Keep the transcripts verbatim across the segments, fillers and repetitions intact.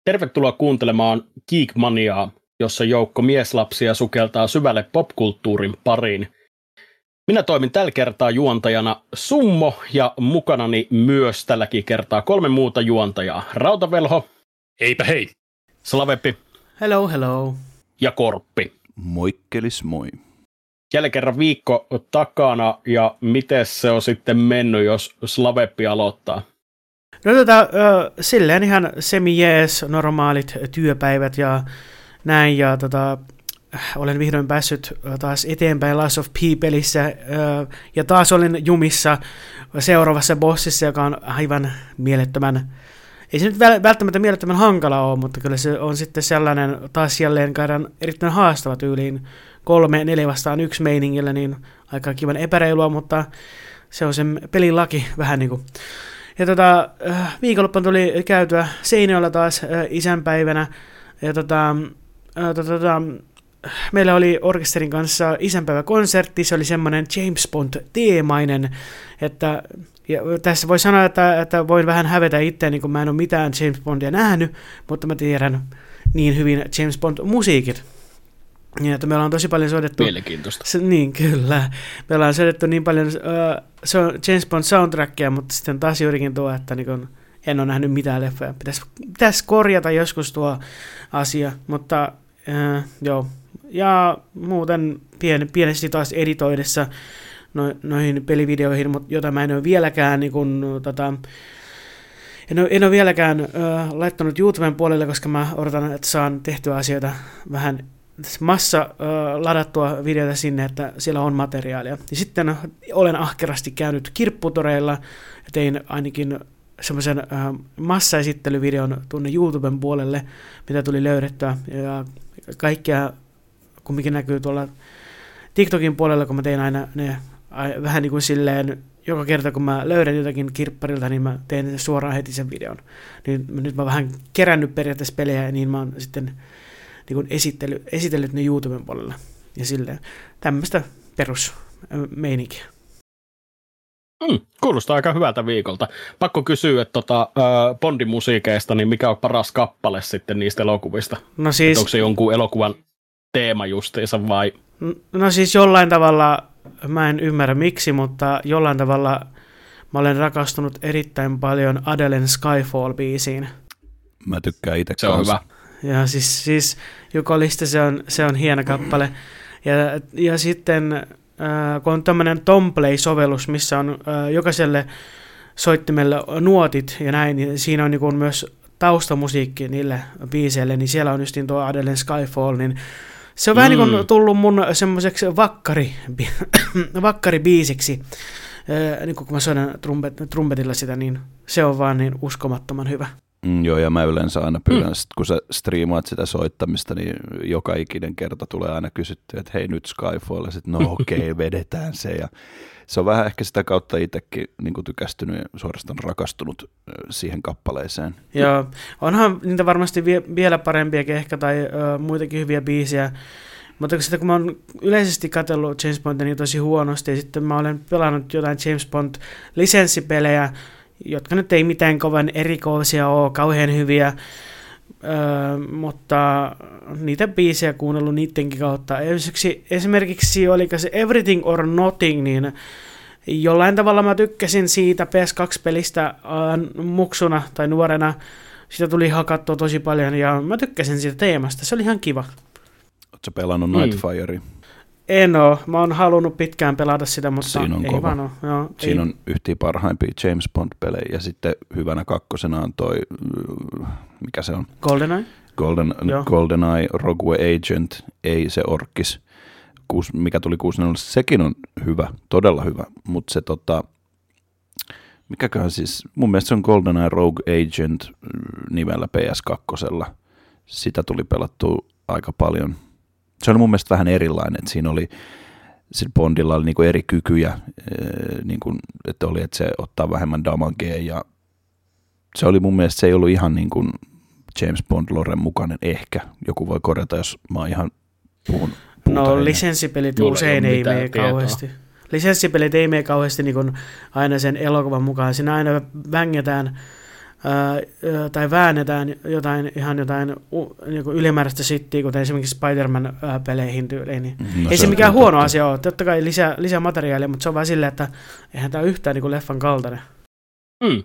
Tervetuloa kuuntelemaan Geekmaniaa, jossa joukko mieslapsia sukeltaa syvälle popkulttuurin pariin. Minä toimin tällä kertaa juontajana Summo ja mukanani myös tälläkin kertaa kolme muuta juontajaa. Rautavelho. Eipä hei. Slavepi. Hello, hello. Ja Korppi. Moikkelis moi. Jälleen kerran viikko takana ja miten se on sitten mennyt, jos Slaveppi aloittaa? No tota, äh, silleen ihan semi-jees, normaalit työpäivät ja näin, ja tota, olen vihdoin päässyt taas eteenpäin Last of P-pelissä, äh, ja taas olen jumissa seuraavassa bossissa, joka on aivan mielettömän, ei se nyt välttämättä mielettömän hankala ole, mutta kyllä se on sitten sellainen taas jälleen kerran erittäin haastava tyyliin, kolme, neljä vastaan yksi meiningillä, niin aika kivan epäreilua, mutta se on sen pelin laki vähän niin kuin. Ja tota, viikonloppuna tuli käytyä Seinäjoella taas isänpäivänä, ja tota, tota, meillä oli orkesterin kanssa isänpäiväkonsertti, se oli semmoinen James Bond-teemainen, että ja tässä voi sanoa, että, että voin vähän hävetä itseäni, kun mä en ole mitään James Bondia nähnyt, mutta mä tiedän niin hyvin James Bond-musiikit. Ja että meillä on tosi paljon soitettu... Mielenkiintoista. Se, niin, kyllä. Meillä on soitettu niin paljon uh, James Bond soundtrackia, mutta sitten taas juurikin tuo, että niin kun en ole nähnyt mitään leffoja. Pitäisi, pitäisi korjata joskus tuo asia, mutta uh, joo. Ja muuten pien, pienesti taas editoidessa no, noihin pelivideoihin, mutta jota mä en ole vieläkään... Niin kun, tota, En ole, en ole vieläkään uh, laittanut YouTuben puolelle, koska mä odotan, että saan tehtyä asioita vähän massa uh, ladattua videoita sinne, että siellä on materiaalia. Ja sitten olen ahkerasti käynyt kirpputoreilla ja tein ainakin semmoisen uh, massaesittelyvideon tuonne YouTuben puolelle, mitä tuli löydettyä. Ja kaikkea kumminkin näkyy tuolla TikTokin puolella, kun mä tein aina ne vähän niin kuin silleen, joka kerta kun mä löydän jotakin kirpparilta, niin mä teen suoraan heti sen videon. Niin nyt mä oon vähän kerännyt periaatteessa pelejä, niin mä oon sitten niin kuin esitellyt, esitellyt ne YouTuben puolella. Ja silleen tämmöistä perusmeininkiä. Hmm, kuulostaa aika hyvältä viikolta. Pakko kysyä, että tota, äh, Bondin musiikeista, niin mikä on paras kappale sitten niistä elokuvista? No siis, onko se jonkun elokuvan teema justiinsa vai? No siis jollain tavalla, mä en ymmärrä miksi, mutta jollain tavalla mä olen rakastunut erittäin paljon Adelen Skyfall-biisiin. Mä tykkään itse Se on kanssa. hyvä. Ja siis, siis Jukolista se on, se on hieno kappale. Ja, ja sitten äh, kun on tämmöinen Tomplay-sovellus, missä on äh, jokaiselle soittimelle nuotit ja näin, niin siinä on niin kuin myös taustamusiikki niille biiseille, niin siellä on just tuo Adelen Skyfall, niin se on mm. vähän niin kuin tullut mun semmoiseksi vakkari, vakkaribiisiksi. Äh, niin kun mä soitan trumpet, trumpetilla sitä, niin se on vaan niin uskomattoman hyvä. Mm, joo, ja mä yleensä aina pyydän, mm. sit, kun sä striimaat sitä soittamista, niin joka ikinen kerta tulee aina kysyttyä, että hei nyt Skyfall, ja sitten no okei, okay, vedetään se. Ja se on vähän ehkä sitä kautta itsekin niin kuin tykästynyt ja suorastaan rakastunut siihen kappaleeseen. Joo, onhan niitä varmasti vie, vielä parempiakin ehkä, tai ö, muitakin hyviä biisejä, mutta sitten kun mä oon yleisesti katsellut James Bondia niin tosi huonosti, ja sitten mä olen pelannut jotain James Bond-lisenssipelejä, jotka nyt ei mitään kovan erikoisia ole, kauhean hyviä, öö, mutta niitä biisejä kuunnellut niidenkin kautta. Esimerkiksi, esimerkiksi oliko se Everything or Nothing, niin jollain tavalla mä tykkäsin siitä P S kaksi-pelistä äh, muksuna tai nuorena. Sitä tuli hakattua tosi paljon ja mä tykkäsin siitä teemasta, se oli ihan kiva. Ootko pelannut Nightfirea? En oo. Mä oon halunnut pitkään pelata sitä, mutta Siinä on ei kova. vaan oo. Joo, Siinä ei. on yhtiä parhaimpia James Bond-pelejä, ja sitten hyvänä kakkosena on toi, mikä se on? GoldenEye? Golden, GoldenEye, Rogue Agent, ei se orkkis, Kuus, mikä tuli kuusikymmentä, sekin on hyvä, todella hyvä, mutta se tota, mikäköhän siis, mun mielestä se on GoldenEye Rogue Agent nimellä P S kaksi, sitä tuli pelattua aika paljon. Se oli mun mielestä vähän erilainen, että siinä oli, sillä Bondilla oli niinku eri kykyjä, niinku, että oli, että se ottaa vähemmän damagea, ja se oli mun mielestä, se ei ollut ihan niin kuin James Bond-loren mukainen ehkä. Joku voi korjata, jos mä oon ihan puhun. No lisenssipelit usein ei mene kauheasti. Lisenssipelit ei mene kauheasti niin kuin aina sen elokuvan mukaan. Siinä aina vängätään ää, tai väännetään jotain ihan jotain niin ylimääräistä shittiä, kuten esimerkiksi Spider-Man-peleihin tyyliin. Niin no, ei se, se mikään huono totta. asia ole. Totta kai lisää, lisää materiaalia, mutta se on vaan silleen, että eihän tämä yhtään niin kuin leffan kaltainen. Hmm.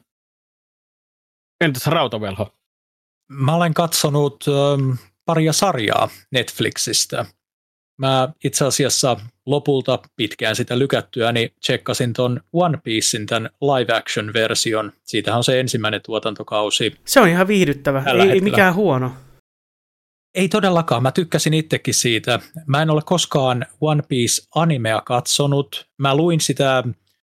Entäs Rautavelho? Mä olen katsonut ähm, paria sarjaa Netflixistä. Mä itse asiassa lopulta pitkään sitä lykättyä, niin tsekkasin ton One Piecein tämän live-action-version. Siitähän on se ensimmäinen tuotantokausi. Se on ihan viihdyttävä, ei, ei mikään huono. Ei todellakaan, mä tykkäsin itsekin siitä. Mä en ole koskaan One Piece-animea katsonut. Mä luin sitä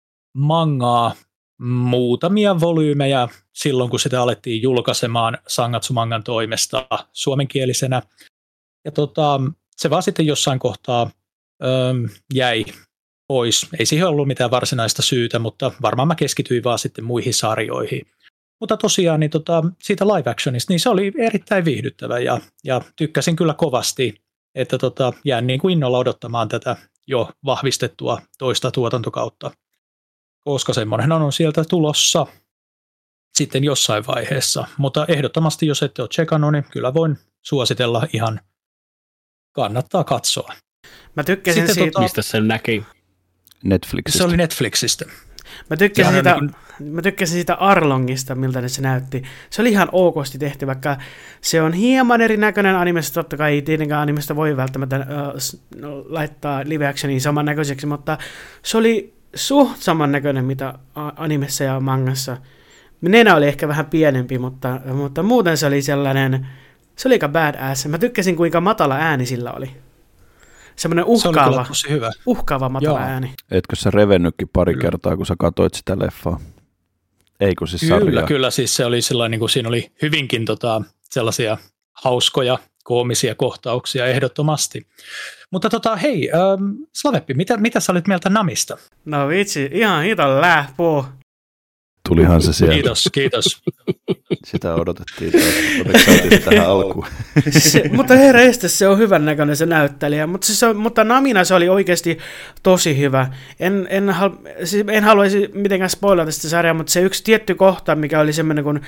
mangaa muutamia volyymeja silloin, kun sitä alettiin julkaisemaan Sangatsu-mangan toimesta suomenkielisenä. Ja tota, se vaan sitten jossain kohtaa öm, jäi pois. Ei siihen ollut mitään varsinaista syytä, mutta varmaan mä keskityin vaan sitten muihin sarjoihin. Mutta tosiaan niin tota, siitä live actionista, niin se oli erittäin viihdyttävä ja, ja tykkäsin kyllä kovasti, että tota, jään niin kuin innolla odottamaan tätä jo vahvistettua toista tuotantokautta, koska semmoinen on sieltä tulossa sitten jossain vaiheessa. Mutta ehdottomasti, jos ette ole tsekannut, niin kyllä voin suositella ihan kannattaa katsoa. Mä tykkäsin sitten siitä. Tota, mistä se näki? Netflixistä. Se oli Netflixistä. Mä tykkäsin, siitä, niin kuin... mä tykkäsin siitä Arlongista, miltä se näytti. Se oli ihan okosti tehty, vaikka se on hieman erinäköinen animesta. Totta kai ei tietenkään animesta voi välttämättä äh, laittaa live actioniin samannäköiseksi, mutta se oli suht samannäköinen, mitä animessa ja mangassa. Nenä oli ehkä vähän pienempi, mutta, mutta muuten se oli sellainen, se oli aika badass. Mä tykkäsin, kuinka matala ääni sillä oli. Semmoinen uhkaava, se oli hyvä. uhkaava matala Joo. ääni. Etkö sä revennytkin pari kyllä. kertaa, kun sä katsoit sitä leffaa? Ei kun siis sarjaa. Kyllä, kyllä. Siis se oli sellainen, niin kuin siinä oli hyvinkin tota, sellaisia hauskoja, koomisia kohtauksia ehdottomasti. Mutta tota, hei, ähm, Slaveppi, mitä, mitä sä olit mieltä Namista? No vitsi, ihan hiton lähpuu. Tulihan se sieltä. Kiitos, kiitos. Sitä odotettiin. Odotettiin tähän alkuun. Se, mutta herra estes, se on hyvän näköinen se näyttelijä. Mutta, se on, mutta Namina se oli oikeasti tosi hyvä. En, en, siis en haluaisi mitenkään spoilata sitä sarjaa, mutta se yksi tietty kohta, mikä oli semmoinen, kun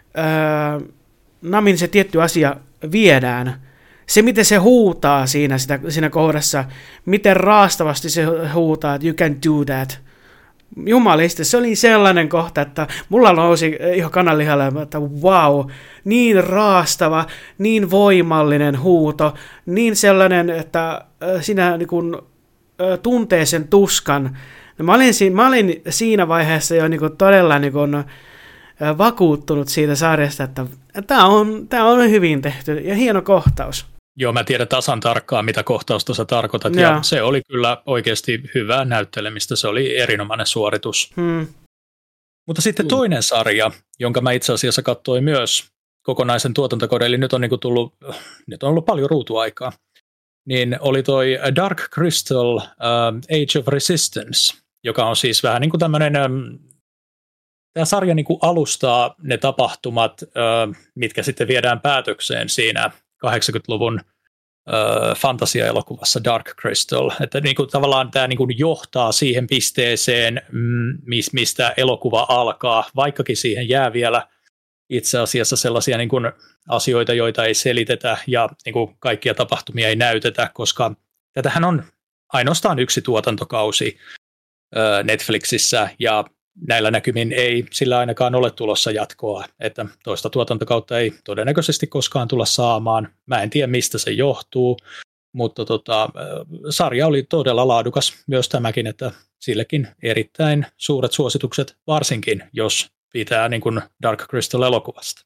ää, Namin se tietty asia viedään. Se, miten se huutaa siinä, sitä, siinä kohdassa, miten raastavasti se huutaa, että you can do that. Jumalista, se oli sellainen kohta, että mulla nousi ihan kananlihalle, että wow, niin raastava, niin voimallinen huuto, niin sellainen, että sinä niin kun, tuntee sen tuskan. Mä olin, mä olin siinä vaiheessa jo niin kun, todella niin kun, vakuuttunut siitä sarjasta, että tämä on, tämä on hyvin tehty ja hieno kohtaus. Joo, mä tiedän tasan tarkkaan, mitä kohtausta sä tarkoitat, ja, ja se oli kyllä oikeasti hyvää näyttelemistä, se oli erinomainen suoritus. Hmm. Mutta sitten hmm. toinen sarja, jonka mä itse asiassa katsoin myös kokonaisen tuotantokauden, eli nyt on, niin kuin tullut, nyt on ollut paljon ruutuaikaa, niin oli toi Dark Crystal uh, Age of Resistance, joka on siis vähän niin kuin tämmöinen, um, tämä sarja niin kuin alustaa ne tapahtumat, uh, mitkä sitten viedään päätökseen siinä kahdeksankymmentäluvun äh, fantasia-elokuvassa Dark Crystal, että niinku, tavallaan tämä niinku, johtaa siihen pisteeseen, mm, mistä elokuva alkaa, vaikkakin siihen jää vielä itse asiassa sellaisia niinku, asioita, joita ei selitetä ja niinku, kaikkia tapahtumia ei näytetä, koska tätähän on ainoastaan yksi tuotantokausi äh, Netflixissä ja näillä näkymin ei sillä ainakaan ole tulossa jatkoa, että toista tuotantokautta ei todennäköisesti koskaan tulla saamaan. Mä en tiedä, mistä se johtuu, mutta tota, sarja oli todella laadukas myös tämäkin, että sillekin erittäin suuret suositukset, varsinkin jos pitää niin kuin Dark Crystal-elokuvasta.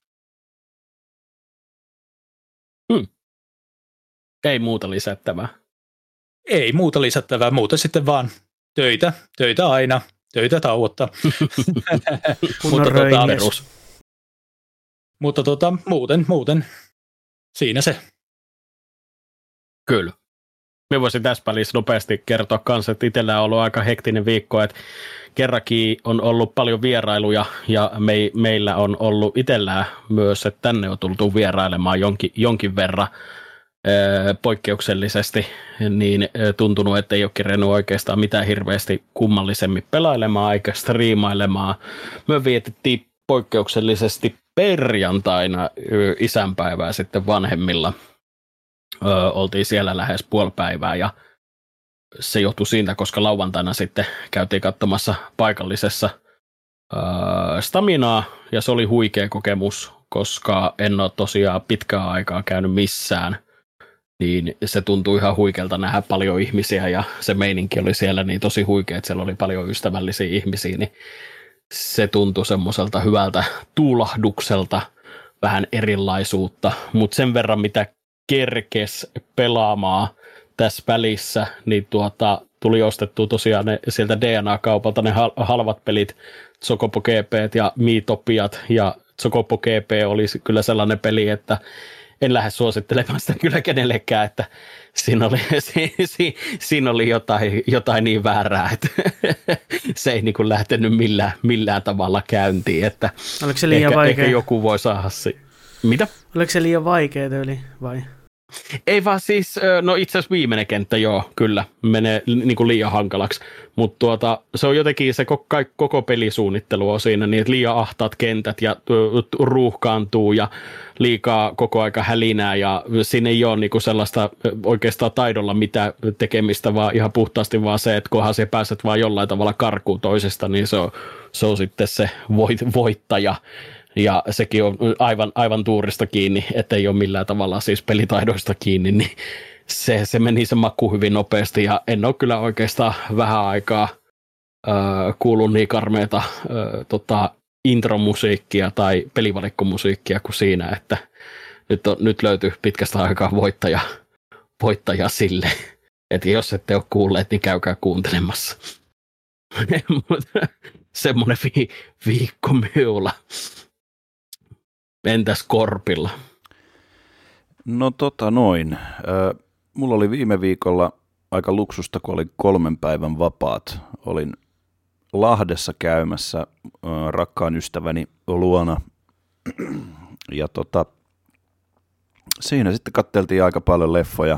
Hmm. Ei muuta lisättävää. Ei muuta lisättävää, muuta sitten vaan töitä, töitä aina. Töitä tauotta. mutta, tota, mutta tota, muuten, muuten siinä se. Kyllä. Me voisin tässä välissä nopeasti kertoa kanssa, että itsellä on ollut aika hektinen viikko, että kerrankin on ollut paljon vierailuja ja me, meillä on ollut itsellään myös, että tänne on tultu vierailemaan jonkin, jonkin verran Öö, poikkeuksellisesti, niin öö, tuntunut, että ei ole kerennyt oikeastaan mitään hirveästi kummallisemmin pelailemaan eikä striimailemaan. Me vietettiin poikkeuksellisesti perjantaina isänpäivää sitten vanhemmilla. Ö, oltiin siellä lähes puoli päivää ja se johtui siitä, koska lauantaina sitten käytiin katsomassa paikallisessa ö, Staminaa ja se oli huikea kokemus, koska en ole tosiaan pitkää aikaa käynyt missään. Niin se tuntui ihan huikealta nähdä paljon ihmisiä ja se meininki oli siellä niin tosi huikea, että siellä oli paljon ystävällisiä ihmisiä, niin se tuntui semmoiselta hyvältä tuulahdukselta, vähän erilaisuutta, mutta sen verran mitä kerkes pelaamaan tässä välissä, niin tuota, tuli ostettua tosiaan ne, sieltä D N A-kaupalta ne halvat pelit, Chocobo G P ja Miitopiat, ja Chocobo G P oli kyllä sellainen peli, että en lähde suosittelemaan sitä kyllä kenellekään, että siinä oli, si, siinä oli jotain, jotain niin väärää, että se ei niin kuin lähtenyt millään, millään tavalla käyntiin. Että oliko se liian ehkä, vaikea? ehkä joku voi saada se. Mitä? Oliko se liian vaikea tyyli vai? Ei vaan siis, no itse asiassa viimeinen kenttä joo, kyllä, menee niin kuin liian hankalaksi, mutta tuota, se on jotenkin se koko, koko pelisuunnittelu on siinä, niin että liian ahtaat kentät ja ruuhkaantuu ja liikaa koko aika hälinää ja siinä ei ole niin kuin sellaista oikeastaan taidolla mitään tekemistä, vaan ihan puhtaasti vaan se, että kunhan se pääset vaan jollain tavalla karkuun toisesta, niin se on, se on sitten se voit, voittaja. Ja sekin on aivan, aivan tuurista kiinni, ettei ole millään tavalla siis pelitaidoista kiinni, niin se, se meni se maku hyvin nopeasti ja en ole kyllä oikeastaan vähän aikaa äh, kuullut niin karmeita äh, tota, intromusiikkia tai pelivalikkomusiikkia kuin siinä, että nyt, on, nyt löytyy pitkästä aikaa voittaja, voittaja sille, että jos ette ole kuulleet, niin käykää kuuntelemassa. Semmoinen vi- viikkomeula. Entäs Korpilla? No tota noin. Ö, mulla oli viime viikolla aika luksusta, kun oli kolmen päivän vapaat. Olin Lahdessa käymässä ö, rakkaan ystäväni luona. Ja tota, siinä sitten katteltiin aika paljon leffoja.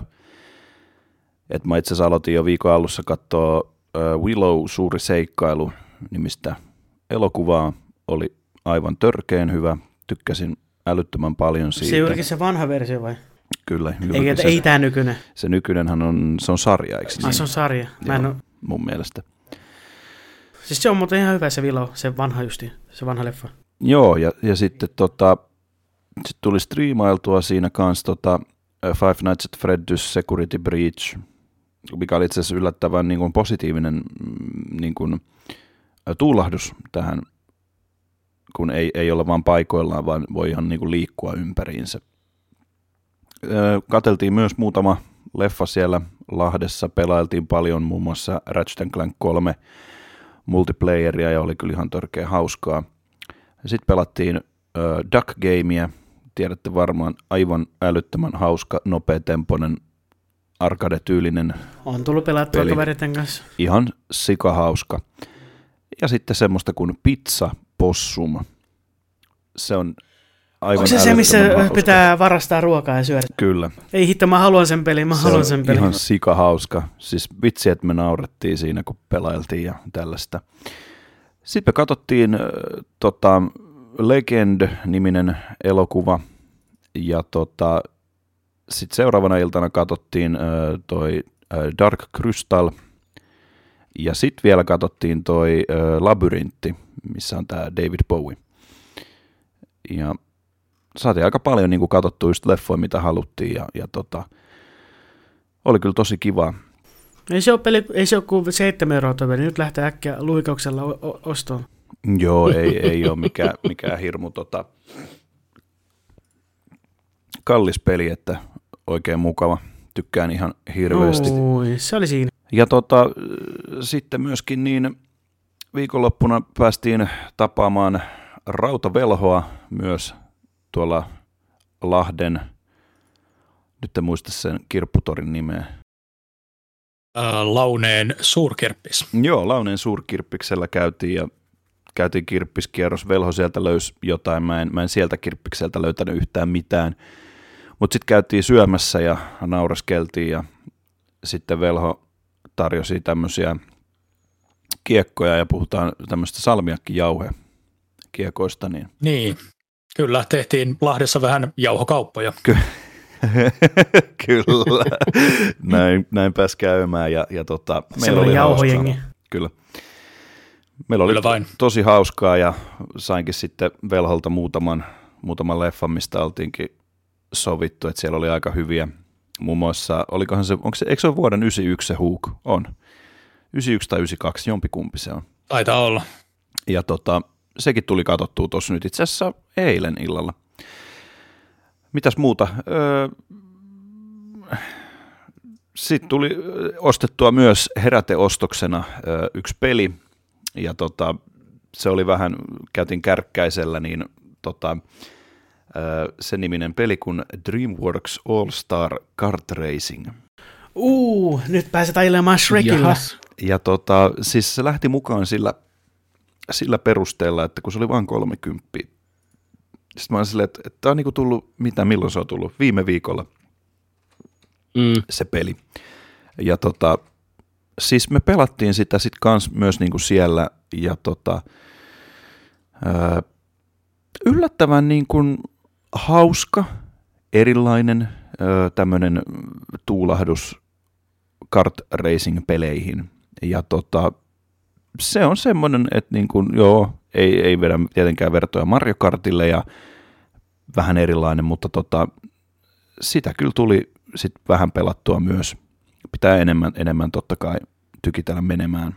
Et mä itse asiassa aloitin jo viikon alussa katsoa ö, Willow, suuri seikkailu nimistä elokuvaa. Oli aivan törkeen hyvä. Tykkäsin älyttömän paljon siitä. Se juurikin se vanha versio vai? Kyllä. Ei, se, ei tämä nykyinen. Se nykyinenhän on, se on sarja, eikö niin? Ah, se on sarja. Mä en Joo, ole... mun mielestä. Siis se on muuten ihan hyvä se Willow, se vanha justi, se vanha leffa. Joo, ja, ja sitten tota, sit tuli striimailtua siinä kanssa tota, Five Nights at Freddy's Security Breach, mikä oli itse asiassa yllättävän niin kuin positiivinen niin kuin, tuulahdus tähän, kun ei, ei ole vaan paikoillaan, vaan voi ihan niin kuin liikkua ympäriinsä. Katseltiin myös muutama leffa siellä Lahdessa, pelailtiin paljon muun muassa Ratchet and Clank kolme multiplayeria ja oli kyllä ihan törkeä hauskaa. Sitten pelattiin äh, Duck Gamea, tiedätte varmaan, aivan älyttömän hauska, nopeatempoinen, arcade-tyylinen on tullut pelattua kaveritten kanssa. Ihan sikahauska. Ja sitten semmoista kuin Pizza Possum. Se on aivan onko se se, missä hauska. Pitää varastaa ruokaa ja syödä? Kyllä. Ei hitto, mä haluan sen pelin, mä se haluan sen pelin. Ihan sikahauska. Siis vitsi, että me naurettiin siinä, kun pelailtiin ja tällaista. Sitten me katsottiin äh, tota, Legend-niminen elokuva. Ja tota, sitten seuraavana iltana katsottiin äh, toi äh, Dark Crystal. Ja sitten vielä katsottiin toi äh, Labyrintti, missä on tämä David Bowie. Ja saatiin aika paljon niin katsottua just leffoja, mitä haluttiin, ja, ja tota, oli kyllä tosi kiva. Ei se ole, peli, ei se ole kuin seitsemän euroa toi peli, nyt lähtee äkkiä luikauksella o- ostoon. Joo, ei, ei ole mikään, mikään hirmu tota, kallis peli, että oikein mukava. Tykkään ihan hirveästi. Oi, se oli siinä. Ja tota, sitten myöskin niin viikonloppuna päästiin tapaamaan Rautavelhoa myös tuolla Lahden, nyt en muista sen kirpputorin nimeä. Ää, Launeen suurkirppis. Joo, Launeen suurkirppiksellä käytiin ja käytiin kirppiskierros. Velho sieltä löysi jotain, mä en, mä en sieltä kirppikseltä löytänyt yhtään mitään. Mutta sitten käytiin syömässä ja nauraskeltiin ja sitten Velho tarjosi tämmöisiä kiekkoja ja puhutaan tämmöistä salmiakkijauhe kiekoista. Niin, niin. Kyllä, tehtiin Lahdessa vähän jauhokauppoja. Ky- Kyllä, näin, näin pääsi käymään. Ja, ja tota, meillä oli jauhojengi. hauskaa. Kyllä. Meillä oli Kyllä vain. tosi hauskaa ja sainkin sitten Velholta muutaman, muutaman leffan, mistä oltiinkin sovittu, että siellä oli aika hyviä. Muun muassa, olikohan se, onko se, eikö se ole vuoden yhdeksänkymmentäyksi se Hook? On. yhdeksänkymmentäyksi tai yhdeksänkymmentäkaksi, jompikumpi se on. Taitaa olla. Ja tota, sekin tuli katsottua tuossa nyt itse asiassa eilen illalla. Mitäs muuta? Öö, Sitten tuli ostettua myös heräteostoksena öö, yksi peli, ja tota, se oli vähän, käytin kärkkäisellä, niin tota, öö, se niminen peli kuin DreamWorks All Star Kart Racing. Uu, nyt pääset ajelemaan Shrekillä. Jahas. Ja tota, siis se lähti mukaan sillä, sillä perusteella, että kun se oli vain kolmekymmentä. Sitten mä olin silleen, että, että tämä on niinku tullut, mitä, milloin se on tullut? Viime viikolla Mm. se peli. Ja tota, siis me pelattiin sitä sitten kans myös niinku siellä, ja tota, ää, yllättävän niinku hauska, erilainen tämmöinen tuulahdus kart racing-peleihin. Ja tota, se on semmoinen, että niin kuin, joo, ei, ei vedä tietenkään vertoja Mario Kartille ja vähän erilainen, mutta tota, sitä kyllä tuli sit vähän pelattua myös. Pitää enemmän, enemmän totta kai tykitellä menemään.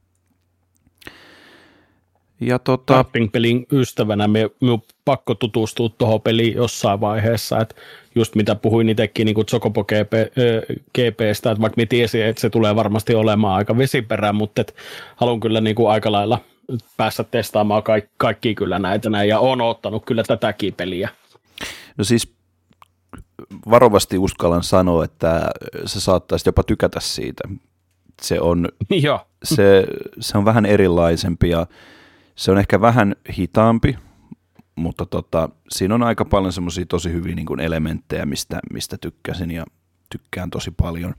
Ja tota, Karting-pelin ystävänä me, me on pakko tutustua tuohon peliin jossain vaiheessa, että just mitä puhuin itsekin niin kuin Chocobo G P:stä, että vaikka me tiesin, että se tulee varmasti olemaan aika vesiperä, mutta et haluan kyllä niin kuin aika lailla päästä testaamaan kaikki, kaikki kyllä näitä näin, ja olen ottanut kyllä tätäkin peliä. No siis varovasti uskallan sanoa, että sä saattaisit jopa tykätä siitä. Se on, se, se on vähän erilaisempi ja se on ehkä vähän hitaampi, mutta tota, siinä on aika paljon semmoisia tosi hyviä niin kuin elementtejä, mistä, mistä tykkäsin ja tykkään tosi paljon.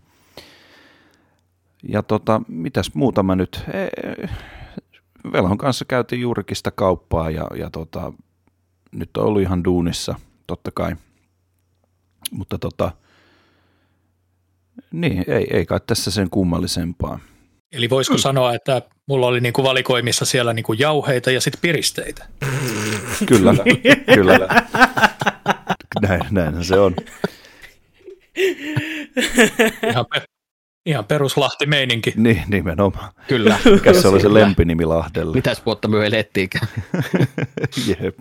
Ja tota, mitäs muuta mä nyt, e- Velhon kanssa käytiin juurikin sitä kauppaa ja, ja tota, nyt on ollut ihan duunissa, totta kai. Mutta tota, niin, ei, ei kai tässä sen kummallisempaa. Eli voisiko mm. sanoa, että mulla oli niinku valikoimissa siellä niinku jauheita ja sitten piristeitä? Kyllä, kyllä. Näin, näinhän se on. Ihan, pe- ihan peruslahti-meininki. Niin, nimenomaan. Kyllä. Mikä se oli se lempinimi Lahdelle? Mitäs vuotta myö elettiinkään? Jep.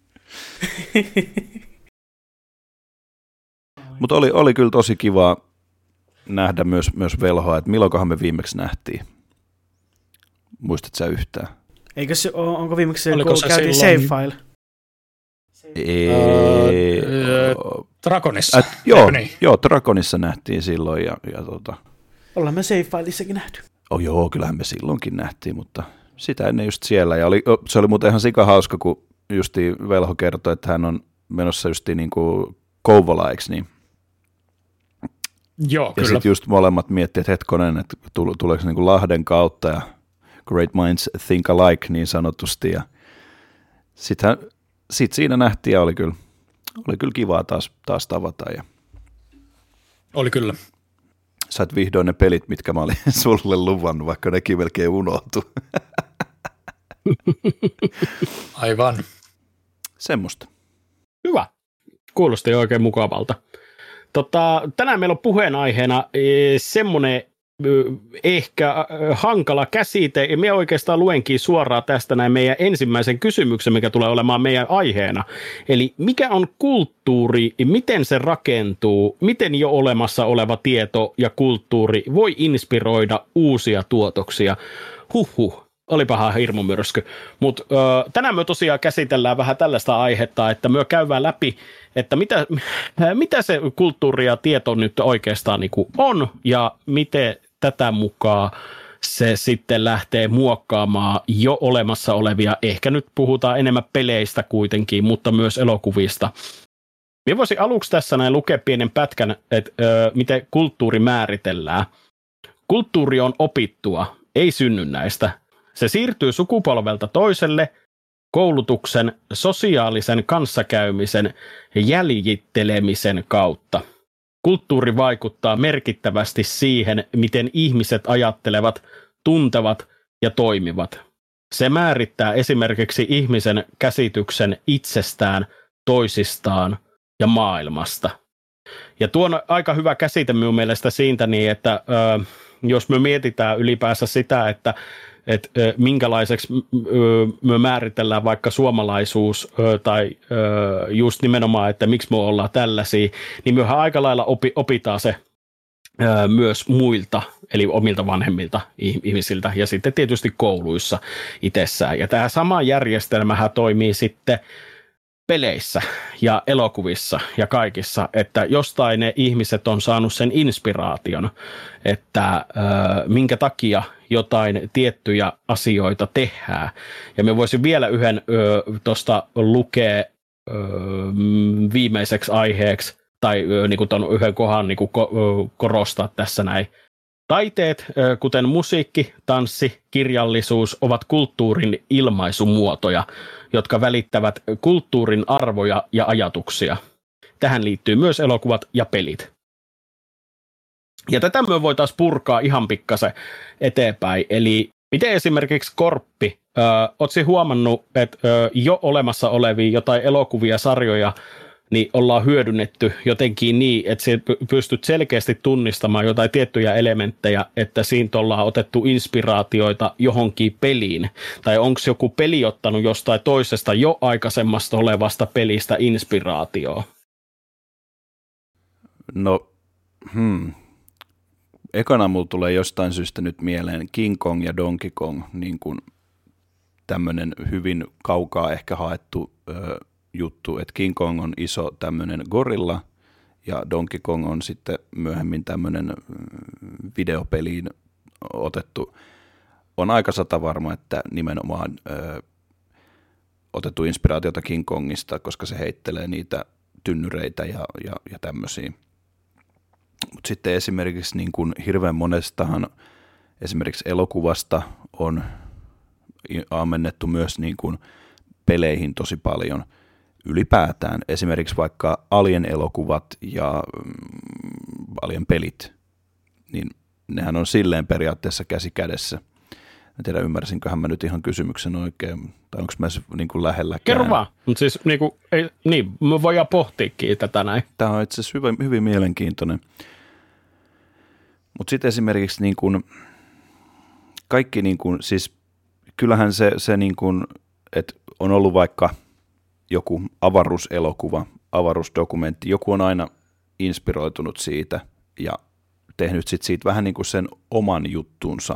Mutta oli, oli kyllä tosi kiva nähdä myös, myös Velhoa, että milloinkohan me viimeksi nähtiin. Muistatko sä yhtään? Eikö se, onko viimeksi Oliko kun se käytiin silloin... Save File? Ei. Uh, Dragonissa. Äh, joo, niin? joo, Dragonissa nähtiin silloin. Ja, ja tota... Ollaan me Save Fileissakin nähty. Oh, joo, kyllähän me silloinkin nähtiin, mutta sitä ennen just siellä. Ja oli, se oli muuten ihan sikahauska, kun justi Velho kertoi, että hän on menossa justi niin kuin Kouvola, eikö niin? Joo, ja kyllä. sitten just molemmat miettii, että hetkonen, että tuleeko se niin kuin Lahden kautta ja Great Minds Think Alike niin sanotusti. Ja sitten sit siinä nähtiin ja oli kyllä, oli kyllä kivaa taas, taas tavata. Ja oli kyllä. sait vihdoin ne pelit, mitkä mä olin sulle luvannut, vaikka nekin melkein unohtui. Aivan. Semmosta. Hyvä. Kuulosti oikein mukavalta. Tota, tänään meillä on puheenaiheena e, semmoinen e, ehkä e, hankala käsite, ja minä oikeastaan luenkin suoraan tästä näin meidän ensimmäisen kysymyksen, mikä tulee olemaan meidän aiheena. Eli mikä on kulttuuri, miten se rakentuu, miten jo olemassa oleva tieto ja kulttuuri voi inspiroida uusia tuotoksia. Huhhuh. Olipahan hirmumyrsky. Mutta tänään me tosiaan käsitellään vähän tällaista aihetta, että me käydään läpi, että mitä, mitä se kulttuuri ja tieto nyt oikeastaan niin kuin on, ja miten tätä mukaan se sitten lähtee muokkaamaan jo olemassa olevia, ehkä nyt puhutaan enemmän peleistä kuitenkin, mutta myös elokuvista. Minä voisin aluksi tässä näin lukea pienen pätkän, että ö, miten kulttuuri määritellään. Kulttuuri on opittua, ei synny näistä. Se siirtyy sukupolvelta toiselle koulutuksen, sosiaalisen kanssakäymisen ja jäljittelemisen kautta. Kulttuuri vaikuttaa merkittävästi siihen, miten ihmiset ajattelevat, tuntevat ja toimivat. Se määrittää esimerkiksi ihmisen käsityksen itsestään, toisistaan ja maailmasta. Ja tuo on aika hyvä käsite minun mielestä siitä, niin että ö, jos me mietitään ylipäänsä sitä, että et, ö, minkälaiseksi me määritellään vaikka suomalaisuus ö, tai ö, just nimenomaan, että miksi me ollaan tällaisia, niin mehän aika lailla opi, opitaan se ö, myös muilta, eli omilta vanhemmilta ihmisiltä ja sitten tietysti kouluissa itsessään. Ja tämä sama järjestelmähän toimii sitten peleissä ja elokuvissa ja kaikissa, että jostain ne ihmiset on saanut sen inspiraation, että ö, minkä takia jotain tiettyjä asioita tehdään. Ja me voisin vielä yhden tuosta lukea ö, viimeiseksi aiheeksi, tai ö, niin kuin ton yhden kohan niin kuin ko, ö, korostaa tässä näin. Taiteet, kuten musiikki, tanssi, kirjallisuus, ovat kulttuurin ilmaisumuotoja, jotka välittävät kulttuurin arvoja ja ajatuksia. Tähän liittyy myös elokuvat ja pelit. Ja tätä me voitaisiin purkaa ihan pikkasen eteenpäin. Eli miten esimerkiksi Korppi, ö, ootko huomannut, että ö, jo olemassa olevia jotain elokuvia, sarjoja, niin ollaan hyödynnetty jotenkin niin, että sä pystyt selkeästi tunnistamaan jotain tiettyjä elementtejä, että siitä ollaan otettu inspiraatioita johonkin peliin. Tai onko joku peli ottanut jostain toisesta jo aikaisemmasta olevasta pelistä inspiraatioa? No, hmm. ekana mulla tulee jostain syystä nyt mieleen King Kong ja Donkey Kong, niin kuin tämmöinen hyvin kaukaa ehkä haettu ö, juttu, että King Kong on iso tämmöinen gorilla ja Donkey Kong on sitten myöhemmin tämmöinen videopeliin otettu. On aika satavarma, että nimenomaan ö, otettu inspiraatiota King Kongista, koska se heittelee niitä tynnyreitä ja, ja, ja tämmöisiä. Mutta sitten esimerkiksi niin kuin hirveän monestahan esimerkiksi elokuvasta on ammennettu myös niin kuin peleihin tosi paljon ylipäätään. Esimerkiksi vaikka Alien-elokuvat ja Alien-pelit, niin nehän on silleen periaatteessa käsi kädessä. En tiedä, ymmärsinköhän mä nyt ihan kysymyksen oikein, tai onko mä niin kuin lähelläkään. Kerro vaan, mutta siis niin, kuin, ei, niin, me voidaan pohtiakin tätä näin. Tämä on itse asiassa hyvin, hyvin mielenkiintoinen. Mutta sitten esimerkiksi niin kuin, kaikki, niin kuin, siis kyllähän se, se niin kuin, että on ollut vaikka joku avaruuselokuva, avaruusdokumentti, joku on aina inspiroitunut siitä ja tehnyt sit siitä vähän niin kuin sen oman juttunsa.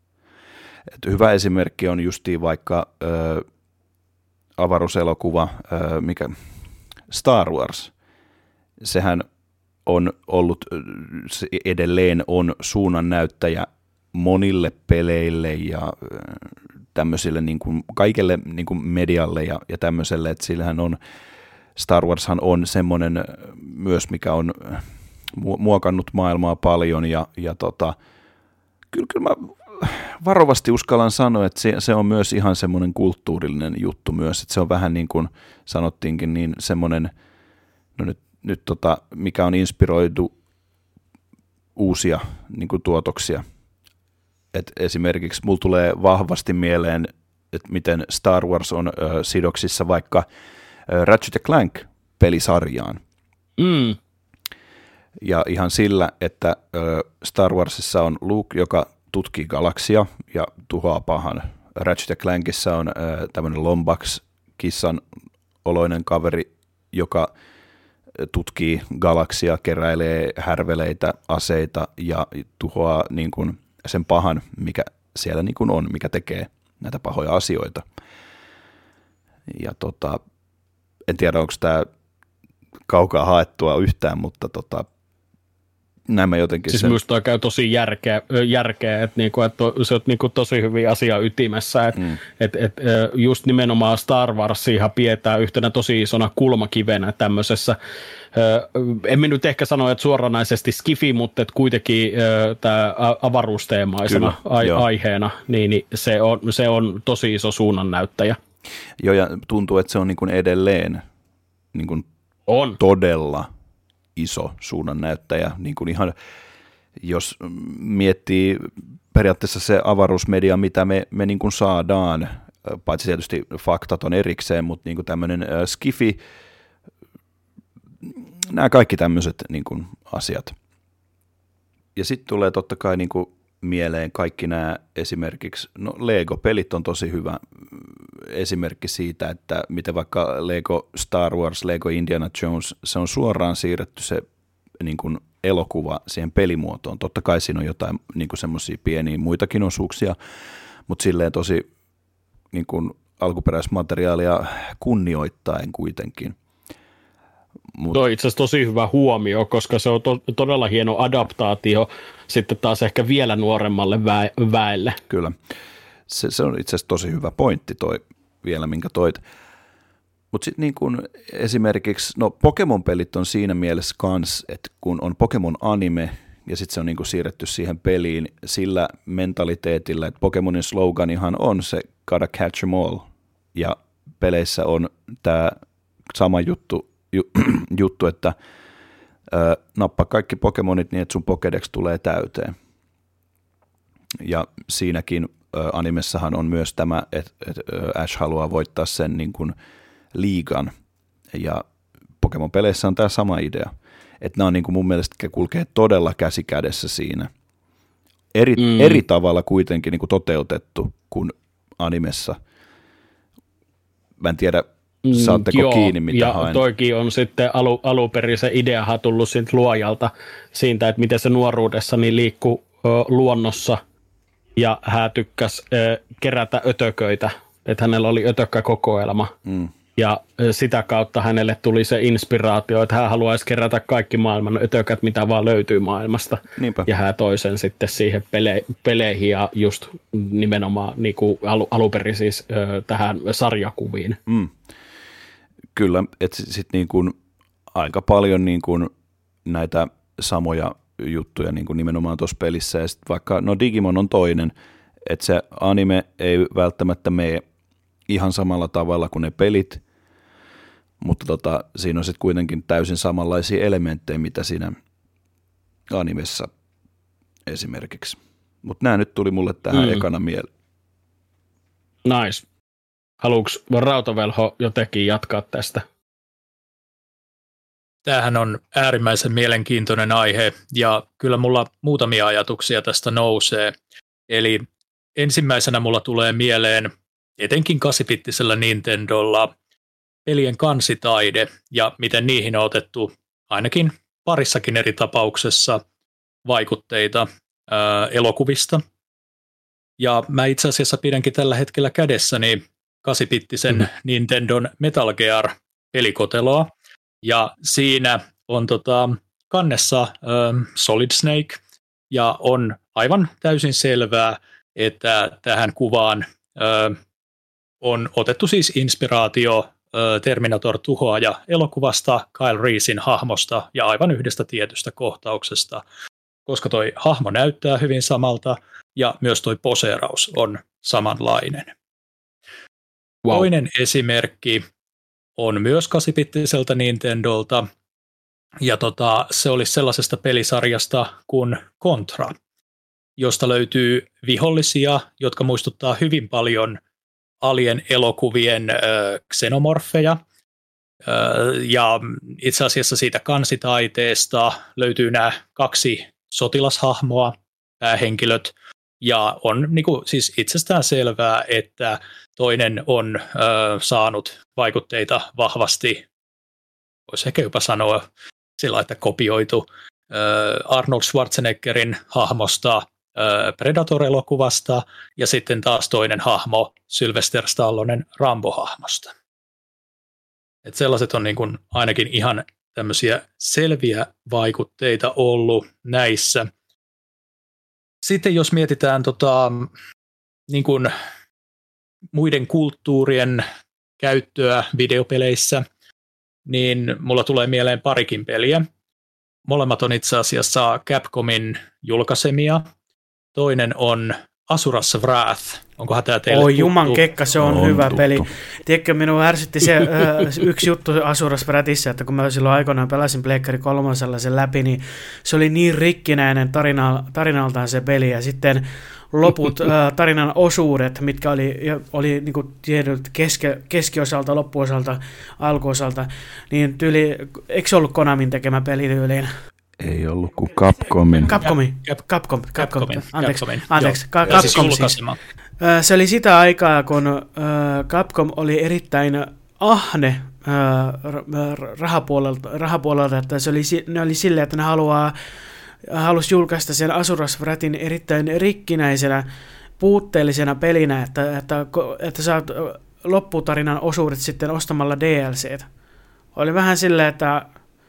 Et hyvä esimerkki on justiin vaikka ö, avaruuselokuva, ö, mikä Star Wars. Sehän on ollut, se edelleen on suunnannäyttäjä monille peleille ja tämmöisille niin kuin kaikelle niin kuin medialle ja, ja tämmöiselle, että sillähän on, Star Warshan on semmoinen myös, mikä on muokannut maailmaa paljon ja, ja tota, kyllä, kyllä mä varovasti uskallan sanoa, että se, se on myös ihan semmoinen kulttuurillinen juttu myös, että se on vähän niin kuin sanottiinkin, niin semmoinen, no nyt, nyt tota, mikä on inspiroitu uusia niin kuin tuotoksia. Et esimerkiksi mulla tulee vahvasti mieleen, että miten Star Wars on ö, sidoksissa vaikka ö, Ratchet and Clank-pelisarjaan. Mm. Ja ihan sillä, että ö, Star Warsissa on Luke, joka tutkii galaksia ja tuhoaa pahan. Ratchet and Clankissa on ö, tämmöinen Lombax-kissan oloinen kaveri, joka tutkii galaksia, keräilee härveleitä, aseita ja tuhoaa niin kuin sen pahan, mikä siellä niin kuin on, mikä tekee näitä pahoja asioita. Ja tota, en tiedä, onko tämä kaukaa haettua yhtään, mutta tota, näin mä jotenkin siis sen... minusta toi käy tosi järkeä, järkeä että, niinku, että se on niinku tosi hyvin asia ytimessä, että mm. et, et, just nimenomaan Star Warsia pidetään yhtenä tosi isona kulmakivenä tämmöisessä, en minä nyt ehkä sano, että suoranaisesti skifi, mutta että kuitenkin tämä avaruusteemaisena Kyllä, a- aiheena, niin, niin se, on, se on tosi iso suunnannäyttäjä. Joo, ja tuntuu, että se on niin kuin edelleen niin kuin on todella iso suunnannäyttäjä. Niin kuin ihan, jos miettii periaatteessa se avaruusmedia, mitä me, me niin kuin saadaan, paitsi tietysti faktat on erikseen, mutta niin kuin tämmöinen skifi, nämä kaikki tämmöiset niin kuin asiat. Ja sitten tulee totta kai niin kuin mieleen kaikki nämä esimerkiksi, no Lego-pelit on tosi hyvä esimerkki siitä, että miten vaikka Lego Star Wars, Lego Indiana Jones, se on suoraan siirretty se niin kuin elokuva siihen pelimuotoon. Totta kai siinä on jotain niin kuin semmoisia pieniä muitakin osuuksia, mutta silleen tosi niin kuin alkuperäismateriaalia kunnioittaen kuitenkin. Mut. Tuo on itse asiassa tosi hyvä huomio, koska se on to- todella hieno adaptaatio sitten taas ehkä vielä nuoremmalle vä- väelle. Kyllä. Se, se on itse asiassa tosi hyvä pointti toi vielä, minkä toit. Mutta sitten niin kun esimerkiksi, no Pokemon-pelit on siinä mielessä kans, että kun on Pokemon anime ja sitten se on niin kun siirretty siihen peliin sillä mentaliteetillä, että Pokemonin sloganihan on se gotta catch 'em all. Ja peleissä on tämä sama juttu, juttu, että ö, nappaa kaikki Pokemonit niin, että sun Pokédex tulee täyteen. Ja siinäkin ö, animessahan on myös tämä, että et, Ash haluaa voittaa sen niin kuin liigan. Ja Pokemon-peleissä on tämä sama idea. Että nämä on niin kuin mun mielestä kulkee todella käsi kädessä siinä. Eri, mm. eri tavalla kuitenkin niin kuin toteutettu kuin animessa. Mä en tiedä, saatteko mm, joo, kiinni, mitä ja haen. Toikin on sitten alu, alunperin se ideahan tullut siitä luojalta siitä, että miten se nuoruudessa niin liikkuu ö, luonnossa ja hän tykkäsi ö, kerätä ötököitä, että hänellä oli ötökkäkokoelma mm. ja ö, sitä kautta hänelle tuli se inspiraatio, että hän haluaisi kerätä kaikki maailman ötökät, mitä vaan löytyy maailmasta. Niinpä. Ja hän toi sen sitten siihen pele- peleihin ja just nimenomaan niin kuin alu, alunperin siis ö, tähän sarjakuviin. Mm. Kyllä, että sitten niin kuin aika paljon niin kuin näitä samoja juttuja niin kuin nimenomaan tuossa pelissä, ja sitten vaikka, no Digimon on toinen, että se anime ei välttämättä mene ihan samalla tavalla kuin ne pelit, mutta tota, siinä on sitten kuitenkin täysin samanlaisia elementtejä, mitä siinä animessa esimerkiksi. Mutta nämä nyt tuli mulle tähän mm. ekana mieleen. Nice. Haluatko Rautavelho jotenkin jatkaa tästä? Tämähän on äärimmäisen mielenkiintoinen aihe ja kyllä mulla muutamia ajatuksia tästä nousee. Eli ensimmäisenä mulla tulee mieleen etenkin kasipittisellä Nintendolla pelien kansitaide ja miten niihin on otettu ainakin parissakin eri tapauksessa vaikutteita ää, elokuvista. Ja mä itse asiassa pidänkin tällä hetkellä kädessäni kasipittisen mm. Nintendon Metal Gear-pelikoteloa, ja siinä on tota, kannessa ähm, Solid Snake, ja on aivan täysin selvää, että tähän kuvaan äh, on otettu siis inspiraatio äh, Terminator-tuhoaja elokuvasta, Kyle Reesin hahmosta ja aivan yhdestä tietystä kohtauksesta, koska toi hahmo näyttää hyvin samalta, ja myös toi poseeraus on samanlainen. Wow. Toinen esimerkki on myös kasipittiseltä Nintendolta, ja tota, se olisi sellaisesta pelisarjasta kuin Contra, josta löytyy vihollisia, jotka muistuttaa hyvin paljon Alien-elokuvien äh, xenomorfeja, äh, ja itse asiassa siitä kansitaiteesta löytyy nämä kaksi sotilashahmoa, päähenkilöt, ja on niin kuin, siis itsestään selvää, että toinen on ö, saanut vaikutteita vahvasti, voisi ehkä jopa sanoa sillä, että kopioitu ö, Arnold Schwarzeneggerin hahmosta ö, Predator-elokuvasta, ja sitten taas toinen hahmo Sylvester Stallonen Rambo-hahmosta. Et sellaiset on niin kuin ainakin ihan tämmöisiä selviä vaikutteita ollut näissä. Sitten jos mietitään tota, niin kuin muiden kulttuurien käyttöä videopeleissä, niin mulla tulee mieleen parikin peliä. Molemmat on itse asiassa Capcomin julkaisemia. Toinen on Asuras Wrath. Onkohan tämä teille Oi tuttu? juman kekka, se on, On hyvä tuttu. peli. Tiedätkö, minua ärsytti se ö, yksi juttu Asuras Wrathissa, että kun mä silloin aikoinaan pelasin Pleikkari kolmosella sen läpi, niin se oli niin rikkinäinen tarina, tarinaltaan se peli, ja sitten loput ö, tarinan osuudet, mitkä oli, oli niin kuin tiedot keske, keskiosalta, loppuosalta, alkuosalta, niin tyyli, eikö se ollut Konamin tekemä peli tyyliin? Ei ollut kuin Capcomin. Capcomi, Cap- Capcom, Capcom, Capcomin. anteeksi, Capcomin. anteeksi, Joo. Ka- Ja siis Capcom siis. julkaisema. Ö, Se oli sitä aikaa, kun ö, Capcom oli erittäin ahne ö, r- rahapuolelta, rahapuolelta, että se oli, si- ne oli silleen, että ne haluaa, halusi julkaista sen Asuras Wrathin erittäin rikkinäisenä, puutteellisena pelinä, että, että, että saat lopputarinan osuudet sitten ostamalla D L C:tä. Oli vähän silleen, että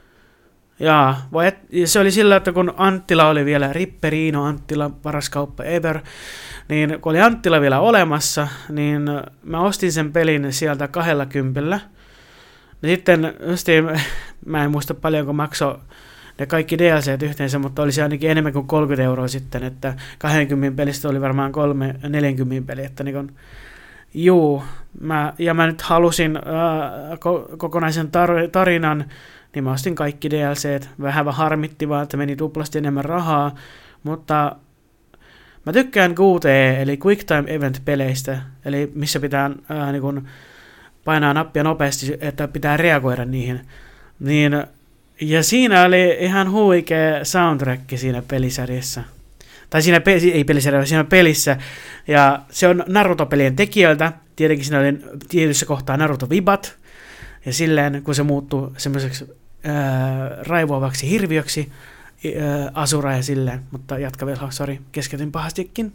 jaa, vai et, se oli sillä, että kun Anttila oli vielä Ripperiino, Anttila paras kauppa ever, niin kun oli Anttila vielä olemassa, niin mä ostin sen pelin sieltä kahdella kympillä. Ja sitten ostin, mä en muista paljonko maksoi ne kaikki D L C:t yhteensä, mutta olisi ainakin enemmän kuin kolmekymmentä euroa sitten, että kaksikymmentä pelistä oli varmaan kolme neljäkymmentä peli, että niin kun, juu, mä, ja mä nyt halusin äh, ko- kokonaisen tar- tarinan, niin mä ostin kaikki D L C:t, vähän harmitti vaan, että meni tuplasti enemmän rahaa, mutta mä tykkään Q T E, eli Quick Time Event-peleistä, eli missä pitää ää, niin kun painaa nappia nopeasti, että pitää reagoida niihin. Niin, ja siinä oli ihan huikea soundtrack siinä pelisarjassa. Tai siinä, pe- ei pelisarjassa, siinä pelissä. Ja se on Naruto-pelien tekijöiltä. Tietenkin siinä oli tietyssä kohtaa Naruto-vibat. Ja silleen, kun se muuttuu semmoiseksi ää, raivoavaksi hirviöksi, ää, Asura ja silleen. Mutta jatka vielä, sori, keskeytin pahastikin.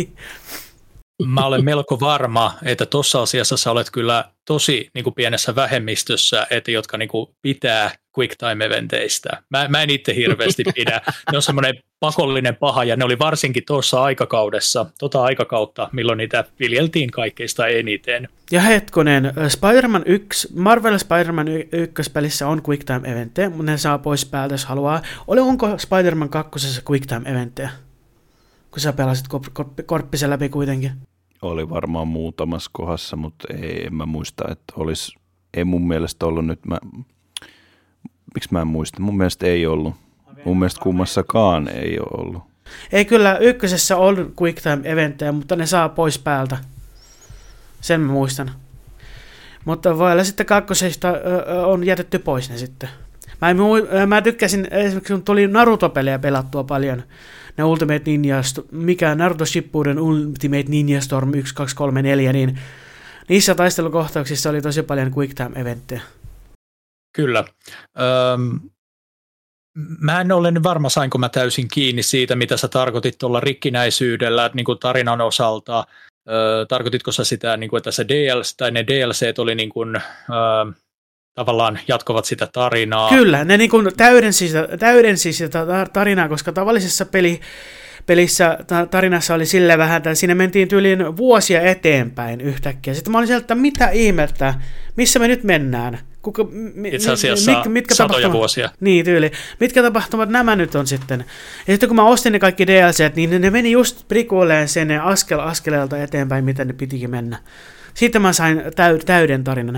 Mä olen melko varma, että tuossa asiassa sä olet kyllä tosi niin kuin pienessä vähemmistössä, että jotka niin kuin pitää quick time eventeistä. Mä, mä en itse hirveästi pidä. Ne on semmoinen pakollinen paha, ja ne oli varsinkin tuossa aikakaudessa, tota aikakautta, milloin niitä viljeltiin kaikkeista eniten. Ja hetkonen, Spider-Man yksi, Marvel Spider-Man ykköspelissä on quick time eventtejä, mutta ne saa pois päältä, jos haluaa. Oli, onko Spider-Man kakkosessa quick time eventtejä? Kun sä pelasit korp- korp- korppisen läpi kuitenkin. Oli varmaan muutamassa kohdassa, mutta ei, en mä muista, että olisi, ei mun mielestä ollut nyt, mä, miksi mä en muista, mun mielestä ei ollut. Mun mielestä kummassakaan ei ole ollut. Ei kyllä, ykkösessä on quick time eventtejä, mutta ne saa pois päältä. Sen mä muistan. Mutta vailla sitten kakkosesta ö, on jätetty pois ne sitten. Mä, en, mä tykkäsin, esimerkiksi kun tuli Naruto-pelejä pelattua paljon, ne Ultimate Ninja, mikä Naruto Shippuden Ultimate Ninja Storm yksi, kaksi, kolme, neljä, niin niissä taistelukohtauksissa oli tosi paljon quick time eventtejä. Kyllä. Öm, mä en ole varma, sainko mä täysin kiinni siitä, mitä sä tarkoitit tuolla rikkinäisyydellä niin kuin tarinan osalta. Ö, tarkoititko sä sitä, niin kuin, että se D L C, tai ne D L C:t oli niin kuin, ö, tavallaan jatkovat sitä tarinaa? Kyllä, ne niin kuin täydensi sitä, täydensi sitä tarinaa, koska tavallisessa peli, pelissä tarinassa oli sille vähän, että siinä mentiin tyyliin vuosia eteenpäin yhtäkkiä. Sitten mä olin sieltä, että mitä ihmettä, missä me nyt mennään? Kuka, mi, Itse asiassa mit, mitkä satoja tapahtumat, vuosia. Niin, tyyli. Mitkä tapahtumat nämä nyt on sitten? Ja sitten kun mä ostin ne kaikki D L C:t, niin ne meni just prikuilleen sen askel askeleelta eteenpäin, mitä ne pitikin mennä. Sitten mä sain täy, täyden tarinan.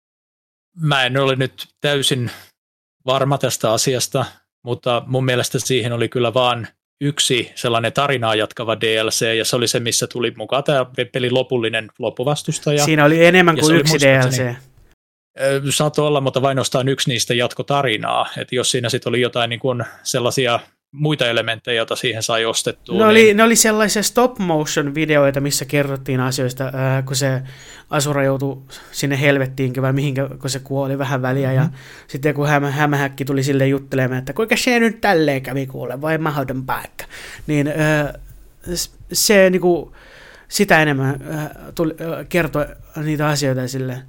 Mä en ole nyt täysin varma tästä asiasta, mutta mun mielestä siihen oli kyllä vaan yksi sellainen tarinaa jatkava D L C, ja se oli se, missä tuli mukaan tämä pelin lopullinen loppuvastustaja. Siinä oli enemmän kuin yksi D L C. Saattoi olla, mutta vain ostaan yksi niistä jatkotarinaa. Että jos siinä sitten oli jotain niin kuin sellaisia muita elementtejä, joita siihen sai ostettua. Ne, niin... oli, ne oli sellaisia stop-motion-videoita, missä kerrottiin asioista, ää, kun se Asura joutui sinne helvettiinkin, vai mihinkä, kun se kuoli vähän väliä. Mm-hmm. Ja sitten kun hämä, hämähäkki tuli sille juttelemaan, että kuinka se nyt tälleen kävi kuule, vai mahdoton paikka. Niin ää, se niinku, sitä enemmän ää, tuli, ää, kertoi niitä asioita silleen.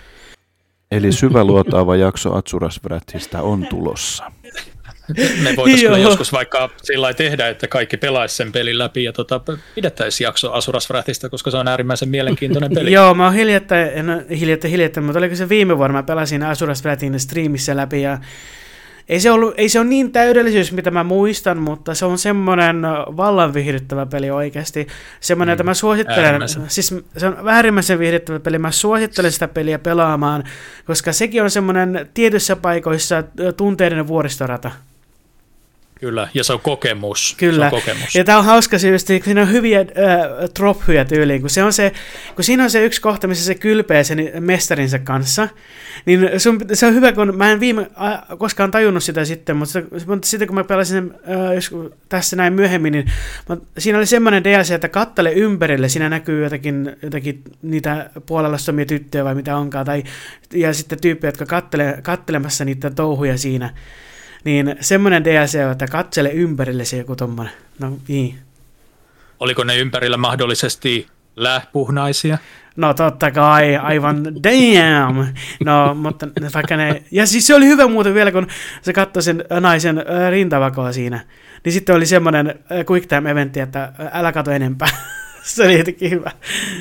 Eli syväluotaava jakso Asuras Wrathista on tulossa. Me voitaisiin kyllä joskus vaikka sillä lailla tehdä, että kaikki pelaisi sen pelin läpi ja tota, pidettäisiin jakso Asuras Wrathista, koska se on äärimmäisen mielenkiintoinen peli. Joo, mä oon hiljattain, no, hiljattain, hiljattain, mutta oliko se viime vuonna, mä pelasin Asuras Wrathin streamissä läpi ja ei se, ollut, ei se ole niin täydellisyys, mitä mä muistan, mutta se on semmoinen vallan viihdyttävä peli oikeasti. Semmoinen, mm, että mä suosittelen, siis se on äärimmäisen viihdyttävä peli, mä suosittelen sitä peliä pelaamaan, koska sekin on semmoinen tietyissä paikoissa tunteiden vuoristorata. Kyllä, ja se on kokemus. Kyllä, se on kokemus. Ja tämä on hauska syystä, kun siinä on hyviä äh, trophyjä tyyliin, kun, se on se, kun siinä on se yksi kohta, missä se kylpee sen mestarinsa kanssa, niin sun, se on hyvä, kun mä en viime äh, koskaan tajunnut sitä sitten, mutta, mutta sitten kun mä pelasin äh, jos, tässä näin myöhemmin, niin mutta siinä oli semmoinen D L C, että kattele ympärille, siinä näkyy jotakin, jotakin niitä puolellastomia tyttöjä vai mitä onkaan, tai, ja sitten tyyppejä, jotka kattele, kattelemassa niitä touhuja siinä. Niin semmoinen D L C, että katsele ympärille se joku tommoinen. No niin. Oliko ne ympärillä mahdollisesti lähpuhnaisia? No totta kai, aivan damn. No, mutta vaikka ne... Ja siis se oli hyvä muuten vielä, kun se katsoi sen naisen rintavakoa siinä. Niin sitten oli semmoinen quick time eventti, että älä katso enempää. Se oli jotenkin hyvä.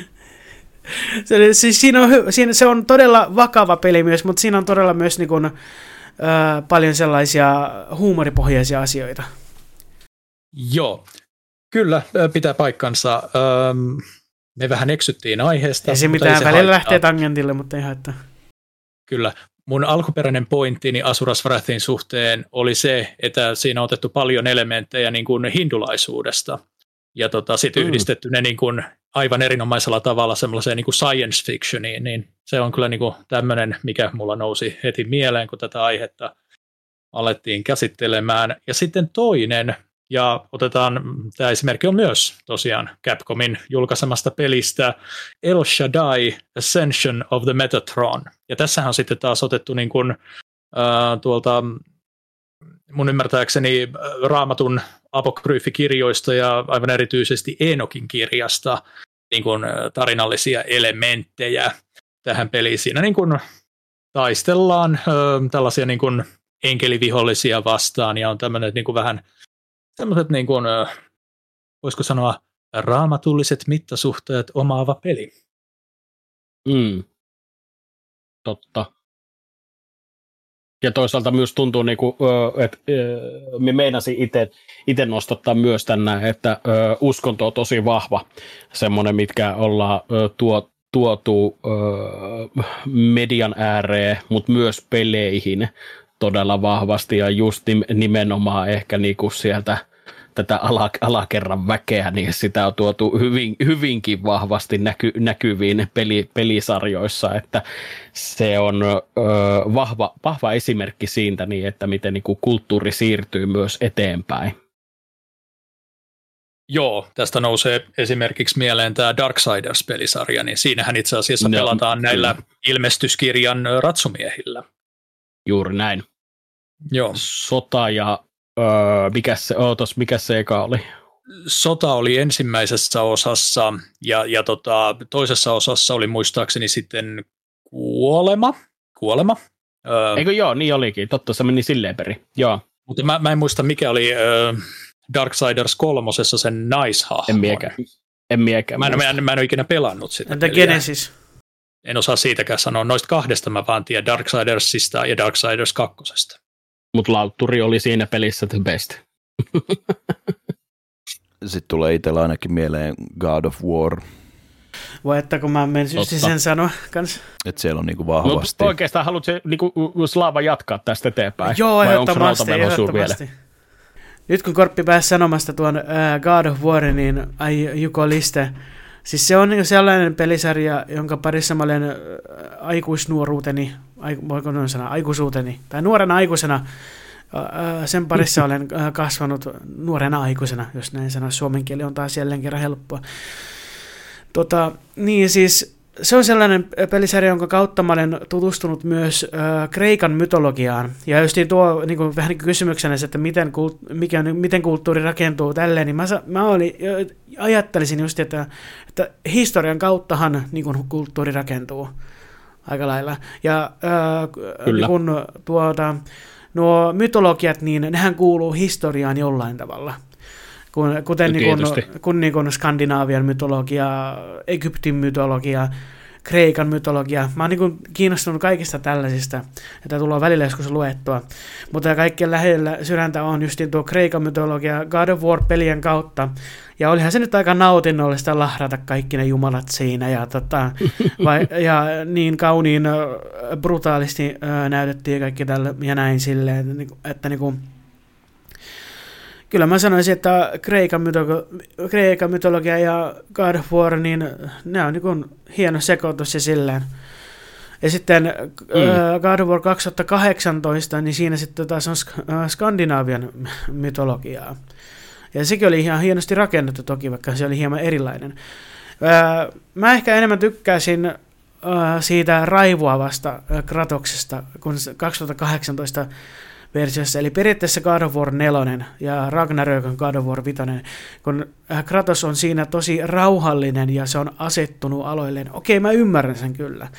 Se, oli, siis siinä on, siinä, se on todella vakava peli myös, mutta siinä on todella myös niin kuin, Öö, paljon sellaisia huumoripohjaisia asioita. Joo, kyllä pitää paikkansa. Öö, me vähän eksyttiin aiheesta. Ei se mitään, ei se välillä haittaa. Lähtee tangentille, mutta ei haittaa. Kyllä. Mun alkuperäinen pointtini Asuras Wrathin suhteen oli se, että siinä on otettu paljon elementtejä niin kuin hindulaisuudesta. Ja tota, sitten mm. yhdistetty ne niin kuin aivan erinomaisella tavalla semmoiseen niin kuin science fictioniin, niin se on kyllä niin kuin tämmöinen, mikä mulla nousi heti mieleen, kun tätä aihetta alettiin käsittelemään. Ja sitten toinen, ja otetaan, tämä esimerkki on myös tosiaan Capcomin julkaisemasta pelistä El Shaddai Ascension of the Metatron. Ja tässähän on sitten taas otettu niin kuin, äh, tuolta mun ymmärtääkseni Raamatun apokryyfikirjoista ja aivan erityisesti Eenokin kirjasta niin kuin tarinallisia elementtejä tähän peliin. Siinä niin kuin taistellaan ö, tällaisia niin kuin enkelivihollisia vastaan ja on tämmöinen niin kuin vähän tämmöiset, niin kuin, ö, voisiko sanoa, raamatulliset mittasuhteet omaava peli. Mm. Totta. Ja toisaalta myös tuntuu, niin kuin, että me meinasin itse nostattaa myös tänne, että uskonto on tosi vahva, semmoinen, mitkä ollaan tuo, tuotu median ääreen, mutta myös peleihin todella vahvasti, ja just nimenomaan ehkä niin kuin sieltä tätä ala, alakerran väkeä, niin sitä on tuotu hyvin, hyvinkin vahvasti näky, näkyviin peli, pelisarjoissa, että se on ö, vahva, vahva esimerkki siitä, niin, että miten niin kuin kulttuuri siirtyy myös eteenpäin. Joo, tästä nousee esimerkiksi mieleen tämä Darksiders-pelisarja, niin siinähän itse asiassa no, pelataan näillä ilmestyskirjan ratsumiehillä. Juuri näin. Joo. Sota ja Öö, mikäs se, ootos, mikäs se eka oli? Sota oli ensimmäisessä osassa ja, ja tota, toisessa osassa oli muistaakseni sitten kuolema. Kuolema. Öö, Eikö joo, niin olikin. Totta, se meni silleen perin. Joo. Mutta mä, mä en muista, mikä oli öö, Darksiders kolmosessa sen naishahmo. En miekään. En miekään. Mä en, mä, en, mä en ole ikinä pelannut sitä. Entä Genesis? En osaa siitäkään sanoa. Noista kahdesta mä vaan tiedän Darksidersista ja Darksiders kakkosesta. Mutta lautturi oli siinä pelissä the best. Sitten tulee itsellä ainakin mieleen God of War. Voi että kun mä menisin sen sanoa kanssa. Että siellä on niinku vahvasti. No, oikeastaan haluatko niinku Slaava jatkaa tästä eteenpäin? Joo, ehdottomasti. ehdottomasti. Nyt kun Korppi pääsi sanomasta tuon uh, God of War, niin ai Juko Liste. Siis se on niinku sellainen pelisarja, jonka parissa mä olen aikuisnuoruuteni, voiko noin sanoa, aikuisuuteni, tai nuorena aikuisena, sen parissa olen kasvanut nuorena aikuisena, jos näin sanoa, suomen kieli on taas jälleen kerran helppoa. Tota, niin siis se on sellainen pelisarja, jonka kautta mä olen tutustunut myös äh, Kreikan mytologiaan. Ja just tuo niin kuin, vähän niin kuin kysymyksenä, että miten, kult, mikä, miten kulttuuri rakentuu tälleen, niin mä, mä olin, ajattelisin just, että, että historian kauttahan niin kuin, kulttuuri rakentuu aika lailla. Ja äh, niin kun, tuota, nuo mytologiat, niin nehän kuuluu historiaan jollain tavalla. Kuten niin kun, kun niin kun Skandinaavian mytologia, Egyptin mytologia, Kreikan mytologia. Mä oon niin kuin kiinnostunut kaikista tällaisista, että tullaan välillä joskus luettua. Mutta kaikkien lähellä sydäntä on justiin tuo Kreikan mytologia God of War-pelien kautta. Ja olihan se nyt aika nautinnollista lahrata kaikki ne jumalat siinä. Ja, tota, vai, ja niin kauniin brutaalisti ää, näytettiin kaikki tällä ja näin silleen, että, että niin kuin, kyllä mä sanoisin, että Kreikan, mytolo- Kreikan mytologia ja God of War, niin ne on niin kuin hieno sekoitus ja silleen. Ja sitten mm. God of War kaksituhattakahdeksantoista, niin siinä sitten taas on sk- Skandinaavian mytologiaa. Ja sekin oli ihan hienosti rakennettu toki, vaikka se oli hieman erilainen. Mä ehkä enemmän tykkäsin siitä raivoavasta Kratoksesta kuin kaksituhattakahdeksantoista versiossa, eli periaatteessa God of War neljä ja Ragnarök on God of War viisi, kun Kratos on siinä tosi rauhallinen ja se on asettunut aloilleen. Okei, mä ymmärrän sen kyllä.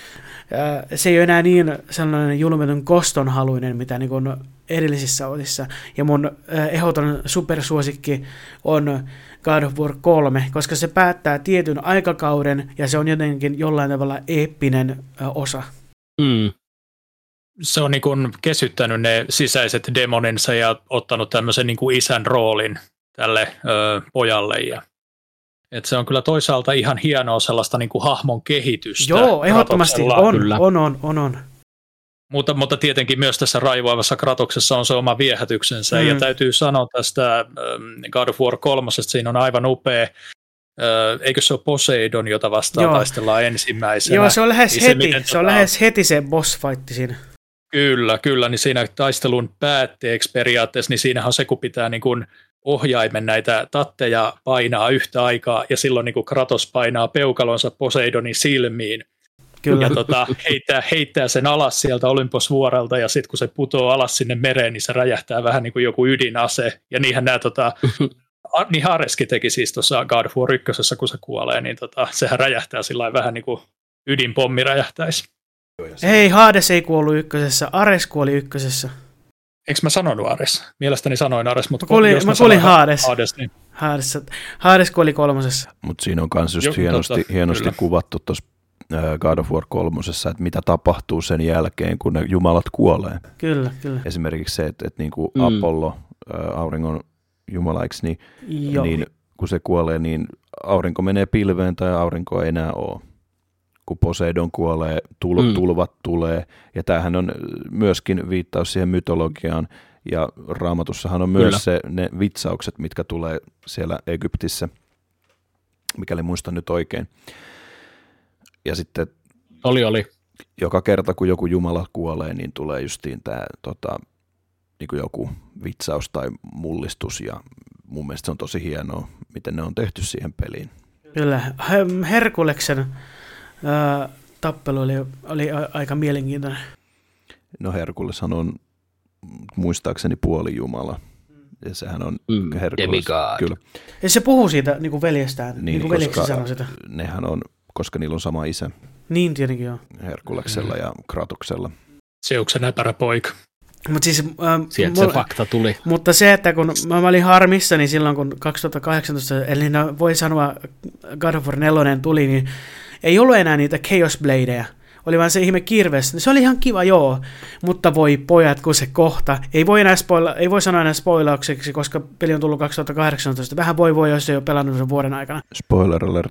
Se ei ole enää niin sellainen julmetun kostonhaluinen, mitä niin kuin edellisissä osissa. Ja mun ehdoton supersuosikki on God of War kolme, koska se päättää tietyn aikakauden ja se on jotenkin jollain tavalla eeppinen osa. Mm. Se on niin kuin kesyttänyt ne sisäiset demoninsa ja ottanut tämmöisen niin kuin isän roolin tälle ö, pojalle. Ja, et se on kyllä toisaalta ihan hienoa sellaista niin kuin hahmon kehitystä. Joo, ehdottomasti on, on, on, on, on. Mutta, mutta tietenkin myös tässä raivoavassa Kratoksessa on se oma viehätyksensä. Mm. Ja täytyy sanoa tästä God of War kolme, siinä on aivan upea. Eikö se ole Poseidon, jota vastaan Joo. taistellaan ensimmäisenä? Joo, se on lähes niin heti, se, se on tota... lähes heti se boss fight siinä. Kyllä, kyllä, niin siinä taistelun päätteeksi periaatteessa, niin siinähän on se, kun pitää niin kuin ohjaimen näitä tatteja painaa yhtä aikaa, ja silloin niin kuin Kratos painaa peukalonsa Poseidonin silmiin, Kyllä. ja tota, heittää, heittää sen alas sieltä Olymposvuorelta, ja sitten kun se putoo alas sinne mereen, niin se räjähtää vähän niin kuin joku ydinase, ja niinhän nämä, tota, niin Areskin teki siis tuossa God of War ykkösessä, kun se kuolee, niin tota, sehän räjähtää sillä vähän niin kuin ydinpommi räjähtäisi. Ei, Hades ei kuollut ykkösessä, Ares kuoli ykkösessä. Eikö mä sanonut Ares? Mielestäni sanoin Ares, mutta kuulin, jos mä, mä kuulin Hades. Hades, niin... Hades, Hades kuoli kolmosessa. Mutta siinä on myös just jo, hienosti, totta, hienosti kuvattu tuossa God of War kolmosessa, että mitä tapahtuu sen jälkeen, kun ne jumalat kuolee. Kyllä, kyllä. Esimerkiksi se, että, että niin kuin mm. Apollo, auringon jumalaiksi, niin, niin kun se kuolee, niin aurinko menee pilveen tai aurinko ei enää ole. Kun Poseidon kuolee, tul- mm. tulvat tulee, ja tämähän on myöskin viittaus siihen mytologiaan, ja Raamatussahan on myös se, ne vitsaukset, mitkä tulee siellä Egyptissä, mikäli muistan nyt oikein. Ja sitten oli, oli. joka kerta, kun joku jumala kuolee, niin tulee justiin tämä tota, niin kuin joku vitsaus tai mullistus, ja mun mielestä se on tosi hienoa, miten ne on tehty siihen peliin. Kyllä, Herkuleksen Ää, tappelu oli, oli a- aika mielenkiintoinen. No Herkuleshan on muistaakseni puolijumala. Ja sehän on mm, Herkules. Kyllä. Ja se puhuu siitä niin kuin veljestään, niin, niin kuin veljeksi sanoi sitä. Nehän on, koska niillä on sama isä. Niin tietenkin joo. Herkuleksella mm. ja Kratoksella. Zeuksen äpärä poika. Mut siis, ähm, Sieltä mulla, se fakta tuli. Mutta se, että kun mä, mä olin harmissani silloin, kun kaksituhattakahdeksantoista, eli no, voi sanoa God of War neljä tuli, niin ei ollut enää niitä Chaos Bladeja. Oli vaan se ihme kirves. Se oli ihan kiva, joo. Mutta voi pojat, kun se kohta. Ei voi, enää spoila, ei voi sanoa enää spoilaukseksi, koska peli on tullut kaksituhattakahdeksantoista. Vähän voi voi, jos ei ole pelannut sen vuoden aikana. Spoiler alert.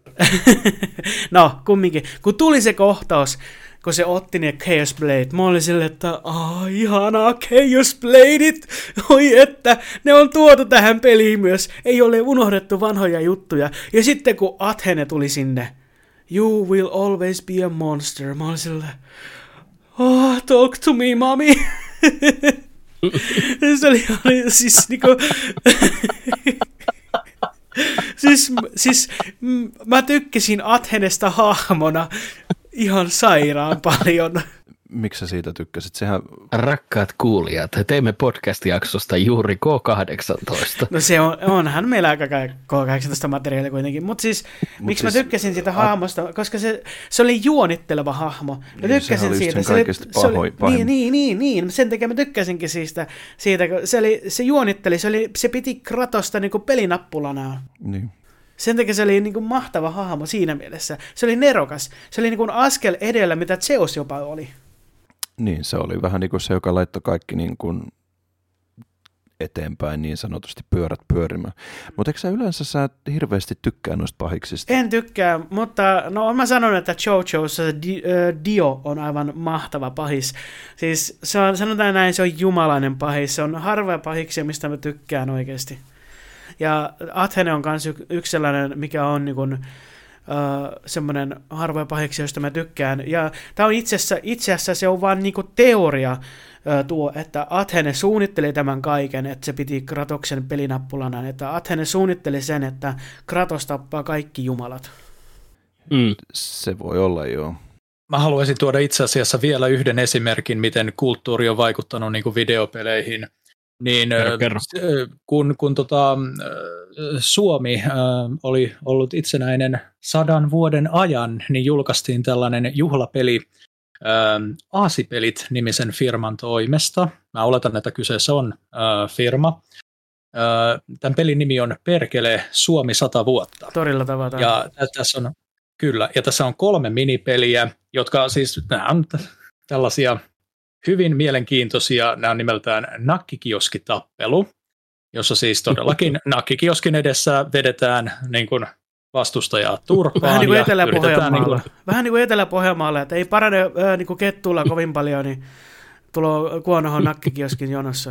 No, kumminkin. Kun tuli se kohtaus, kun se otti ne Chaos Blade, mä olin silleen, että aah, ihanaa Chaos Bladeit. Oi että, ne on tuotu tähän peliin myös. Ei ole unohdettu vanhoja juttuja. Ja sitten kun Athene tuli sinne, you will always be a monster. Mä olin silleen, oh, talk to me, mommy. Se oli, oli siis niinku... siis, siis mä tykkäsin Athenesta hahmona ihan sairaan paljon. Miksi sä siitä tykkäsit? Sehän... Rakkaat kuulijat, teimme podcast-jaksosta juuri K kahdeksantoista. No se on, onhan meillä aika K kahdeksantoista materiaalia kuitenkin, mutta siis Mut miksi siis, mä tykkäsin siitä hahmosta, koska se, se oli juonitteleva hahmo. Mä niin, tykkäsin siitä. Se oli, se oli, niin, niin, niin, niin, sen takia mä tykkäsinkin siitä, siitä kun se, oli, se juonitteli, se, oli, se piti Kratosta niin kuin pelinappulana. Niin. Sen takia se oli niin kuin mahtava hahmo siinä mielessä. Se oli nerokas. Se oli niin kuin askel edellä, mitä Zeus jopa oli. Niin, se oli vähän niin kuin se, joka laittoi kaikki niin kuin eteenpäin niin sanotusti pyörät pyörimään. Mutta eikö sä yleensä sä hirveästi tykkää noista pahiksista? En tykkää, mutta no mä sanon, että JoJossa Di, äh, Dio on aivan mahtava pahis. Siis se on, sanotaan näin, se on jumalainen pahis. Se on harvoja pahiksia, mistä mä tykkään oikeasti. Ja Athene on myös y- yksi sellainen, mikä on niin kuin, Uh, semmoinen harvoja pahiksi, josta mä tykkään. Ja tämä on itse asiassa, itse asiassa se on vaan niinku teoria uh, tuo, että Athene suunnitteli tämän kaiken, että se piti Kratoksen pelinappulana, että Athene suunnitteli sen, että Kratos tappaa kaikki jumalat. Mm. Se voi olla, joo. Mä haluaisin tuoda itse asiassa vielä yhden esimerkin, miten kulttuuri on vaikuttanut niin kuin videopeleihin. Niin, kerro, kerro. kun, kun tota, Suomi äh, oli ollut itsenäinen sadan vuoden ajan, niin julkaistiin tällainen juhlapeli äh, Aasipelit-nimisen firman toimesta. Mä oletan, että kyseessä on äh, firma. Äh, tämän pelin nimi on Perkele Suomi sata vuotta. Torilla tavataan. Ja tässä on, kyllä, ja tässä on kolme minipeliä, jotka siis nämä on tällaisia hyvin mielenkiintoisia. Nämä on nimeltään Nakkikioskitappelu, jossa siis todellakin nakkikioskin edessä vedetään niin kuin vastustajaa turpaan. Vähän niin kuin Etelä-Pohjanmaalla. Niin kuin... Vähän niin kuin Etelä-Pohjanmaalla, että ei parane äh, niin kuin kettulla kovin paljon, niin tulee kuonohon nakkikioskin jonossa.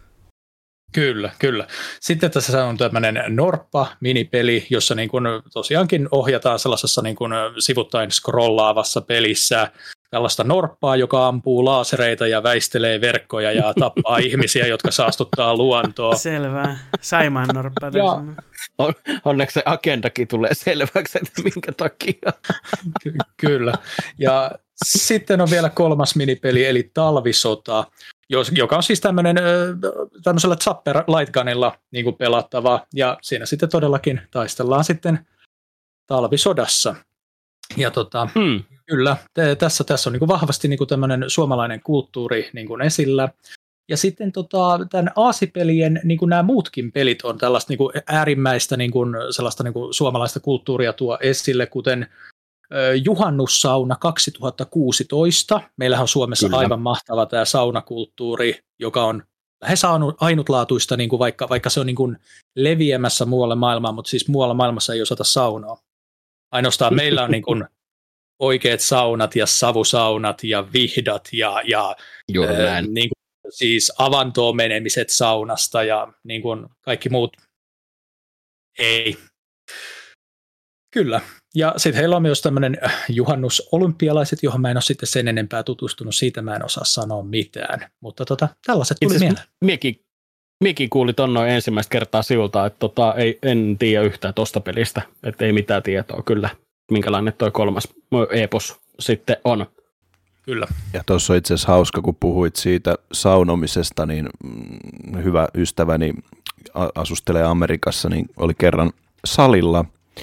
Kyllä, kyllä. Sitten tässä on tämmöinen Norppa-minipeli, jossa niin kuin tosiaankin ohjataan sellaisessa niin kuin sivuttain scrollaavassa pelissä tällaista norppaa, joka ampuu laasereita ja väistelee verkkoja ja tappaa ihmisiä, jotka saastuttaa luontoa. Selvä. Saimaan norppa. Ja, on, onneksi se agendakin tulee selväksi, että minkä takia. Ky- kyllä. Ja sitten on vielä kolmas minipeli, eli Talvisota, joka on siis tämmöinen, tämmöisellä Zapper Lightgunilla niin kuin pelattava, ja siinä sitten todellakin taistellaan sitten talvisodassa. Ja tota, hmm. kyllä, te, tässä, tässä on niin kuin vahvasti niin kuin tämmöinen suomalainen kulttuuri niin kuin esillä. Ja sitten tota, tämän Aasipelien, niin kuin nämä muutkin pelit on tällaista niin kuin äärimmäistä niin kuin sellaista niin kuin suomalaista kulttuuria tuo esille, kuten Juhannussauna kaksituhattakuusitoista. Meillähän on Suomessa Kyllä. aivan mahtava tämä saunakulttuuri, joka on lähes ainutlaatuista, niin kuin vaikka, vaikka se on niin kuin leviämässä muualle maailmaan, mutta siis muualla maailmassa ei osata saunaa. Ainoastaan meillä on niin kuin oikeat saunat ja savusaunat ja vihdat ja, ja ää, niin kuin, siis avantoon menemiset saunasta ja niin kuin kaikki muut. Ei. Kyllä. Ja sitten heillä on myös tämmöinen juhannusolympialaiset, johon mä en ole sitten sen enempää tutustunut. Siitä mä en osaa sanoa mitään. Mutta tota, tällaiset tuli Itse mieleen. Miekin, miekin kuuli ton noin ensimmäistä kertaa sivulta, että tota, ei, en tiedä yhtään tosta pelistä. Että ei mitään tietoa kyllä, minkälainen toi kolmas epos sitten on. Kyllä. Ja tuossa on itse asiassa hauska, kun puhuit siitä saunomisesta, niin hyvä ystäväni asustelee Amerikassa, niin oli kerran salilla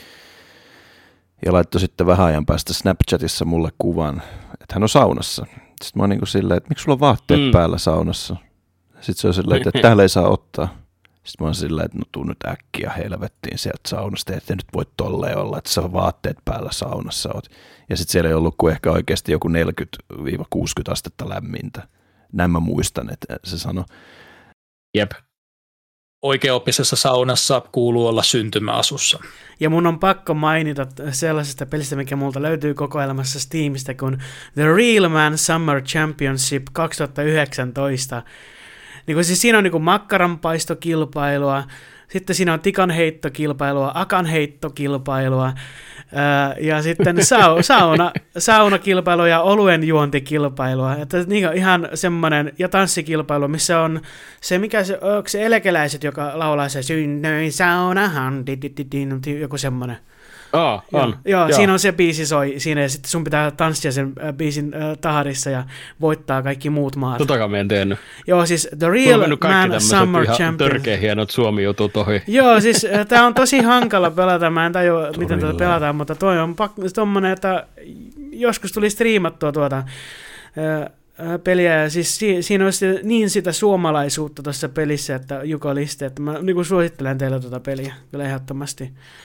ja laittoi sitten vähän ajan päästä Snapchatissa mulle kuvan, että hän on saunassa. Sitten mä oon niin kuin silleen, että miksi sulla on vaatteet mm. päällä saunassa? Sitten se on silleen, että täällä ei saa ottaa. Sitten mä oon silleen, että no tuu nyt äkkiä helvettiin sieltä saunasta, että nyt voi tolleen olla, että sä on vaatteet päällä saunassa oot. Ja sitten siellä ei ollut kuin ehkä oikeasti joku neljäkymmentä kuusikymmentä astetta lämmintä. Näin mä muistan, että se sanoi. Jep. Oikeaoppisessa saunassa kuuluu olla syntymäasussa. Ja mun on pakko mainita sellaisesta pelistä, mikä multa löytyy kokoelmassa Steamista, kun The Real Man Summer Championship kaksituhattayhdeksäntoista. Niin kun siis siinä on niin makkaranpaistokilpailua, sitten siinä on tikanheittokilpailua, akanheittokilpailua, ää, ja sitten sau, sauna, saunakilpailua ja oluen juontikilpailua. Että niin ihan semmoinen, ja tanssikilpailu, missä on se, mikä se, onko se eläkeläiset, joka laulaa se synnyin saunahan, joku semmoinen. Oh, on. Joo, joo, siinä on se biisi soi siinä, ja sitten sun pitää tanssia sen äh, biisin äh, tahdissa ja voittaa kaikki muut maat. Totakaan mä en tehnyt. Joo, siis The Real Man Summer Champion. Törkeä hienot Suomi-jutut ohi. Joo, siis äh, tää on tosi hankala pelata, mä en tajua, miten tuota pelataan, mutta toi on pak- tommonen, että joskus tuli striimattua tuota äh, peliä, ja siis si- siinä on niin sitä suomalaisuutta tuossa pelissä, että Juko Liste, että mä niin suosittelen teille tuota peliä, kyllä ehdottomasti.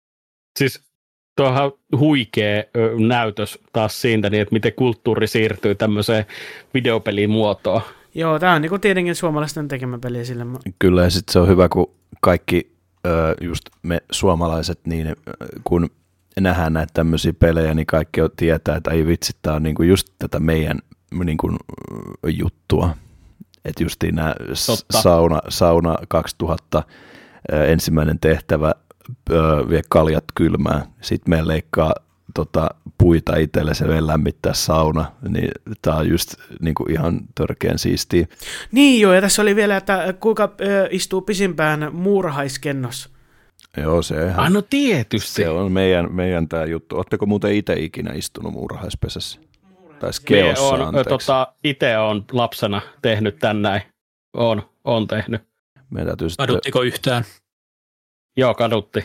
Siis tuohan huikea ö, näytös taas siitä, niin että miten kulttuuri siirtyy tämmöiseen videopelin muotoon. Joo, tämä on niinku tietenkin suomalaisten tekemä peli sille. Kyllä, ja sitten se on hyvä, kun kaikki ö, just me suomalaiset, niin kun nähdään näitä tämmöisiä pelejä, niin kaikki tietää, että ei vitsi, tämä on niinku just tätä meidän niinku, juttua. Että justiin nämä sauna, sauna kaksituhatta ensimmäinen tehtävä, vie kaljat kylmään, sitten meidän leikkaa tota, puita itselle, se vielä lämmittää sauna, niin tämä on just niin kuin ihan törkeän siistiä. Niin joo, ja tässä oli vielä, että kuinka ö, istuu pisimpään muurahaiskennossa. Joo, se, ah, no tietysti. Se on meidän, meidän tämä juttu. Oletteko muuten itse ikinä istunut muurahaispesässä? Tai Mie skeossa, on, tota, itse olen lapsena tehnyt tän näin. On, on tehnyt. Kaduttiko yhtään? Joo, kadutti.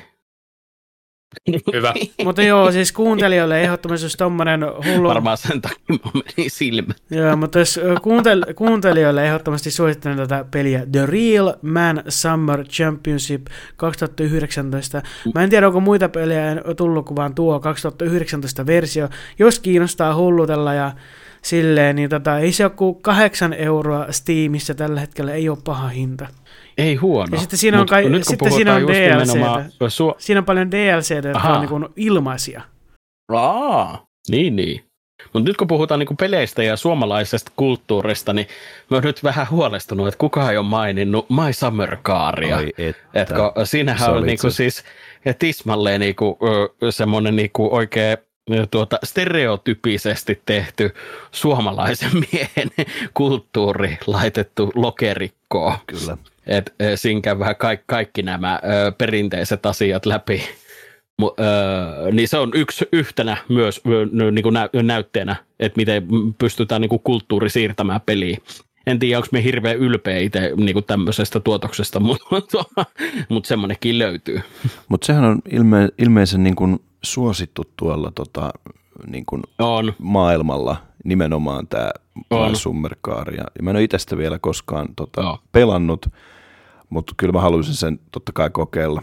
Hyvä. Mutta joo, siis kuuntelijoille ehdottomasti jos tommonen hullu... Varmaan sen takia meni silmä. Joo, mutta jos kuuntel- kuuntelijoille ehdottomasti suosittelen tätä peliä The Real Man Summer Championship kaksituhattayhdeksäntoista. Mä en tiedä, onko muita pelejä tullut kuin vaan tuo kaksituhattayhdeksäntoista versio. Jos kiinnostaa hullutella ja silleen, niin tota, ei se ole kuin kahdeksan euroa Steamissa tällä hetkellä, ei ole paha hinta. Ei huono. Ja sitten siinä on, kai, nyt, sitten siinä on D L C:tä. Su- siinä on paljon D L C:tä, jotka on niin ilmaisia. Aa, niin niin. Mutta nyt kun puhutaan niinku peleistä ja suomalaisesta kulttuurista, niin mä oon nyt vähän huolestunut, että kukaan ei ole maininnut My Summer Caria. Että siinähän on niinku siis tismalleen niinku, semmoinen niinku oikein tuota, stereotypisesti tehty suomalaisen miehen kulttuuri laitettu lokerikkoon. Kyllä. Että siinä käydään kaikki, kaikki nämä ö, perinteiset asiat läpi. Mu, ö, niin se on yksi yhtenä myös ö, niin kuin nä, näytteenä, että miten pystytään niin kuin kulttuuri siirtämään peliin. En tiedä, onko me hirveän ylpeä itse niin tämmöisestä tuotoksesta, mutta mut semmoinenkin löytyy. Mutta sehän on ilme, ilmeisen niin kuin suosittu tuolla tota, niin kuin on. maailmalla nimenomaan tämä Summer Caria. Mä en ole itse sitä vielä koskaan tota, pelannut, mutta kyllä mä haluaisin sen totta kai kokeilla.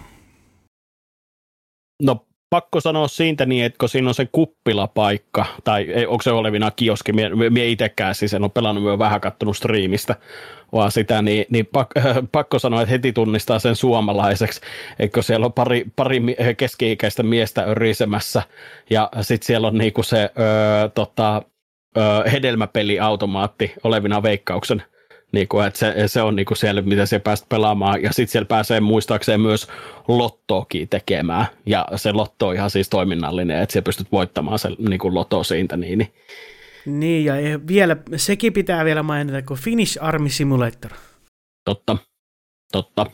No pakko sanoa siitä niin, että kun siinä on se kuppilapaikka, tai onko se olevina kioski, mie, mie itsekään siis en ole pelannut, mie vähän kattonut striimistä, vaan sitä, niin, niin pak, äh, pakko sanoa, että heti tunnistaa sen suomalaiseksi, että kun siellä on pari, pari keski-ikäistä miestä örisemässä, ja sitten siellä on niinku se ö, tota, ö, hedelmäpeliautomaatti olevina Veikkauksen. Niinku, että se, se on niinku siellä, mitä siellä pääset pelaamaan, ja sitten siellä pääsee muistaakseen myös lottoakin tekemään, ja se lotto on ihan siis toiminnallinen, että siellä pystyt voittamaan se niinku lotto siitä. Niin, niin. niin ja vielä, sekin pitää vielä mainita, kuin Finnish Army Simulator. Totta, totta,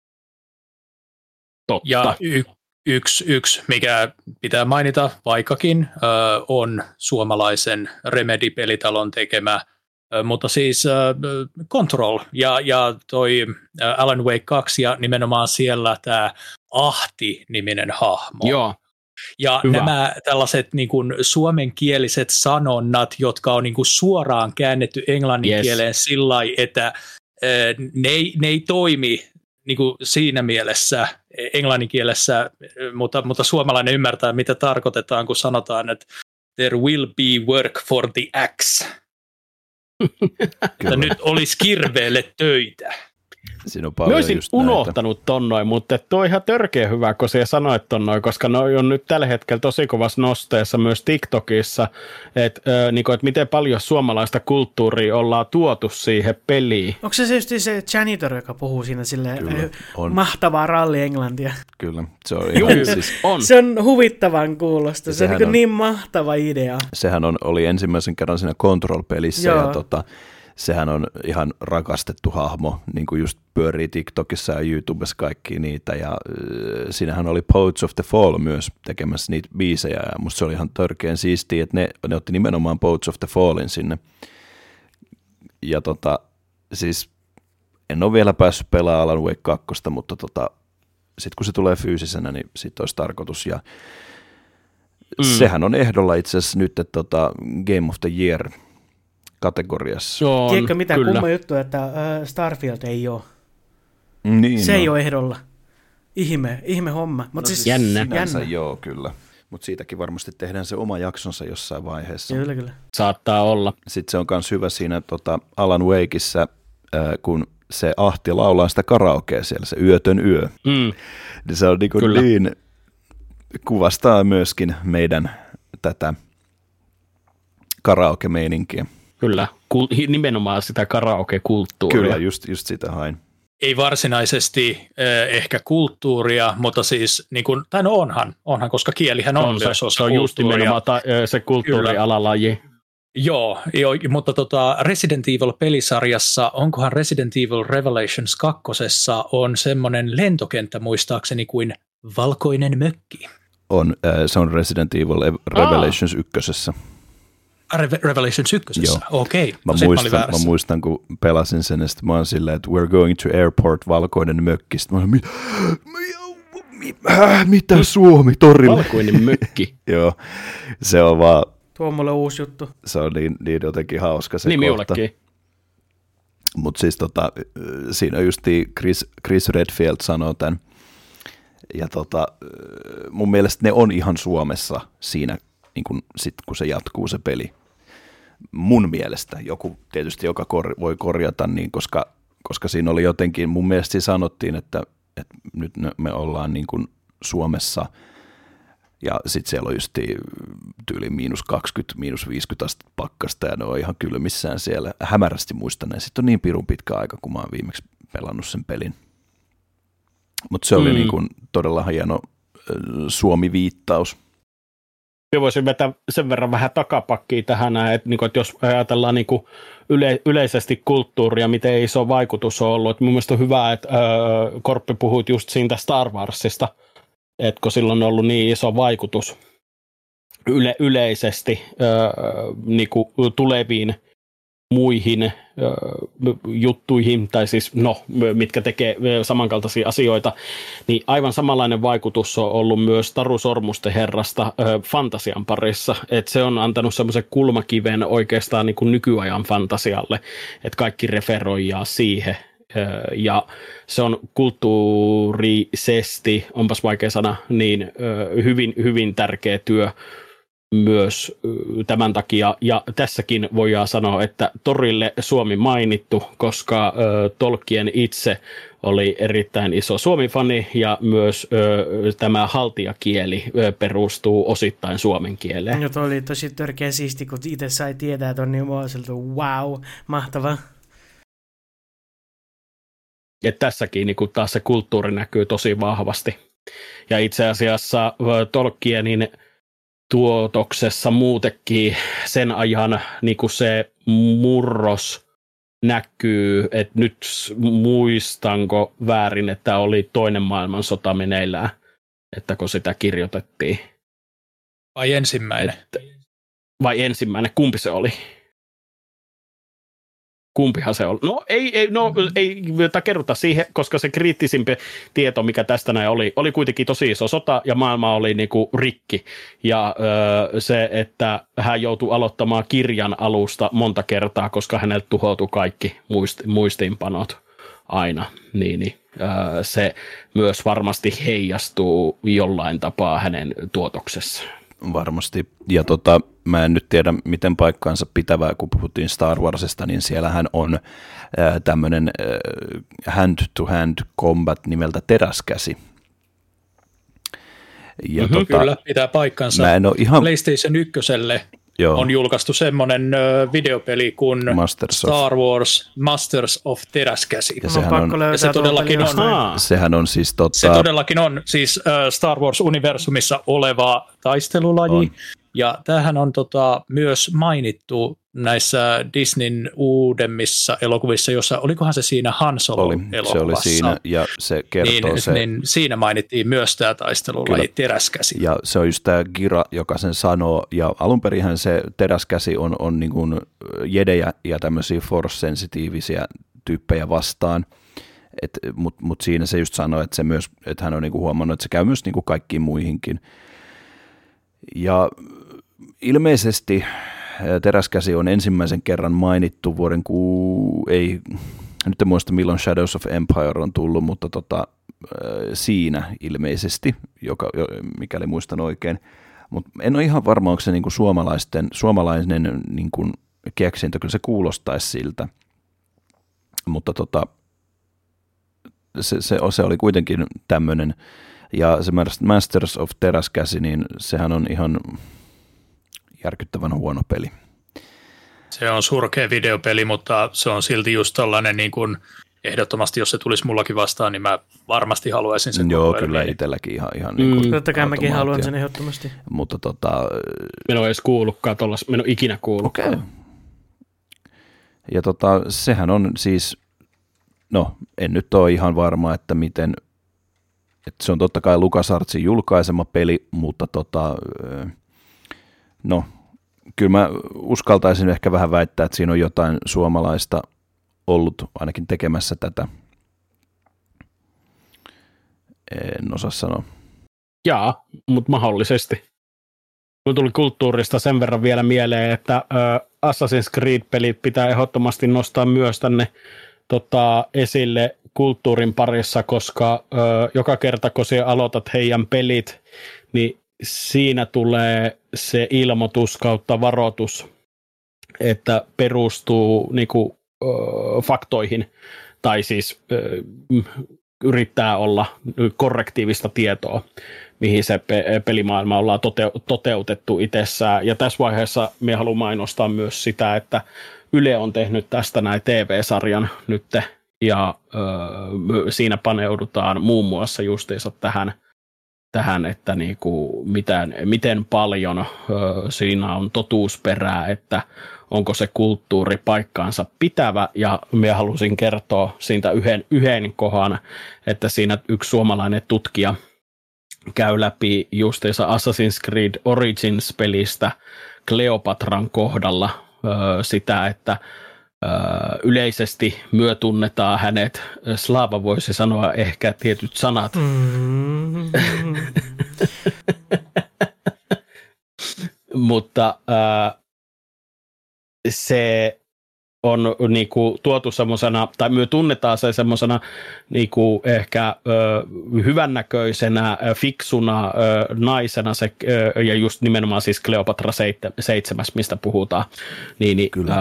totta. Ja y- yksi, yksi, mikä pitää mainita, vaikkakin ö, on suomalaisen Remedy-pelitalon tekemä, mutta siis äh, Control ja, ja toi äh, Alan Wake kaksi ja nimenomaan siellä tämä Ahti-niminen hahmo. Joo. Ja hyvä. Nämä tällaiset niin kuin suomenkieliset sanonnat, jotka on niin kuin suoraan käännetty englannin yes. kieleen sillä lailla, että äh, ne, ei, ne ei toimi niin kuin siinä mielessä englannin kielessä, mutta, mutta suomalainen ymmärtää, mitä tarkoitetaan, kun sanotaan, että there will be work for the axe. Että nyt olisi kirveelle töitä. Mä olisin unohtanut näitä. ton noin, mutta tuo on ihan törkeä hyvä, kun sä sanoit ton noin, koska ne on nyt tällä hetkellä tosi kovassa nosteessa myös TikTokissa, että äh, niinku, et miten paljon suomalaista kulttuuria ollaan tuotu siihen peliin. Onko se just se janitor, joka puhuu siinä silleen mahtavaa ralli-englantia? Kyllä, se on ihan siis on. Se on huvittavan kuulosta, se on niin, niin mahtava idea. Sehän on, oli ensimmäisen kerran siinä Control-pelissä Joo. ja tota, sehän on ihan rakastettu hahmo, niin kuin just pyörii TikTokissa ja YouTubessa kaikki niitä, ja äh, siinähän oli Poets of the Fall myös tekemässä niitä biisejä, ja musta se oli ihan törkeän siistiä, että ne, ne otti nimenomaan Poets of the Fallin sinne. Ja tota, siis en ole vielä päässyt pelaamaan Alan Wake kaksi, mutta tota, sitten kun se tulee fyysisenä, niin sitten olisi tarkoitus, ja mm. sehän on ehdolla itse asiassa nyt, että tota, Game of the Year kategoriassa. On, tiedätkö mitä kyllä. Kumma juttu, että uh, Starfield ei ole. Niin, se no. ei ole ehdolla. ihme, ihme homma. Mut No siis, jännä. Sinänsä jännä. joo, kyllä. Mutta siitäkin varmasti tehdään se oma jaksonsa jossain vaiheessa. Kyllä, kyllä. Saattaa olla. Sitten se on myös hyvä siinä tota, Alan Wakeissa, äh, kun se Ahti laulaa sitä karaokea siellä, se Yötön yö. Mm. Niin se on niinku niin, kuvastaa myöskin meidän tätä karaoke-meininkiä. Kyllä, Kul- nimenomaan sitä karaoke-kulttuuria. Kyllä, just, just sitä hain. Ei varsinaisesti eh, ehkä kulttuuria, mutta siis, niin kuin, tai no onhan, onhan, koska kielihän on, on myös se, osa se on just kulttuuria. nimenomaan ta- se kulttuurialalaji. Joo, jo, mutta tota Resident Evil-pelisarjassa, onkohan Resident Evil Revelations kakkosessa on semmoinen lentokenttä muistaakseni kuin Valkoinen mökki. On, äh, se on Resident Evil Revelations ykkösessä. Re- Revelations ykkösessä, okei. Okay. Mä, No, muistan, mä, mä muistan, kun pelasin sen, ja sitten mä oon silleen, että we're going to airport, Valkoinen mökki. Sitten mä oon, mi- mi- äh, mitä Suomi, torille? Valkoinen mökki. Joo, se on vaan, Tuo on mulle uusi juttu. se on niin, niin jotenkin hauska se Niin kohta. minullekin. Mutta siis tota, siinä justiin Chris, Chris Redfield sanoo tämän, ja tota, mun mielestä ne on ihan Suomessa siinä, niin kun, sit, kun se jatkuu se peli. Mun mielestä, joku tietysti joka kor, voi korjata, niin koska, koska siinä oli jotenkin, mun mielestä siinä sanottiin, että, että nyt me ollaan niin kuin Suomessa, ja sitten siellä on just tyyli miinus kaksikymmentä, miinus viisikymmentä astetta pakkasta, ja ne on ihan kylmissään siellä. Hämärästi muistan ne. Sitten on niin pirun pitkä aika, kun mä oon viimeksi pelannut sen pelin. Mutta se oli Mm. niin kuin todella hieno Suomi-viittaus. Mä voisin vetää sen verran vähän takapakkia tähän, että, niin kuin, että jos ajatellaan niin kuin yle, yleisesti kulttuuria, miten iso vaikutus on ollut. Että mun mielestä on hyvä, että öö, Korppi puhuit just siitä Star Warsista, että kun silloin on ollut niin iso vaikutus yle, yleisesti öö, niin kuin tuleviin muihin öö, juttuihin, tai siis no, mitkä tekee samankaltaisia asioita, niin aivan samanlainen vaikutus on ollut myös Taru Sormusten herrasta öö, fantasian parissa, että se on antanut semmoisen kulmakiven oikeastaan niin kuin nykyajan fantasialle, että kaikki referoijaa siihen, öö, ja se on kulttuurisesti, onpas vaikea sana, niin öö, hyvin, hyvin tärkeä työ myös tämän takia, ja tässäkin voidaan sanoa, että torille Suomi mainittu, koska ö, Tolkien itse oli erittäin iso Suomi-fani, ja myös ö, tämä haltijakieli ö, perustuu osittain suomen kieleen. Ja toi oli tosi törkeä siisti, kun itse sai tietää, että on niin muodoselta, wow, mahtavaa. Ja tässäkin niin taas se kulttuuri näkyy tosi vahvasti. Ja itse asiassa ö, Tolkienin tuotoksessa muutenkin sen ajan niin kuin se murros näkyy, että nyt muistanko väärin, että oli toinen maailmansota meneillään, että kun sitä kirjoitettiin. Vai ensimmäinen? Että, vai ensimmäinen, kumpi se oli? Kumpihan se oli? No ei, ei, no, ei takerruta siihen, koska se kriittisimpi tieto, mikä tästä näin oli, oli kuitenkin tosi iso sota ja maailma oli niinku rikki. Ja öö, se, että hän joutui aloittamaan kirjan alusta monta kertaa, koska häneltä tuhoutui kaikki muist, muistiinpanot aina, niin, niin öö, se myös varmasti heijastuu jollain tapaa hänen tuotoksessaan. Varmasti. Ja tota, mä en nyt tiedä, miten paikkaansa pitävää, kun puhuttiin Star Warsista, niin siellähän on äh, tämmöinen äh, hand-to-hand combat nimeltä teräskäsi. Ja Mm-hmm, tota, kyllä, pitää paikkansa. Mä en ole ihan... PlayStation ykköselle Joo. on julkaistu semmoinen ö, videopeli kuin Masters Star of... Wars Masters of Teräskäsi. Ja sehän on, ja se todellakin on, sehän on siis tota... se todellakin on siis ö, Star Wars-universumissa oleva taistelulaji. On. Ja tämähän on tota, myös mainittu näissä Disneyn uudemmissa elokuvissa, jossa olikohan se siinä Han Solo-elokuvassa. Se oli siinä, ja se kertoo niin, se... Niin siinä mainittiin myös tämä taistelulaji, kyllä, teräskäsi. Ja se on just tämä Gira, joka sen sanoo, ja alunperinhän se teräskäsi on, on niin kuin jedejä ja tämmöisiä force-sensitiivisiä tyyppejä vastaan, mutta mut siinä se just sanoo, että, se myös, että hän on niinku huomannut, että se käy myös niinku kaikkiin muihinkin. Ja ilmeisesti teräskäsi on ensimmäisen kerran mainittu vuoden kuu, ei, nyt en muista milloin Shadows of Empire on tullut, mutta tota, siinä ilmeisesti, joka, mikäli muistan oikein. Mutta en ole ihan varma, onko se niinku suomalaisten, suomalainen niinku keksintö, kyllä se kuulostaisi siltä. Mutta tota, se, se, se oli kuitenkin tämmöinen. Ja se Masters of Teräskäsi, niin sehän on ihan järkyttävän huono peli. Se on surkea videopeli, mutta se on silti just tällainen niin kuin ehdottomasti, jos se tulisi mullakin vastaan, niin mä varmasti haluaisin sen. Joo, kyllä itselläkin ihan, ihan niin kuin mm. Totta kai mäkin haluan sen ehdottomasti. Mutta tota... Mä en ole edes kuullutkaan tuollaista, mä en ole ikinä kuullutkaan. Okay. Ja tota, sehän on siis, no en nyt ole ihan varma, että miten, että se on totta kai LucasArtsin julkaisema peli, mutta tota, no kyllä mä uskaltaisin ehkä vähän väittää, että siinä on jotain suomalaista ollut ainakin tekemässä tätä. En osaa sanoa. Jaa, mutta mahdollisesti. Mulla tuli kulttuurista sen verran vielä mieleen, että äh, Assassin's Creed-pelit pitää ehdottomasti nostaa myös tänne tota, esille kulttuurin parissa, koska äh, joka kerta, kun sinä aloitat heidän pelit, niin siinä tulee se ilmoitus kautta varoitus, että perustuu niinku, äh, faktoihin, tai siis äh, yrittää olla korrektiivista tietoa, mihin se pe- pelimaailma ollaan tote- toteutettu itsessään. Ja tässä vaiheessa minä haluan mainostaa myös sitä, että Yle on tehnyt tästä näin T V-sarjan nyt, ja ö, siinä paneudutaan muun muassa justiinsa tähän, tähän että niinku miten, miten paljon ö, siinä on totuusperää, että onko se kulttuuri paikkaansa pitävä, ja minä halusin kertoa siitä yhden, yhden kohan, että siinä yksi suomalainen tutkija käy läpi justiinsa Assassin's Creed Origins-pelistä Kleopatran kohdalla ö, sitä, että ö, yleisesti myö tunnetaan hänet, Slaava voisi sanoa ehkä tietyt sanat, mm-hmm. mutta ö, se on niinku tuotu semmoisena, tai myö tunnetaan se semmoisena niinku ehkä ö, hyvännäköisenä, fiksuna ö, naisena, se, ö, ja just nimenomaan siis Kleopatra seitsemäs, mistä puhutaan, niin, niin ö,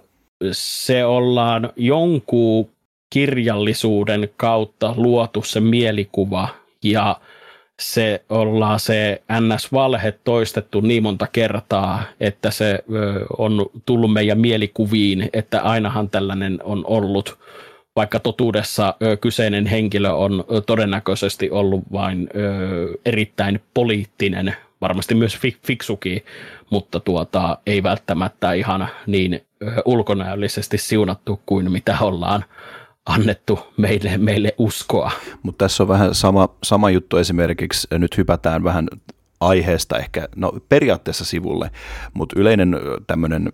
se ollaan jonkun kirjallisuuden kautta luotu se mielikuva, ja se ollaan se N S-valhe toistettu niin monta kertaa, että se ö, on tullut meidän mielikuviin, että ainahan tällainen on ollut, vaikka totuudessa ö, kyseinen henkilö on ö, todennäköisesti ollut vain ö, erittäin poliittinen, varmasti myös fi- fiksukin, mutta tuota, ei välttämättä ihan niin ö, ulkonäöllisesti siunattu kuin mitä ollaan annettu meille, meille uskoa. Mutta tässä on vähän sama, sama juttu esimerkiksi, nyt hypätään vähän aiheesta ehkä, no periaatteessa sivulle, mutta yleinen tämmöinen,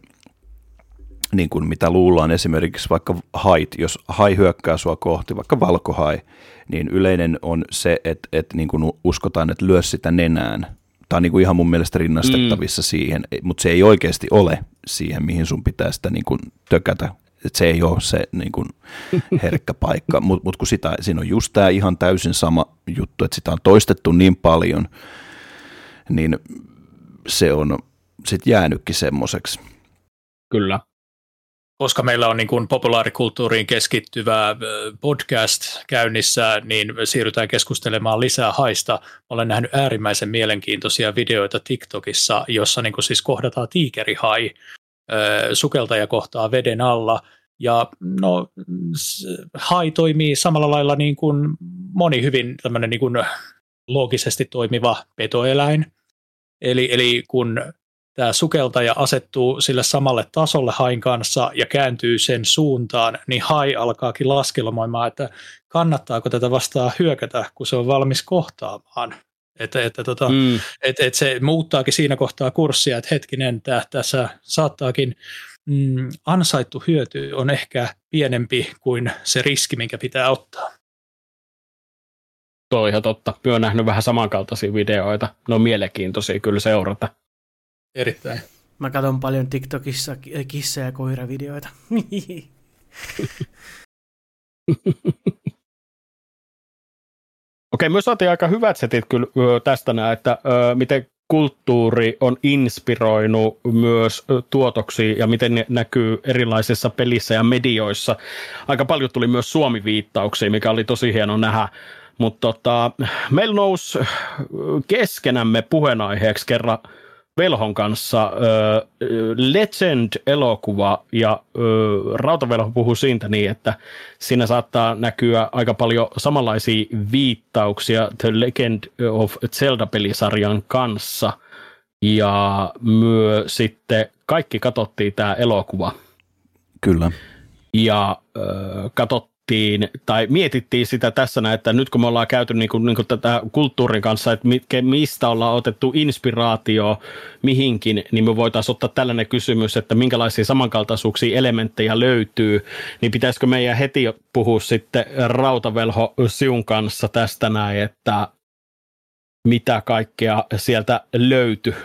niin kuin mitä luullaan esimerkiksi vaikka hait, jos hai hyökkää sua kohti, vaikka valkohai, niin yleinen on se, että, että niin kuin uskotaan, että lyö sitä nenään. Tämä on niin kuin ihan mun mielestä rinnastettavissa mm. siihen, mutta se ei oikeasti ole siihen, mihin sun pitää sitä niin kuin tökätä. Että se ei ole se niin kuin herkkä paikka, mutta mut kun sitä, siinä on just tämä ihan täysin sama juttu, että sitä on toistettu niin paljon, niin se on sitten jäänytkin semmoiseksi. Kyllä. Koska meillä on niin kuin populaarikulttuuriin keskittyvä podcast käynnissä, niin siirrytään keskustelemaan lisää haista. Olen nähnyt äärimmäisen mielenkiintoisia videoita TikTokissa, jossa niin kuin siis kohdataan tiikerihai, sukeltaja kohtaa veden alla, ja no, hai toimii samalla lailla niin kuin moni hyvin tämmöinen niin kuin loogisesti toimiva petoeläin, eli, eli kun tämä sukeltaja asettuu sille samalle tasolle hain kanssa ja kääntyy sen suuntaan, niin hai alkaakin laskelmoimaan, että kannattaako tätä vastaan hyökätä, kun se on valmis kohtaamaan. Että, että tota, mm. et, et se muuttaakin siinä kohtaa kurssia, että hetkinen, tää, tässä saattaakin mm, ansaittu hyöty on ehkä pienempi kuin se riski, minkä pitää ottaa. Tuo on ihan totta. Minä olen nähnyt vähän samankaltaisia videoita. Ne on mielenkiintoisia kyllä seurata. Erittäin. Mä katson paljon TikTokissa kissa- ja koiravideoita. Okei, me saatiin aika hyvät setit kyllä tästä näin, että ö, miten kulttuuri on inspiroinut myös tuotoksia ja miten ne näkyy erilaisissa pelissä ja medioissa. Aika paljon tuli myös Suomi-viittauksia, mikä oli tosi hieno nähdä. Mutta tota, meillä nousi keskenämme puheenaiheeksi kerran Velhon kanssa äh, Legend-elokuva, ja äh, Rautavelho puhui siitä niin, että siinä saattaa näkyä aika paljon samanlaisia viittauksia The Legend of Zelda-pelisarjan kanssa, ja myös sitten kaikki katsottiin tämä elokuva. Kyllä. Ja äh, katsottiin tai mietittiin sitä tässä näin, että nyt kun me ollaan käyty niin kuin, niin kuin tätä kulttuurin kanssa, että mitkä, mistä ollaan otettu inspiraatio mihinkin, niin me voitaisiin ottaa tällainen kysymys, että minkälaisia samankaltaisuuksia elementtejä löytyy, niin pitäisikö meidän heti puhua sitten Rautavelho Siun kanssa tästä näin, että mitä kaikkea sieltä löytyy?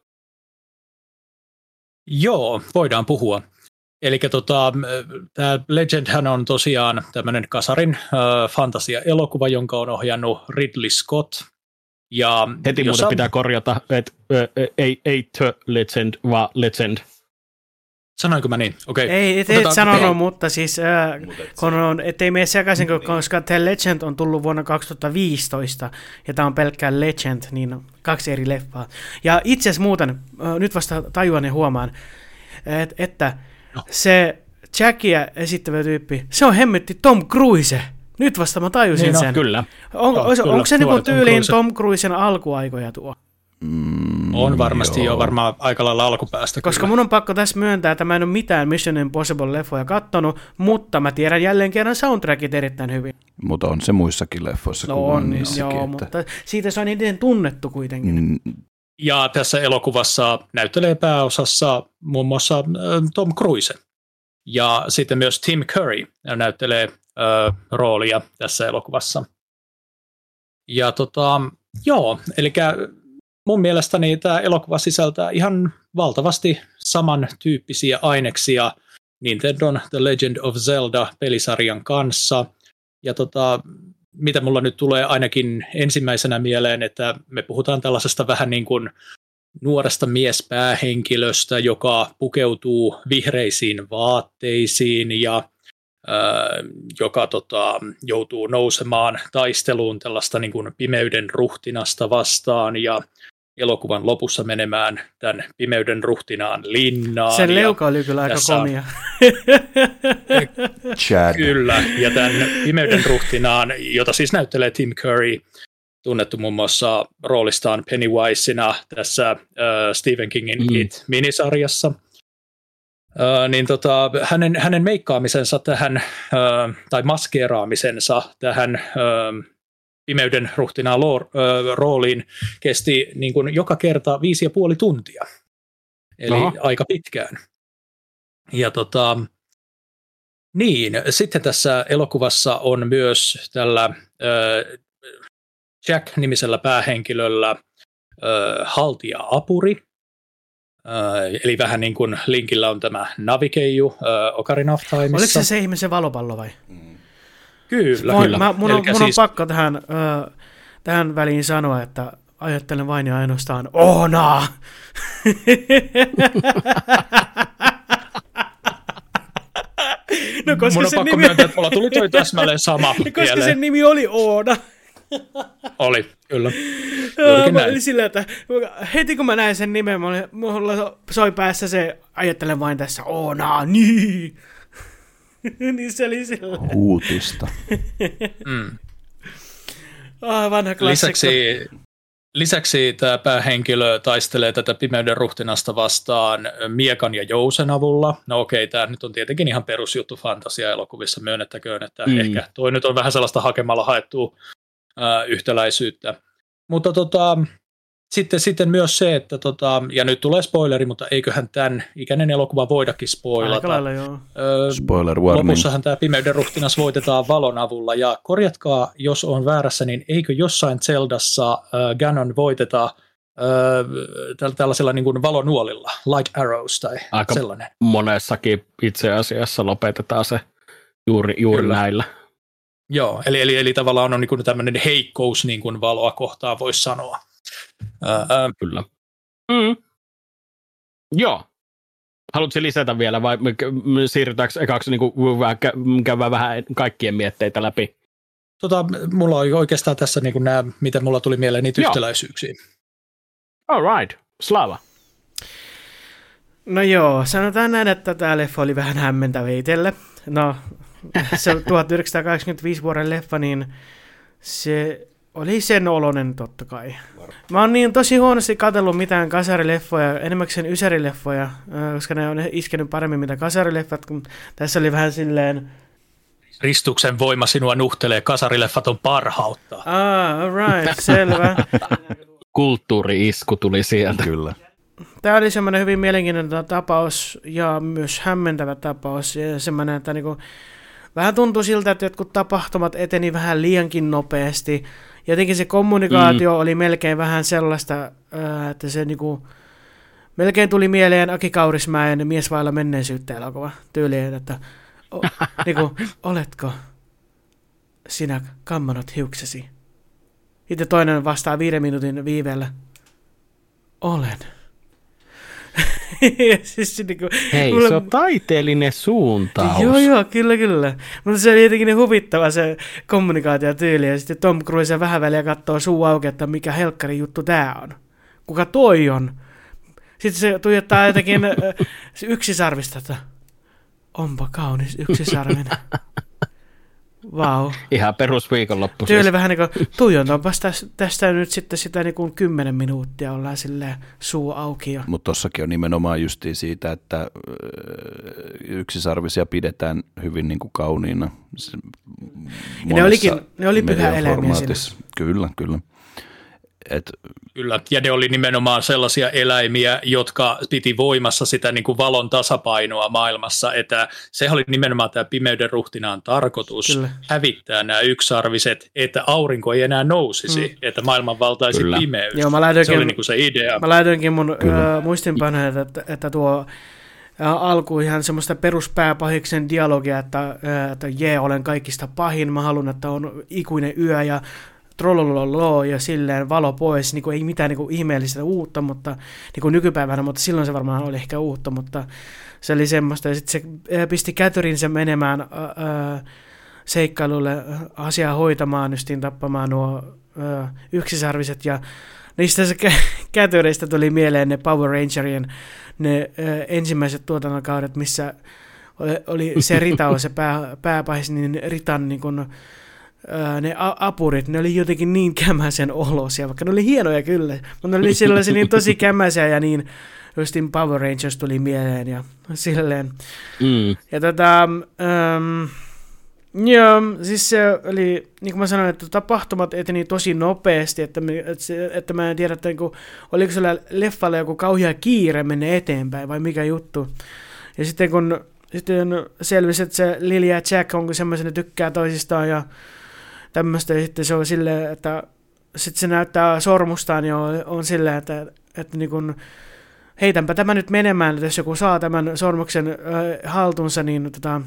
Joo, voidaan puhua. Eli tota, tämä Legendhän on tosiaan tämmöinen kasarin äh, fantasia-elokuva, jonka on ohjannut Ridley Scott. Ja heti muuten pitää korjata, että äh, ei, ei The Legend, vaan Legend. Sanoinko mä niin? Okei. Okay. Ei, et, et sanonut, ei. Mutta siis, äh, kun on, ettei mene sekaisin, no, koska The Legend on tullut vuonna kaksituhattaviisitoista, ja tämä on pelkkää Legend, niin on kaksi eri leffaa. Ja itse asiassa muuten, äh, nyt vasta tajuan ja huomaan, et, että no. se Jackia esittävä tyyppi, se on hemmetti Tom Cruise. Nyt vasta mä tajusin niin, no, sen. Kyllä. On, no, kyllä. Onko se niinku tyyliin Tom, Tom Cruisen alkuaikoja tuo? Mm, on varmasti jo varmaan aika lailla alkupäästä. Koska kyllä. Mun on pakko tässä myöntää, että mä en ole mitään Mission Impossible-leffoja kattonut, mutta mä tiedän jälleen kerran soundtrackit erittäin hyvin. Mutta on se muissakin leffoissa no kuin on, niissäkin. Joo, että... mutta siitä se on eniten tunnettu kuitenkin. Mm. Ja tässä elokuvassa näyttelee pääosassa muun muassa äh, Tom Cruise. Ja sitten myös Tim Curry näyttelee äh, roolia tässä elokuvassa. Ja tota, joo, eli mun mielestäni tämä elokuva sisältää ihan valtavasti samantyyppisiä aineksia Nintendon The Legend of Zelda-pelisarjan kanssa. Ja tota, mitä mulla nyt tulee ainakin ensimmäisenä mieleen, että me puhutaan tällaisesta vähän niin kuin nuoresta miespäähenkilöstä, joka pukeutuu vihreisiin vaatteisiin ja äh, joka tota, joutuu nousemaan taisteluun tällaista niin kuin pimeyden ruhtinasta vastaan ja elokuvan lopussa menemään tämän pimeyden ruhtinaan linnaan. Sen leuka oli kyllä aika komia. Kyllä, ja tämän pimeyden ruhtinaan, jota siis näyttelee Tim Curry, tunnettu muun muassa roolistaan Pennywisena tässä äh, Stephen Kingin mm. It-minisarjassa. Äh, niin tota, hänen, hänen meikkaamisensa tähän, äh, tai maskeeraamisensa tähän äh, pimeyden ruhtinaan loor, äh, rooliin kesti niin kuin joka kerta viisi ja puoli tuntia. Eli Aha. aika pitkään. Ja tota, niin, sitten tässä elokuvassa on myös tällä äh, Jack-nimisellä päähenkilöllä äh, haltija-apuri. Äh, eli vähän niin kuin Linkillä on tämä Navikeiju äh, Ocarina of Timeissa. Oliko se se ihmisen valopallo vai? Mm. Kyllä, Moi, kyllä. Mä, mun on, mun siis... on pakko tähän, äh, tähän väliin sanoa, että ajattelen vain ja ainoastaan Oona! No, koska mun on pakko nimi... myöntää, että mulla tuli toi täsmälleen sama. Koska mieleen. Sen nimi oli Oona. Oli, kyllä. Mä olin sillä, että heti kun mä näin sen nimen, mulla soi päässä se, ajattelen vain tässä Oona, niin. Niin se oli sillä. Uutista. mm. Ah, vanha klassikko. Lisäksi, lisäksi tämä päähenkilö taistelee tätä pimeyden ruhtinasta vastaan miekan ja jousen avulla. No okei, tämä nyt on tietenkin ihan perusjuttu fantasia-elokuvissa, myönnettäköön, että mm. ehkä toi nyt on vähän sellaista hakemalla haettua äh, yhtäläisyyttä. Mutta tota, sitten, sitten myös se, että, tota, ja nyt tulee spoileri, mutta eiköhän tämän ikäinen elokuva voidakin spoilata. Aika lailla, joo. Öö, Spoiler warning. Lopussahan tämä pimeyden ruhtinas voitetaan valon avulla, ja korjatkaa, jos on väärässä, niin eikö jossain Zeldassa äh, Ganon voiteta äh, tällaisella niin kuin valonuolilla, light arrows tai aika sellainen. Monessakin itse asiassa lopetetaan se juuri, juuri näillä. Joo, eli, eli, eli tavallaan on niin kuin tämmöinen heikkous niin kuin valoa kohtaan voisi sanoa. Ää, ää. Kyllä. Mm. Joo. Haluatko lisätä vielä vai siirrytäänkö ekaksi niin käydään vähän kaikkien mietteitä läpi? Tota, mulla on oikeastaan tässä niin kuin nämä, mitä mulla tuli mieleen niitä Joo. yhtäläisyyksiä. All right. Slava. No joo, sanotaan näin, että tämä leffa oli vähän hämmentävä itselle. No, se tuhatyhdeksänsataakahdeksankymmentäviisi vuoden leffa, niin se oli sen oloinen totta kai. Mä oon niin tosi huonosti katsellut mitään kasarileffoja, enemmäkseen ysärileffoja, koska ne on iskenyt paremmin mitä kasarileffat, kun tässä oli vähän silleen... Ristuksen voima sinua nuhtelee, kasarileffat on parhautta. Ah, all right, selvä. Kulttuuri-isku tuli sieltä. Kyllä. Tämä oli semmoinen hyvin mielenkiintoinen tapaus ja myös hämmentävä tapaus. Ja semmoinen, että niinku, vähän tuntui siltä, että jotkut tapahtumat eteni vähän liiankin nopeasti. Jotenkin se kommunikaatio mm. oli melkein vähän sellaista, että se niinku, melkein tuli mieleen Aki Kaurismäen Mies vailla menneisyyttä -elokuva tyyliin, että o, niinku, oletko sinä kammannut hiuksesi? Sitten toinen vastaa viiden minuutin viiveellä. Olen. siis, niin kuin, Hei, mulla... se on taiteellinen suuntaus. Joo, joo, kyllä, kyllä. Mutta se oli jotenkin niin huvittava se kommunikaatiotyyli. Ja sitten Tom Cruise vähän väliä katsoo suu auki, että mikä helkkari juttu tää on. Kuka toi on? Sitten se tuijottaa jotenkin yksisarvista, että onpa kaunis yksisarvinen. Vau. Wow. Ihan perusviikonloppu. Tyyli siis. vähän niin kuin, tuijotaanpas tästä nyt sitten sitä niin kuin kymmenen minuuttia ollaan silleen suu auki jo. Mutta tossakin on nimenomaan justiin siitä, että yksisarvisia pidetään hyvin niin kuin kauniina. Ne olikin, ne oli pyhä eläimiä siinä. Kyllä, kyllä. Et, Kyllä, ja ne oli nimenomaan sellaisia eläimiä, jotka piti voimassa sitä niin kuin valon tasapainoa maailmassa, että se oli nimenomaan tämä pimeyden ruhtinaan tarkoitus Kyllä. hävittää nämä yksisarviset, että aurinko ei enää nousisi, mm. että maailman valtaisi Kyllä. pimeys. Joo, mä laitoinkin, se oli niin kuin se idea. Mä laitoinkin mun äh, muistinpanoja, että, että tuo äh, alku ihan semmoista peruspääpahiksen dialogia, että, äh, että jee, olen kaikista pahin, mä haluan, että on ikuinen yö ja trollololo ja silleen valo pois, niin kuin ei mitään niin kuin ihmeellistä uutta, mutta niin kuin nykypäivänä, mutta silloin se varmaan oli ehkä uutta, mutta se oli semmoista, ja sitten se pisti kätyrinsä menemään ää, seikkailulle asiaa hoitamaan, justiin tappamaan nuo ää, yksisarviset, ja niistä se kä- kätyreistä tuli mieleen ne Power Rangerien ne ää, ensimmäiset tuotantokaudet, missä oli, oli se Rita, se pää, pääpahis, niin Ritan niin kuin ne apurit, ne oli jotenkin niin kämäisen olosia, vaikka ne oli hienoja kyllä, mutta ne oli sellaisia niin tosi kämäisiä ja niin justin Power Rangers tuli mieleen ja silleen. Mm. Ja tota, um, joo, siis se oli, niin kuin mä sanoin, että tapahtumat eteni tosi nopeasti, että, me, että, se, että mä en tiedä, että niin kuin, oliko sillä leffalla joku kauhea kiire mennä eteenpäin vai mikä juttu. Ja sitten kun sitten selvisi, että se Lily ja Jack onko semmoisen, ne tykkää toisistaan ja tämmöistä, ja sitten se on silleen, että sitten se näyttää sormustaan ja on, on silleen, että, että niin kun, heitänpä tämä nyt menemään, että jos joku saa tämän sormuksen äh, haltuunsa, niin tota,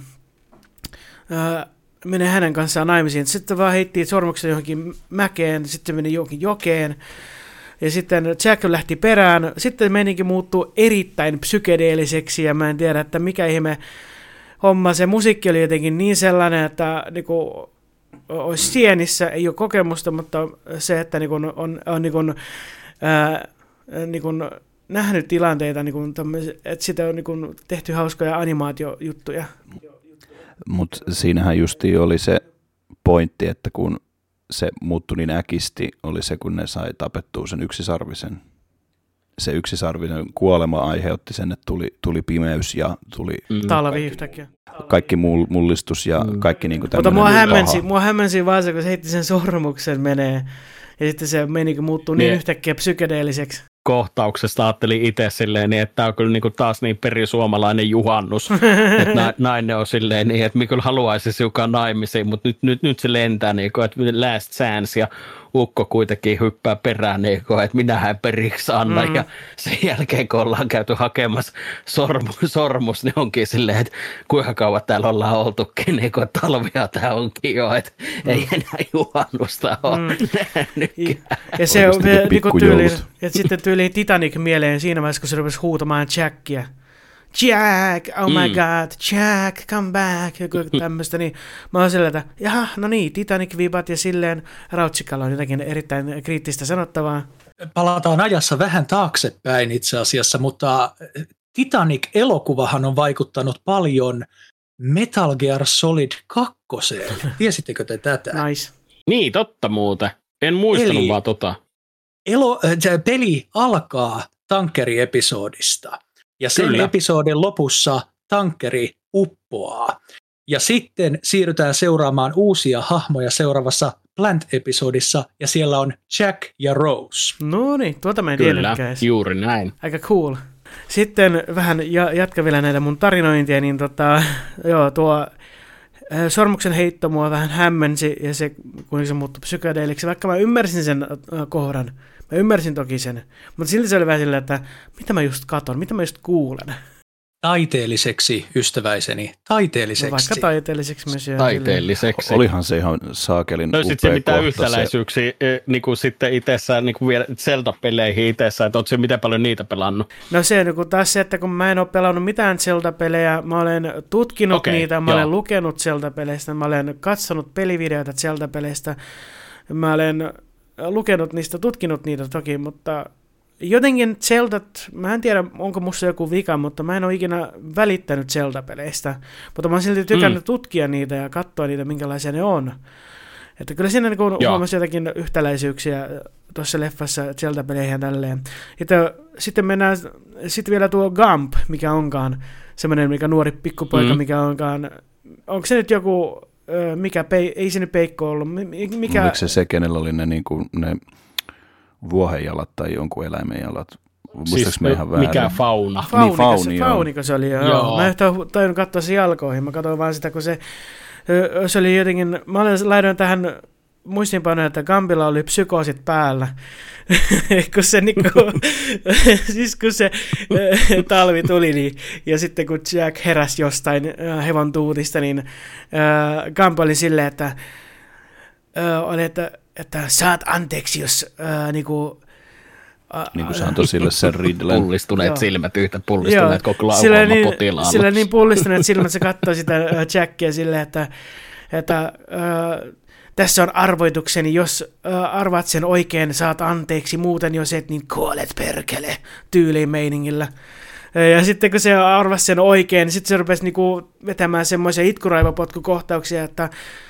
äh, menee hänen kanssaan naimisiin. Sitten vaan heitti sormuksen johonkin mäkeen, sitten meni johonkin jokeen, ja sitten Jack lähti perään. Sitten meininki muuttui erittäin psykedeelliseksi, ja mä en tiedä, että mikä ihme homma. Se musiikki oli jotenkin niin sellainen, että niinku, olisi sienissä, ei ole kokemusta, mutta se, että niinku on, on, on niinku, ää, niinku nähnyt tilanteita, niinku, että sitä on niinku tehty hauskoja animaatiojuttuja. Mutta siinähän justiin oli se pointti, että kun se muuttui niin äkisti, oli se, kun ne sai tapettua sen yksisarvisen. Se yksisarvinen kuolema aiheutti sen, että tuli, tuli pimeys ja tuli mm. talvi yhtäkkiä. Kaikki mullistus ja mm. kaikki niin kuin tämmöinen. Mutta mua hämmensi, mua hämmensi vaan se, kun se heitti sen sormuksen menee ja sitten se meni, muuttuu niin, niin yhtäkkiä psykedeelliseksi. kohtauksesta ajattelin itse silleen, niin, että tämä on kyllä niin kuin taas niin perisuomalainen juhannus, että na, nainen on silleen niin, että minä kyllä haluaisin siukaan naimisiin, mutta nyt, nyt, nyt se lentää, niin kuin, että last chance ja ukko kuitenkin hyppää perään, niin kuin, että minähän periksi anna mm. ja sen jälkeen kun ollaan käyty hakemassa sormus, sormus niin onkin silleen, että kuinka kauan täällä ollaan oltukin, niin kuin talvia tämä onkin jo, että mm. ei enää juhannusta ole mm. nähnytkään. Ja se on niin kuin tyyli, että sitten tyyli Titanic mieleen siinä vaiheessa, kun se rupesi huutamaan Jackia. Jack, oh my mm. god, Jack, come back, joku tämmöistä, niin mä oon sillä, että jaha, no niin, Titanic-vibat ja silleen Rautsikalla on jotakin erittäin kriittistä sanottavaa. Palataan ajassa vähän taaksepäin itse asiassa, mutta Titanic-elokuvahan on vaikuttanut paljon Metal Gear Solid kakkoseen. Tiesittekö te tätä? Nice. Niin, totta muuten. En muistanut Eli vaan tota. Elo, peli alkaa tankkeri-episodista. Ja sen Kyllä. episodin lopussa tankkeri uppoaa. Ja sitten siirrytään seuraamaan uusia hahmoja seuraavassa Plant-episodissa, ja siellä on Jack ja Rose. No niin, tuota mä en Kyllä, tiedäkään. juuri näin. Aika cool. Sitten vähän ja, jatka vielä näitä mun tarinointia, niin tota, joo, tuo sormuksen heitto mua vähän hämmensi, ja se, kun se muuttui psykedeeliksi, vaikka mä ymmärsin sen kohdan. Mä ymmärsin toki sen, mutta silti se oli vähän silleen, että mitä mä just katon, mitä mä just kuulen. Taiteelliseksi, ystäväiseni, taiteelliseksi. No vaikka taiteelliseksi myös. Taiteelliseksi. Olihan se ihan saakelin upea kohta. No sitten se mitään yhtäläisyyksiä niin kuin sitten itsessään, niin kuin vielä Zelda-peleihin itsessään, että ootko se miten paljon niitä pelannut? No se niin kuin taas se, että kun mä en ole pelannut mitään Zelda-pelejä, mä olen tutkinut okay, niitä, mä joo. olen lukenut Zelda-peleistä, mä olen katsonut pelivideoita Zelda-peleistä, mä olen lukenut niistä, tutkinut niitä toki, mutta jotenkin Zeldat, mä en tiedä, onko musta joku vika, mutta mä en ole ikinä välittänyt Zelda-peleistä, mutta mä oon silti tykännyt mm. tutkia niitä ja katsoa niitä, minkälaisia ne on. Että kyllä siinä niin huomasi jotakin yhtäläisyyksiä tuossa leffassa Zelda-peleihin ja tälleen. Että sitten mennään, sitten vielä tuo Gump, mikä onkaan, semmoinen mikä nuori pikkupoika, mm. mikä onkaan, onko se nyt joku, mikä, pei, ei se nyt peikko ollut, mikä... Oliko se se, kenellä oli ne, niin kuin, ne vuohenjalat tai jonkun eläimen jalat? Siis me ihan väärin? Mikä fauna? Fauniko, niin, fauni, se, fauniko se oli, joo. joo. Mä en tajunnut katsoa se jalkoihin, mä katsoin vaan sitä, kun se, se oli jotenkin, mä olen laitoin tähän muistiinpanoja, että Gambilla oli psykoosit päällä, kun se, niin kuin, siis kun se talvi tuli, niin, ja sitten kun Jack heräsi jostain hevon tuutista, niin äh, Gamb oli silleen, että, äh, oli, että, että saat anteeksi, jos äh, niin kuin, niin kuin se antoi sille sen Ridlen. Pullistuneet silmät yhtä, pullistuneet Joo. koko laukaamaan niin, potilaalle. Sillä niin pullistuneet silmät, se katsoi sitä Jackia silleen, että, että äh, tässä on arvoitukseni, jos äh, arvaat sen oikein, saat anteeksi, muuten jos et, niin kuolet perkele, tyyliin meiningillä. Ja sitten kun se arvasi sen oikein, niin sitten se rupesi niinku vetämään semmoisia itkuraivopotkukohtauksia, että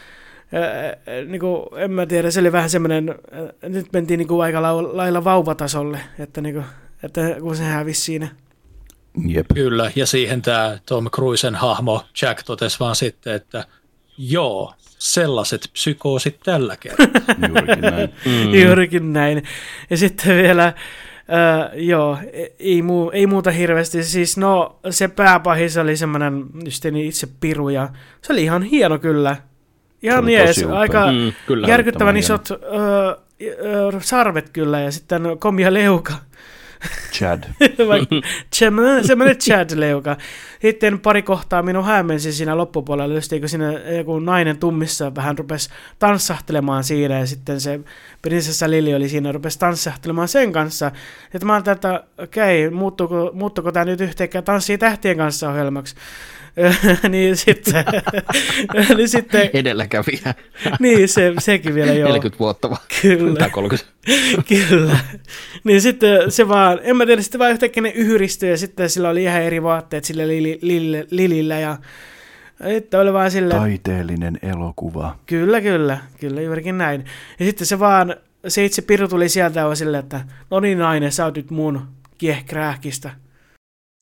Äh, niinku, en mä tiedä, se oli vähän semmoinen, äh, nyt mentiin niinku aika lailla vauvatasolle, että, niinku, että kun se hävisi siinä. Jep. Kyllä, ja siihen tämä Tom Cruisen hahmo Jack totesi vaan sitten, että joo, sellaiset psykoosit tällä kertaa. Juurikin näin. Mm. Juurikin näin. Ja sitten vielä, äh, joo, ei, muu, ei muuta hirveästi, siis no se pääpahis oli semmoinen just itse piru, ja se oli ihan hieno kyllä. Ihan mies, aika mm, kyllä, järkyttävän isot ö, ö, sarvet kyllä, ja sitten komia leuka. Chad. Semmoinen Chad-leuka. Sitten pari kohtaa minun hämmensi siinä loppupuolella, just kun siinä joku nainen tummissa vähän rupesi tanssahtelemaan siinä, ja sitten se prinsessa Lili oli siinä, rupesi tanssahtelemaan sen kanssa. Että mä ajattelin, että okei, okay, muuttuuko, muuttuuko tämä nyt yhtäkkiä Tanssii tähtien kanssa -ohjelmaksi? niin sitten, niin sitten edelläkävijä. Niin, se, sekin vielä joo. neljäkymmentä vuotta vaan. Kyllä. Kyllä. Niin sitten se vaan, en mä tiedä, sitten vaan yhtäkkiä ne yhdistyi ja sitten sillä oli ihan eri vaatteet sillä li, li, Lilillä ja että oli vaan silleen. Taiteellinen elokuva. Kyllä, kyllä. Kyllä, juurikin näin. Ja sitten se vaan, se itse piru tuli sieltä ja silleen, että no niin nainen, sä oot nyt mun kiehkrääkistä.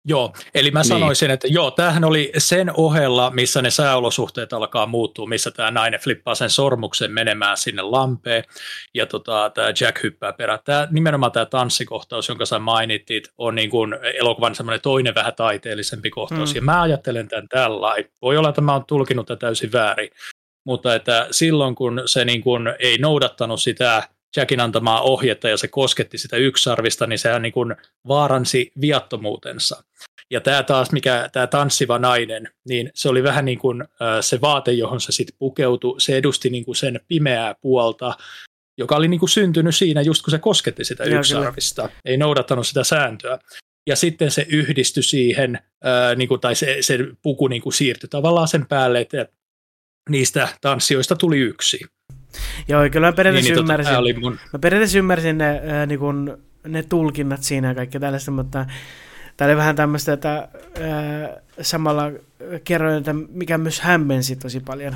Joo, eli mä sanoisin, niin. että joo, tämähän oli sen ohella, missä ne sääolosuhteet alkaa muuttua, missä tämä nainen flippaa sen sormuksen menemään sinne lampeen, ja tota, tämä Jack hyppää perään. Tämä, nimenomaan tämä tanssikohtaus, jonka sä mainittit, on niin kuin elokuvan semmoinen toinen vähän taiteellisempi kohtaus, mm. ja mä ajattelen tämän tällainen. Voi olla, että mä oon tulkinut tätä täysin väärin, mutta että silloin, kun se niin kuin ei noudattanut sitä Jackin antamaa ohjetta ja se kosketti sitä yksisarvista, niin sehän niin kuin vaaransi viattomuutensa. Ja tämä taas, mikä tämä tanssiva nainen, niin se oli vähän niin kuin se vaate, johon se sitten pukeutui, se edusti niin kuin sen pimeää puolta, joka oli niin kuin syntynyt siinä just kun se kosketti sitä yksisarvista, ei noudattanut sitä sääntöä. Ja sitten se yhdistyi siihen, ää, niin kuin, tai se, se puku niin kuin siirtyi tavallaan sen päälle, että niistä tanssijoista tuli yksi. Joo, kyllä mä periaatteessa niin, ymmärsin, tota, mun... mä periaatteessa ymmärsin ne, ää, niin kun, ne tulkinnat siinä ja kaikki tällaista, mutta tämä oli vähän tämmöistä, että ää, samalla kerroin, että mikä myös hämmensi tosi paljon.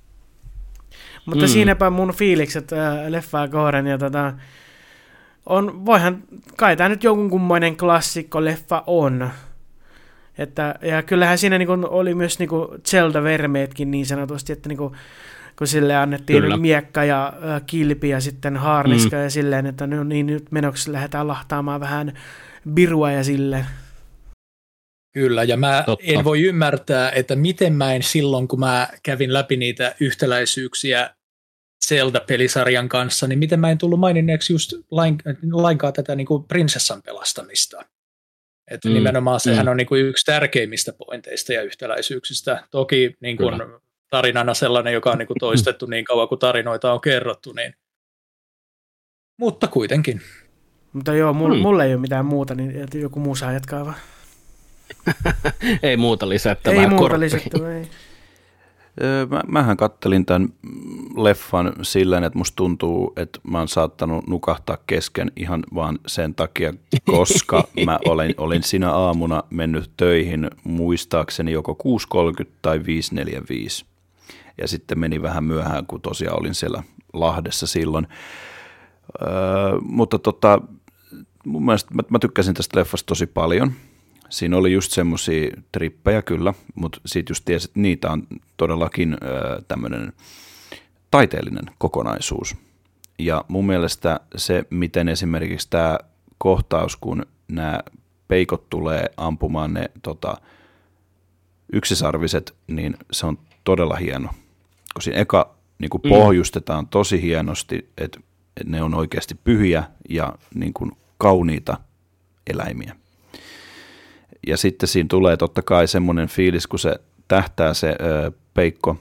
Mutta mm. siinäpä mun fiilikset ää, leffaa kohden, ja tota, on, voihan, kai tämä nyt jonkun kummoinen klassikko leffa on. Että, ja kyllähän siinä niin kun, oli myös niin kun Zelda-vermeetkin niin sanotusti, että niin kun, kun sille annettiin Kyllä. miekka ja äh, kilpi ja sitten haarniska mm. ja silleen, että no niin, nyt menoksi lähdetään lahtaamaan vähän birua ja silleen. Kyllä, ja mä Totta. en voi ymmärtää, että miten mä en silloin, kun mä kävin läpi niitä yhtäläisyyksiä Zelda-pelisarjan kanssa, niin miten mä en tullut maininneeksi just lain, lainkaan tätä niin kuin prinsessan pelastamista. Että mm. nimenomaan sehän mm. on niin kuin yksi tärkeimmistä pointeista ja yhtäläisyyksistä. Toki niin kuin tarinana sellainen, joka on niin kuin toistettu niin kauan kuin tarinoita on kerrottu, niin mutta kuitenkin. Mutta joo, mulla, mm. mulla ei ole mitään muuta, niin joku muu saa jatkaa vaan. Ei muuta lisättävää. Ei muuta lisättävää, ei. Mä, mähän kattelin tämän leffan silleen, että musta tuntuu, että mä oon saattanut nukahtaa kesken ihan vaan sen takia, koska mä olen, olin sinä aamuna mennyt töihin muistaakseni joko kuusi kolmekymmentä tai viisi neljäkymmentäviisi. Ja sitten meni vähän myöhään, kun tosiaan olin siellä Lahdessa silloin. Öö, mutta tota, mun mielestä mä, mä tykkäsin tästä leffasta tosi paljon. Siinä oli just semmoisia trippejä kyllä, mutta siitä just tiesi, että niitä on todellakin öö, tämmöinen taiteellinen kokonaisuus. Ja mun mielestä se, miten esimerkiksi tämä kohtaus, kun nämä peikot tulee ampumaan ne tota, yksisarviset, niin se on todella hieno. Kun siinä eka niin kuin pohjustetaan tosi hienosti, että ne on oikeasti pyhiä ja niin kuin kauniita eläimiä. Ja sitten siinä tulee totta kai semmoinen fiilis, kun se tähtää se ö, peikko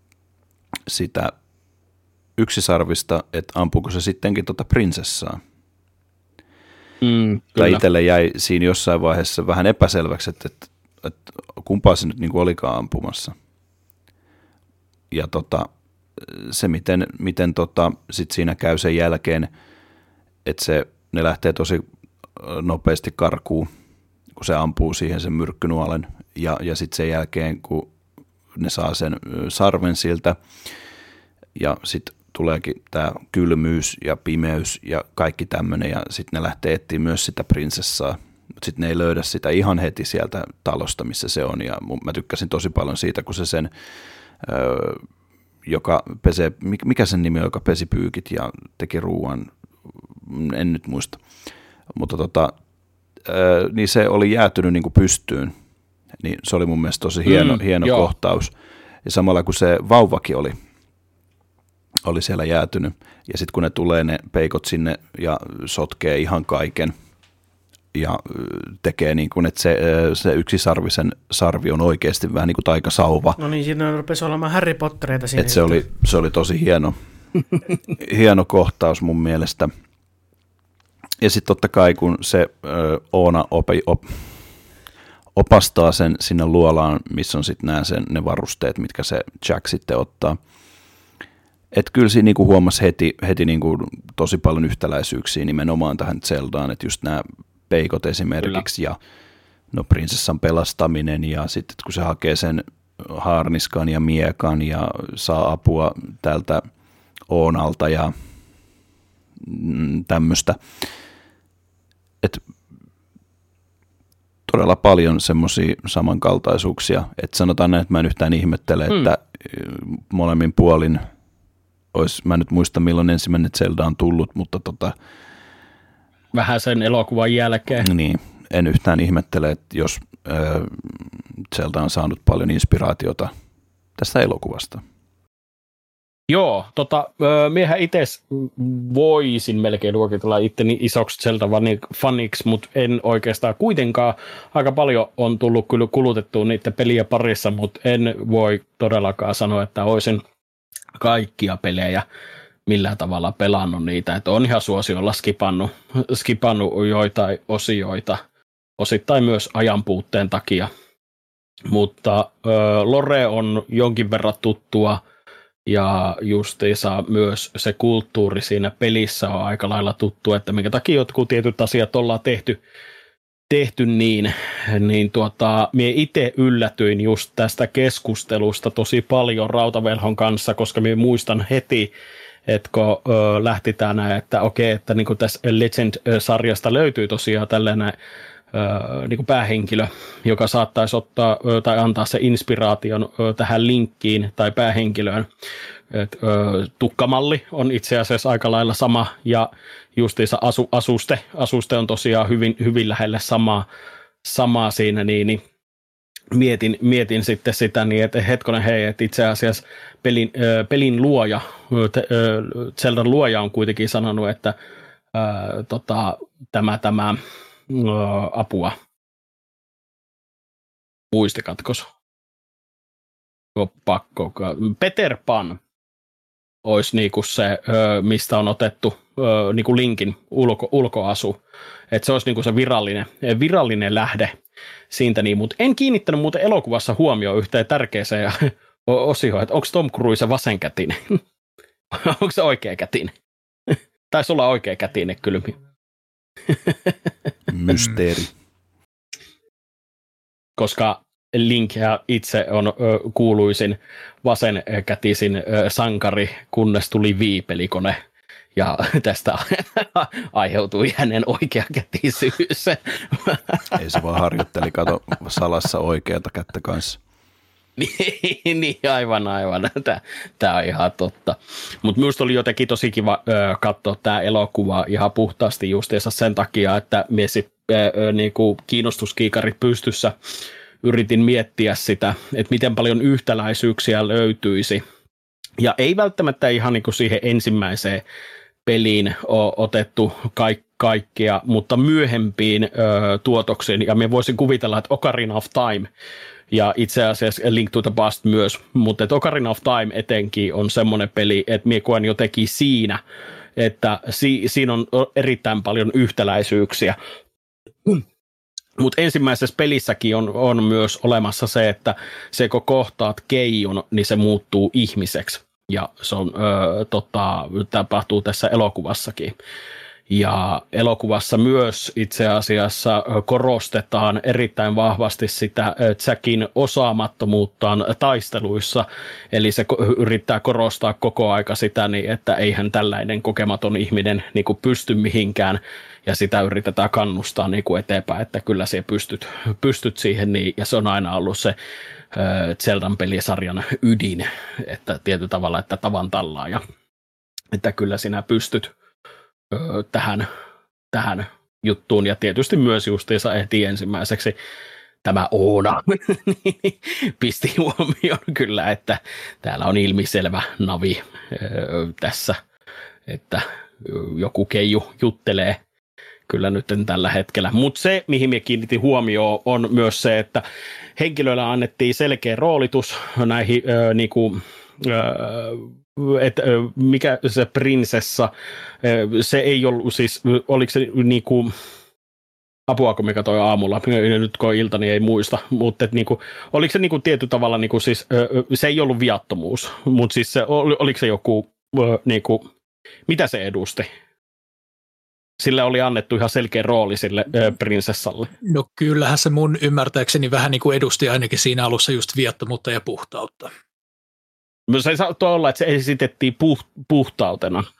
sitä yksisarvista, että ampuuko se sittenkin tota prinsessaa. Mm, tai itselle jäi siinä jossain vaiheessa vähän epäselväksi, että, että, että kumpaa se nyt niin kuin olikaan ampumassa. Ja tota, se, miten, miten tota, sit siinä käy sen jälkeen, että se, ne lähtee tosi nopeasti karkuun, kun se ampuu siihen sen myrkkynuolen, ja, ja sitten sen jälkeen, kun ne saa sen sarven siltä, ja sitten tuleekin tämä kylmyys ja pimeys ja kaikki tämmöinen, ja sitten ne lähtee etsiä myös sitä prinsessaa, mutta sitten ne ei löydä sitä ihan heti sieltä talosta, missä se on, ja mä tykkäsin tosi paljon siitä, kun se sen, öö, joka pesee, mikä sen nimi on, joka pesi pyykit ja teki ruuan, en nyt muista, mutta tota, öö, niin se oli jäätynyt niin kuin pystyyn, niin se oli mun mielestä tosi hieno, mm, hieno kohtaus, ja samalla kun se vauvakin oli, oli siellä jäätynyt, ja sitten kun ne tulee ne peikot sinne ja sotkee ihan kaiken, ja tekee niin kuin, että se, se yksisarvisen sarvi on oikeasti vähän niin kuin taikasauva. No niin, siinä rupesi olemaan Harry Pottereita siinä. Että se oli, se oli tosi hieno, hieno kohtaus mun mielestä. Ja sitten totta kai, kun se ö, Oona opi, op, opastaa sen sinne luolaan, missä on sitten nämä sen, ne varusteet, mitkä se Jack sitten ottaa. Että kyllä siinä niinku huomasi heti, heti niinku tosi paljon yhtäläisyyksiä nimenomaan tähän Zeldaan, että just nämä peikot esimerkiksi kyllä. Ja no prinsessan pelastaminen ja sitten kun se hakee sen haarniskan ja miekan ja saa apua tältä Oonalta ja tämmöistä. Että todella paljon semmoisia samankaltaisuuksia, että sanotaan näin, että mä en yhtään ihmettele, hmm. että molemmin puolin olisi, mä en nyt muista milloin ensimmäinen Zelda on tullut, mutta tota... Vähän sen elokuvan jälkeen. Niin, en yhtään ihmettele, että jos äh, Zelda on saanut paljon inspiraatiota tästä elokuvasta. Joo, tota, miehän itse voisin melkein luokitella itteni isoksi Zelda-faniksi, mutta en oikeastaan kuitenkaan. Aika paljon on tullut kyllä kulutettua niiden pelien parissa, mutta en voi todellakaan sanoa, että olisin kaikkia pelejä millään tavalla pelannut niitä. Että on ihan suosiolla skipannut, skipannut joitain osioita, osittain myös ajanpuutteen takia. Mutta ö, lore on jonkin verran tuttua. Ja justiinsa myös se kulttuuri siinä pelissä on aika lailla tuttu, että minkä takia jotkut tietyt asiat ollaan tehty, tehty niin, niin tuota, mie itse yllätyin just tästä keskustelusta tosi paljon Rautavelhon kanssa, koska mie muistan heti, että kun ö, lähti tänään, että okei, että niin kuin tässä Legend-sarjasta löytyy tosiaan tällainen Öö, niin kuin päähenkilö, joka saattaisi ottaa ö, tai antaa se inspiraation ö, tähän linkkiin tai päähenkilöön. Et, ö, tukkamalli on itse asiassa aika lailla sama ja justiinsa asu, asuste, asuste on tosiaan hyvin, hyvin lähelle samaa, samaa siinä, niin, niin mietin, mietin sitten sitä niin, että hetkonen hei, että itse asiassa pelin, ö, pelin luoja, ö, Zeldan luoja on kuitenkin sanonut, että ö, tota, tämä tämä apua. Muistikatkos. Pakko. Peter Pan olisi niinku se, mistä on otettu niinku linkin ulko, ulkoasu. Että se olisi niinku se virallinen, virallinen lähde siitä. Niin, mutta en kiinnittänyt muuten elokuvassa huomioon yhteen tärkeäseen osioon, että onko Tom Cruise vasenkätinen? Onko se oikeakätinen? Taisi olla oikeakätinen kyllä. Mysteeri. Koska Link itse on ö, kuuluisin vasenkätisin ö, sankari, kunnes tuli viipelikone. Ja tästä aiheutui hänen oikeakätisyys. Ei se vaan harjoitteli, kato salassa oikeata kättä kanssa. niin, niin, aivan, aivan. Tämä on ihan totta. Mutta minusta oli jotenkin tosi kiva ö, katsoa tämä elokuva ihan puhtaasti justiinsa sen takia, että minä sitten niinku kiinnostuskiikarit pystyssä yritin miettiä sitä, että miten paljon yhtäläisyyksiä löytyisi. Ja ei välttämättä ihan niinku siihen ensimmäiseen peliin ole otettu kaik- kaikkea, mutta myöhempiin ö, tuotoksiin. Ja minä voisin kuvitella, että Ocarina of Time ja itse asiassa Link to the Past myös, mutta Ocarina of Time etenkin on semmoinen peli, että minä koen jotenkin siinä, että si- siinä on erittäin paljon yhtäläisyyksiä. Mutta ensimmäisessä pelissäkin on, on myös olemassa se, että se kun kohtaat Keijun, niin se muuttuu ihmiseksi. Ja se on, ö, tota, tapahtuu tässä elokuvassakin. Ja elokuvassa myös itse asiassa korostetaan erittäin vahvasti sitä Jackin osaamattomuuttaan taisteluissa, eli se yrittää korostaa koko aika sitä, niin että eihän tällainen kokematon ihminen niin kuin pysty mihinkään, ja sitä yritetään kannustaa niin kuin eteenpäin, että kyllä sinä pystyt, pystyt siihen, niin, ja se on aina ollut se Zeldan pelisarjan ydin, että tietyllä tavalla, että tavan tallaa, ja että kyllä sinä pystyt tähän, tähän juttuun, ja tietysti myös justiinsa ehti ensimmäiseksi tämä Oona pisti huomioon kyllä, että täällä on ilmiselvä navi tässä, että joku keiju juttelee kyllä nyt tällä hetkellä. Mutta se, mihin me kiinnitin huomioon, on myös se, että henkilöillä annettiin selkeä roolitus näihin äh, niinku, äh, että mikä se prinsessa, se ei ollut siis, oliko se niinku, apua kun me katsoin aamulla, nyt kun on ilta, niin ei muista, mutta et niinku, oliko se niinku tietyllä tavalla, niinku siis, se ei ollut viattomuus, mutta siis se, oliko se joku, niinku, mitä se edusti? Sille oli annettu ihan selkeä rooli sille ö, prinsessalle. No kyllähän se mun ymmärtääkseni vähän niin kuin edusti ainakin siinä alussa just viattomuutta ja puhtautta. Se saattoi olla, että se esitettiin puh- puhtautena.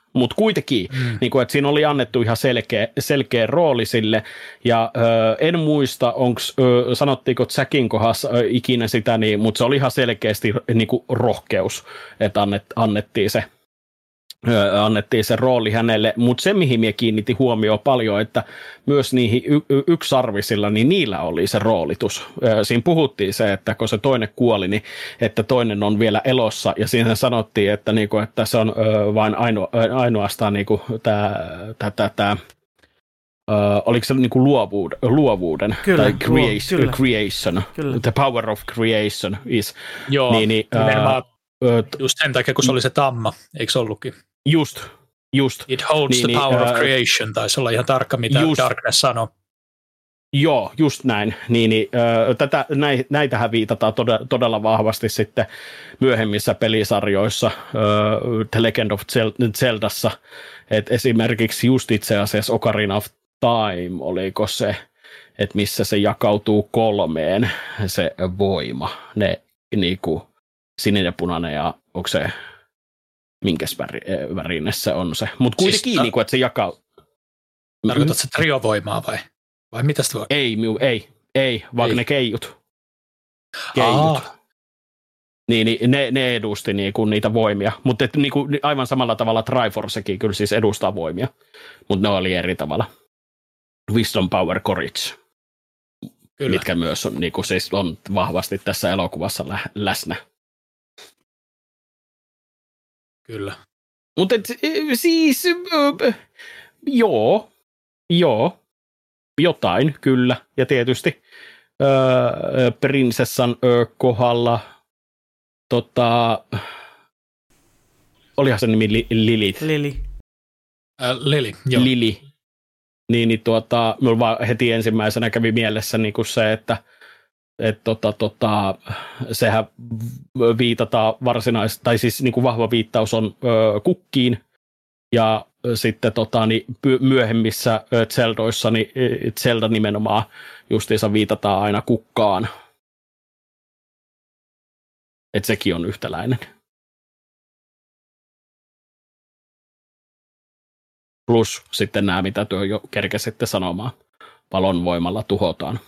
mutta kuitenkin, mm. niin kuin, että siinä oli annettu ihan selkeä, selkeä rooli sille, ja ö, en muista, onko, sanottiinko Jackin kohdassa ö, ikinä sitä, niin, mutta se oli ihan selkeästi niin kuin rohkeus, että annet, annettiin se. Öö, annettiin se rooli hänelle, mutta se mihin minä kiinnitin huomioon paljon, että myös niihin y- y- yksarvisilla, niin niillä oli se roolitus. Öö, siinä puhuttiin se, että kun se toinen kuoli, niin että toinen on vielä elossa, ja siinä sanottiin, että, niinku, että se on öö, vain aino, ainoastaan niinku, tämä, tää, tää, tää, öö, oliko se niinku luovuuden, luovuuden kyllä, tai creation, luo, kyllä. creation Kyllä. the power of creation is. Joo, niin, niin, nimenomaan öö, just sen takia, kun se oli se tamma, eikö se ollutkin? Just, just. It holds niin, the power niin, of creation, taisi olla ihan tarkka, mitä just, Darkness sanoi. Joo, just näin. Niin, niin, äh, tätä, näitähän viitataan todella, todella vahvasti sitten myöhemmissä pelisarjoissa, äh, The Legend of Zeldassa, että esimerkiksi just itse asiassa Ocarina of Time, oliko se, että missä se jakautuu kolmeen, se voima, ne niinku sininen, punainen ja onko se minkäs väri, värinen se on se. Mutta kuitenkin, siis, niin kuin, että se jakaa. Tarkoitatko se triovoimaa vai? Vai mitä sitä voi? Ei, ei, ei, vaan ei. ne keijut. Keijut. Aa. Niin, niin ne, ne edusti niin kuin niitä voimia. Mutta niin kuin, aivan samalla tavalla Triforcekin kyllä siis edustaa voimia. Mutta ne oli eri tavalla. Wisdom, Power, Courage. Kyllä. Mitkä myös on, niin kuin, siis on vahvasti tässä elokuvassa lä- läsnä. Kyllä. Mutta siis, äh, joo, joo, jotain, kyllä. Ja tietysti äh, prinsessan äh, kohdalla, tota, olihan se nimi li, Lilith. Lili. Äh, Lili, joo. Lili. Niin, niin tuota, minulla vaan heti ensimmäisenä kävi mielessä niin kuin se, että et tota, tota, sehän viitataan varsinaisesti, tai siis niin kuin vahva viittaus on ö, kukkiin, ja sitten tota, niin myöhemmissä ö, Zeldoissa, niin Zelda nimenomaan justiinsa viitataan aina kukkaan. Että sekin on yhtäläinen. Plus sitten nämä, mitä työ jo kerkesitte sanomaan, palon voimalla tuhotaan.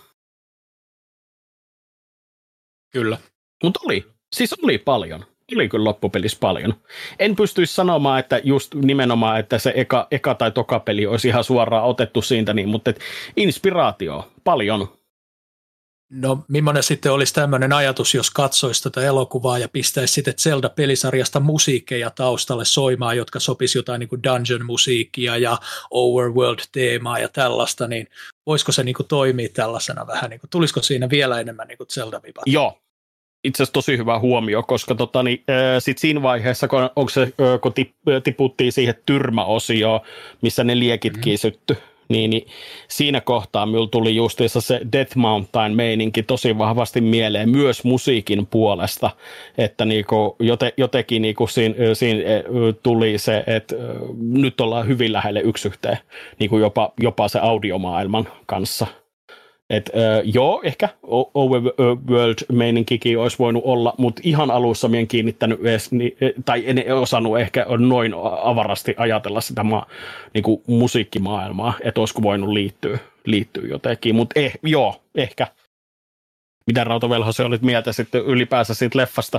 Kyllä. Mutta oli. Siis oli paljon. Oli kyllä loppupelissä paljon. En pystyisi sanomaan, että just nimenomaan, että se eka, eka tai toka peli olisi ihan suoraan otettu siitä, niin, mutta inspiraatio paljon. No, millainen sitten olisi tämmöinen ajatus, jos katsoisi tätä elokuvaa ja pistäisi sitten Zelda-pelisarjasta musiikkeja taustalle soimaan, jotka sopisi jotain niin kuin dungeon-musiikkia ja overworld-teemaa ja tällaista, niin voisiko se niin kuin toimia tällaisena vähän, niin kuin, tulisiko siinä vielä enemmän niin kuin Zelda-vipat? Joo, itse asiassa tosi hyvä huomio, koska tota, niin, sitten siinä vaiheessa, kun, onko se, kun tiputtiin siihen tyrmäosioon, missä ne liekitkin mm-hmm. syttyi, Niin, niin siinä kohtaa minulla tuli justiinsa se Death Mountain-meininki tosi vahvasti mieleen myös musiikin puolesta, että niinku jote, jotenkin niinku siinä, siinä tuli se, että nyt ollaan hyvin lähelle yksi yhteen, niinku jopa, jopa se audiomaailman kanssa. Et, äh, joo, ehkä Overworld-meininkikin olisi voinut olla, mutta ihan alussa minä en kiinnittänyt edes, niin, tai en osannut ehkä noin avarasti ajatella sitä maa, niin kuin musiikkimaailmaa, että olisiko voinut liittyä, liittyä jotenkin, mutta eh, joo, ehkä. Mitä Rautavelho se olit mieltä sitten ylipäänsä siitä leffasta?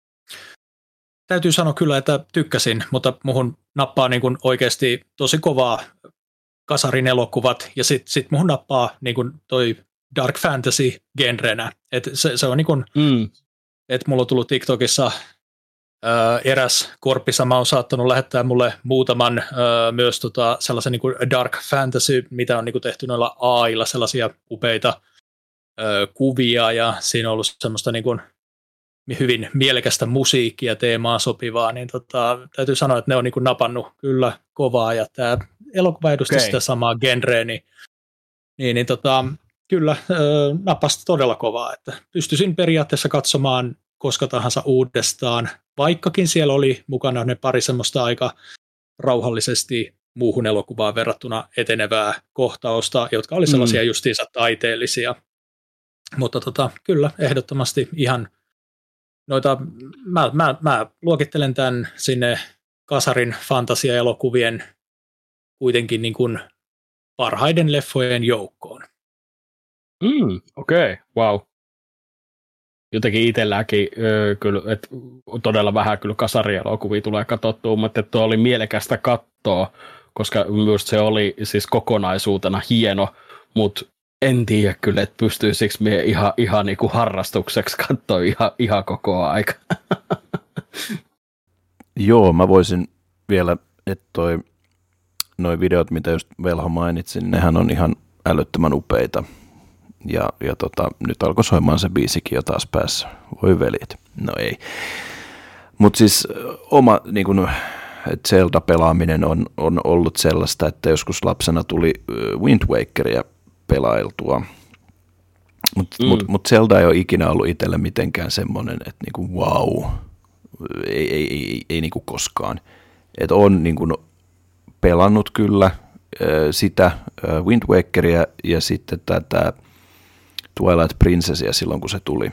Täytyy sanoa kyllä, että tykkäsin, mutta muhun nappaa niin kuin oikeasti tosi kovaa kasarin elokuvat, ja sitten sit muhun nappaa niin kuin toi dark fantasy genrenä. Et se, se on niin kuin, mm. että mulla on tullut TikTokissa ää, eräs korppisama on saattanut lähettää mulle muutaman ää, myös tota, sellaisen niin kuin dark fantasy, mitä on niin kuin tehty noilla A I:lla, sellaisia upeita ää, kuvia, ja siinä on ollut semmoista niin kuin hyvin mielekästä musiikkia teemaan sopivaa, niin tota, täytyy sanoa, että ne on niin kuin napannut kyllä kovaa, ja tämä elokuva edusti okay. sitä samaa genreä, niin, niin, niin tota, kyllä äh, napasti todella kovaa, että pystyisin periaatteessa katsomaan koska tahansa uudestaan, vaikkakin siellä oli mukana ne pari semmoista aika rauhallisesti muuhun elokuvaan verrattuna etenevää kohtausta, jotka oli sellaisia mm. justiinsa taiteellisia, mutta tota, kyllä ehdottomasti ihan noita, mä, mä, mä luokittelen tämän sinne kasarin fantasia-elokuvien kuitenkin niin kuin parhaiden leffojen joukkoon. Mm, okei, okay. Wow. Jotenkin itselläkin öö, kyllä, että todella vähän kyllä kasarielokuvia tulee katsottua, mutta että tuo oli mielekästä katsoa, koska myös se oli siis kokonaisuutena hieno, mutta en tiedä kyllä, että pystyisikö minä ihan, ihan niin kuin harrastukseksi katsoa ihan, ihan koko aika. Joo, mä voisin vielä, että toi, noi videot, mitä just Velho mainitsin, nehän on ihan älyttömän upeita. Ja, ja tota, nyt alkoi soimaan se biisikin jo taas päässä. Voi veljet. No ei. Mutta siis oma niin kun, Zelda-pelaaminen on, on ollut sellaista, että joskus lapsena tuli Wind Wakeria pelailtua. Mutta mm. mut, mut Zelda ei ole ikinä ollut itselle mitenkään semmoinen, että niinku wow, ei, ei, ei, ei niinku koskaan. Että on niinku pelannut kyllä sitä Wind Wakeria ja sitten tätä Twilight Princessia silloin, kun se tuli.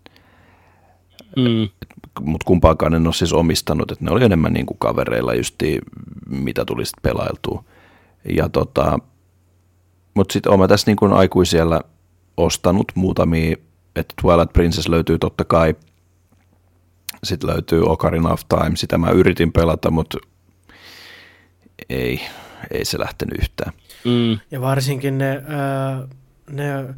Mm. Mutta kumpaakaan en ole siis omistanut, että ne oli enemmän niin kuin kavereilla justiin, mitä tuli sitten pelailtua. Ja tota, mutta sitten olen tässä niin kuin aikuisiellä ostanut muutamia, että Twilight Princess löytyy totta kai, sitten löytyy Ocarina of Time, sitä mä yritin pelata, mutta ei, ei se lähtenyt yhtään. Mm. Ja varsinkin ne, äh, ne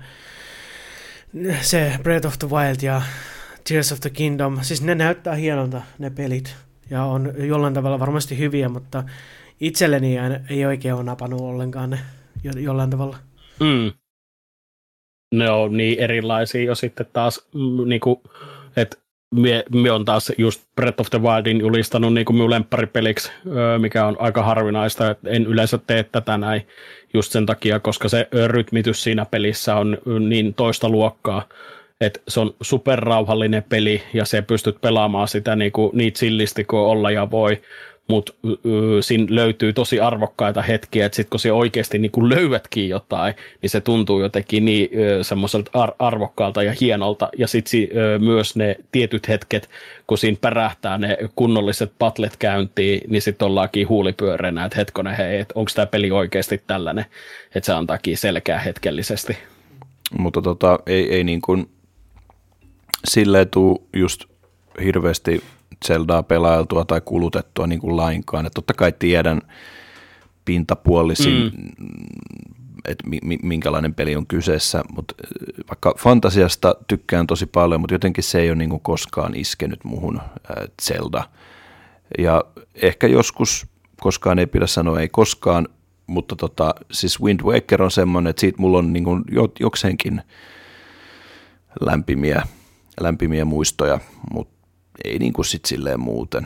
se Breath of the Wild ja Tears of the Kingdom, siis ne näyttää hienolta ne pelit ja on jollain tavalla varmasti hyviä, mutta itselleni ei oikein ole napannut ollenkaan ne jollain tavalla. Mm. Ne on niin erilaisia jo sitten taas, niinku, että mie, mie on taas just Breath of the Wildin julistanut niinku minun lempparipeliksi, mikä on aika harvinaista, että en yleensä tee tätä näin just sen takia, koska se rytmitys siinä pelissä on niin toista luokkaa, että se on superrauhallinen peli ja se pystyt pelaamaan sitä niinku niin chillisti kuin olla ja voi, mutta siinä löytyy tosi arvokkaita hetkiä, että sitten kun se oikeasti niinku löydätkin jotain, niin se tuntuu jotenkin niin semmoiselta ar- arvokkaalta ja hienolta. Ja sitten myös ne tietyt hetket, kun siinä pärähtää ne kunnolliset patlet käyntiin, niin sitten ollaankin huulipyöreänä, että hetkonen hei, että onko tämä peli oikeasti tällainen, että se antaakin selkeä hetkellisesti. Mutta tota, ei, ei niin kuin silleen tule just hirveästi Zeldaa pelailtua tai kulutettua niin kuin lainkaan. Että totta kai tiedän pintapuolisin, mm. että mi- minkälainen peli on kyseessä, mutta vaikka fantasiasta tykkään tosi paljon, mutta jotenkin se ei ole niin kuin koskaan iskenyt muhun äh, Zelda. Ja ehkä joskus, koskaan ei pidä sanoa ei koskaan, mutta tota, siis Wind Waker on semmoinen, että siitä mulla on niin kuin jokseenkin lämpimiä, lämpimiä muistoja, mutta ei niin kuin sit silleen muuten.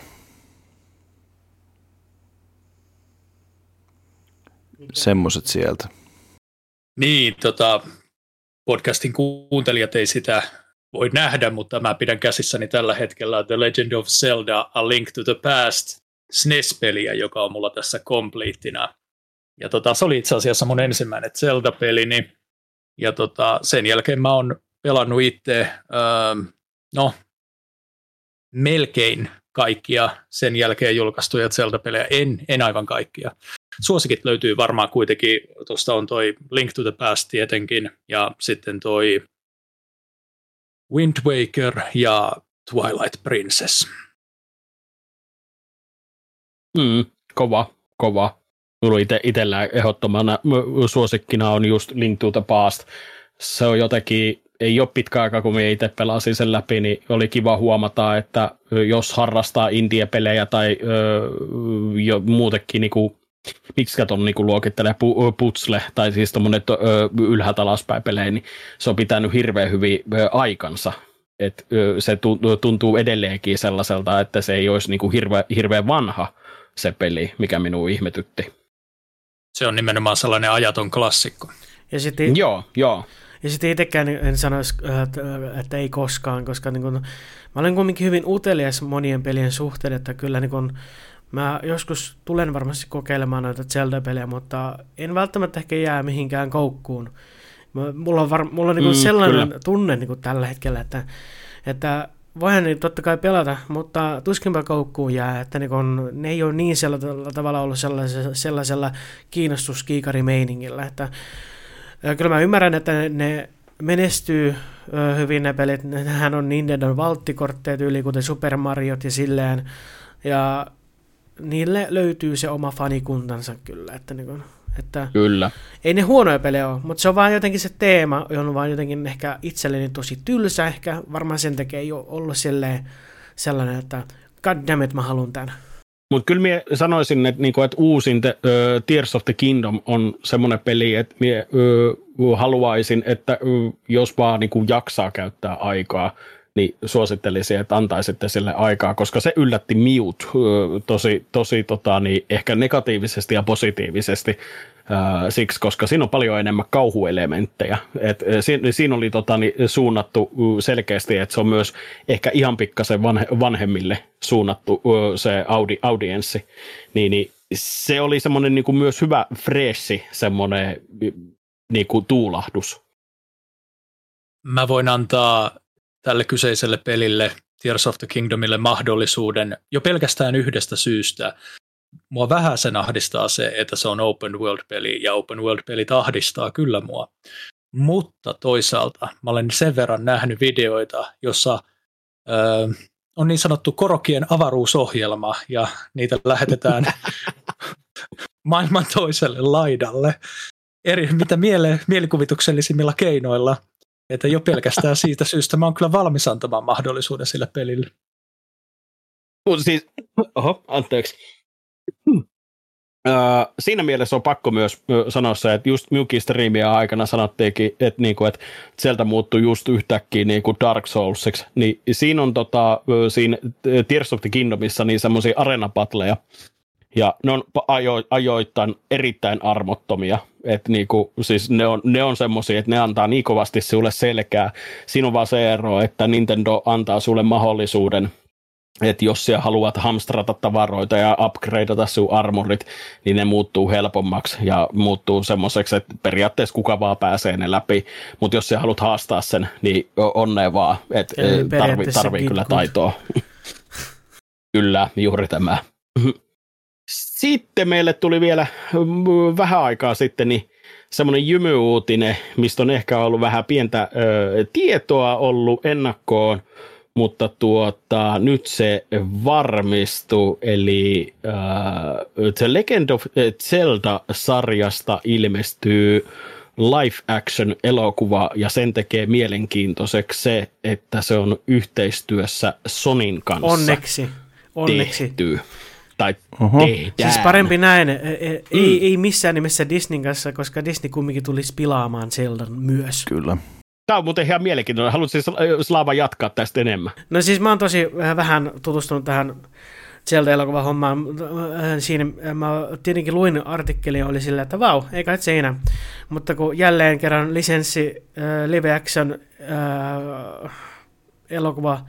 Semmoiset sieltä. Niin, tota, podcastin kuuntelijat ei sitä voi nähdä, mutta mä pidän käsissäni tällä hetkellä The Legend of Zelda A Link to the Past S N E S-peliä, joka on mulla tässä completeina. Ja tota, se oli itse asiassa mun ensimmäinen Zelda-pelini. Ja tota, sen jälkeen mä oon pelannut itse, öö, no, melkein kaikkia sen jälkeen julkaistuja Zelda-pelejä, en, en aivan kaikkia. Suosikit löytyy varmaan kuitenkin, tuosta on toi Link to the Past tietenkin, ja sitten toi Wind Waker ja Twilight Princess. Mm, kova, kova. Minulla ite, itsellä ehdottomana suosikkina on just Link to the Past. Se on jotenkin, ei ole pitkä aika, kun minä itse pelasin sen läpi, niin oli kiva huomata, että jos harrastaa indie-pelejä tai öö, jo muutenkin, niin kuin, miksi ton niin luokittelee putsle, tai siis tuommoinen öö, ylhäältä alaspäin pelejä, niin se on pitänyt hirveän hyvin öö, aikansa. Et, öö, se tuntuu edelleenkin sellaiselta, että se ei olisi niin kuin hirveän, hirveän vanha se peli, mikä minua ihmetytti. Se on nimenomaan sellainen ajaton klassikko. Ja sitten, joo, joo. Ja sitten itsekään en sanoisi, että, että ei koskaan, koska niin kun, mä olen kuitenkin hyvin utelias monien pelien suhteen, että kyllä niin kun, mä joskus tulen varmasti kokeilemaan noita Zelda-pelejä, mutta en välttämättä ehkä jää mihinkään koukkuun. Mulla on, var, mulla on niin kun mm, sellainen kyllä. tunne niin kun tällä hetkellä, että, että voihan niin totta kai pelata, mutta tuskinpä koukkuun jää, että niin kun, ne ei ole niin sellaisella tavalla ollut sellaisella, sellaisella kiinnostuskiikarimeiningillä, että kyllä mä ymmärrän, että ne, ne menestyy ö, hyvin ne pelit, nehän on Nintendon valttikortteja tyyli, kuten Super Mariot ja silleen, ja niille löytyy se oma fanikuntansa kyllä, että, niin kun, että kyllä. Ei ne huonoja pelejä ole, mutta se on vaan jotenkin se teema, on vaan jotenkin ehkä itselleni tosi tylsä, ehkä varmaan sen takia ei ole ollut silleen sellainen, että god damn it, mä haluan tämän. Mutta kyllä minä sanoisin, että, niinku, että uusin te, uh, Tears of the Kingdom on semmoinen peli, että minä uh, haluaisin, että uh, jos vaan niinku, jaksaa käyttää aikaa, niin suosittelisin, että antaisitte sille aikaa, koska se yllätti miut tosi, tosi tota, niin ehkä negatiivisesti ja positiivisesti ää, siksi, koska siinä on paljon enemmän kauhuelementtejä. Et, siinä, siinä oli tota, niin, suunnattu selkeästi, että se on myös ehkä ihan pikkasen vanhe, vanhemmille suunnattu se audi, audienssi. Niin, niin, se oli semmoinen niin kuin myös hyvä freshi semmoinen niin kuin tuulahdus. Mä voin antaa tälle kyseiselle pelille, Tears of the Kingdomille, mahdollisuuden jo pelkästään yhdestä syystä. Mua vähän sen ahdistaa se, että se on open world-peli, ja open world-pelit ahdistaa kyllä mua. Mutta toisaalta mä olen sen verran nähnyt videoita, jossa ö, on niin sanottu korokien avaruusohjelma, ja niitä lähetetään maailman toiselle laidalle, eri, mitä miele, mielikuvituksellisimmilla keinoilla. Että jo pelkästään siitä syystä mä oon kyllä valmis antamaan mahdollisuuden sille pelille. Siis, oho, anteeksi. Uh, siinä mielessä on pakko myös sanoa se, että just minunkin striimien aikana sanottiinkin, että, niinku, että sieltä muuttui just yhtäkkiä niinku Dark Soulsiksi. Niin siinä on tota, siinä Tears of the Kingdomissa niin semmoisia arena-battleja, ja ne on ajo, ajoittain erittäin armottomia. Et niinku, siis ne on, ne on semmoisia, että ne antaa niin kovasti sulle selkää. Siinä on vaan se ero, että Nintendo antaa sulle mahdollisuuden, että jos sä haluat hamstrata tavaroita ja upgradeata sun armorit, niin ne muuttuu helpommaksi ja muuttuu semmoiseksi, että periaatteessa kuka vaan pääsee ne läpi. Mutta jos sä haluat haastaa sen, niin onnea vaan, että tarvii, tarvii kyllä taitoa. Kyllä, juuri tämä. Sitten meille tuli vielä vähän aikaa sitten niin semmoinen jymyuutinen, mistä on ehkä ollut vähän pientä ö, tietoa ollut ennakkoon, mutta tuota, nyt se varmistui, eli ö, The Legend of Zelda-sarjasta ilmestyy live-action-elokuva, ja sen tekee mielenkiintoiseksi se, että se on yhteistyössä Sonyn kanssa Onneksi, onneksi. tehty. Tai siis parempi näin, ei, mm. ei missään nimessä Disneyn kanssa, koska Disney kumminkin tulisi pilaamaan Zeldan myös. Kyllä. Tämä on muuten ihan mielenkiintoinen. Haluatko siis Slaava jatkaa tästä enemmän? No siis mä oon tosi vähän tutustunut tähän Zelda-elokuvan hommaan. Siinä mä tietenkin luin artikkelin ja oli sillä, että vau, ei kai siinä. Mutta kun jälleen kerran lisenssi äh, live action äh, elokuva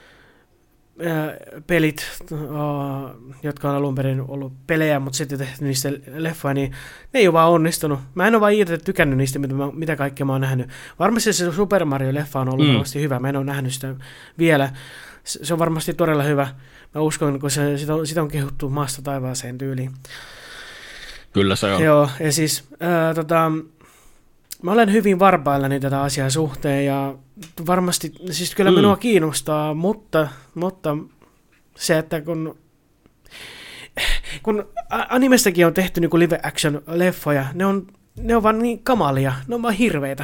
pelit, jotka on alun perin ollut pelejä, mutta sitten tehty niistä leffoja, niin ne ei ole vaan onnistunut. Mä en ole vaan itse tykännyt niistä, mitä, mä, mitä kaikkea mä oon nähnyt. Varmasti se Super Mario-leffa on ollut mm. varmasti hyvä, mä en ole nähnyt sitä vielä. Se on varmasti todella hyvä. Mä uskon, kun se, sitä, on, sitä on kehuttu maasta taivaaseen tyyliin. Kyllä se on. Joo, ja siis ää, tota, mä olen hyvin varpaillani tätä asiaa suhteen, ja varmasti, siis kyllä minua mm. kiinnostaa, mutta, mutta se, että kun, kun animestakin on tehty niin kuin live action leffoja, ne on, ne on vaan niin kamalia, ne on vaan hirveitä.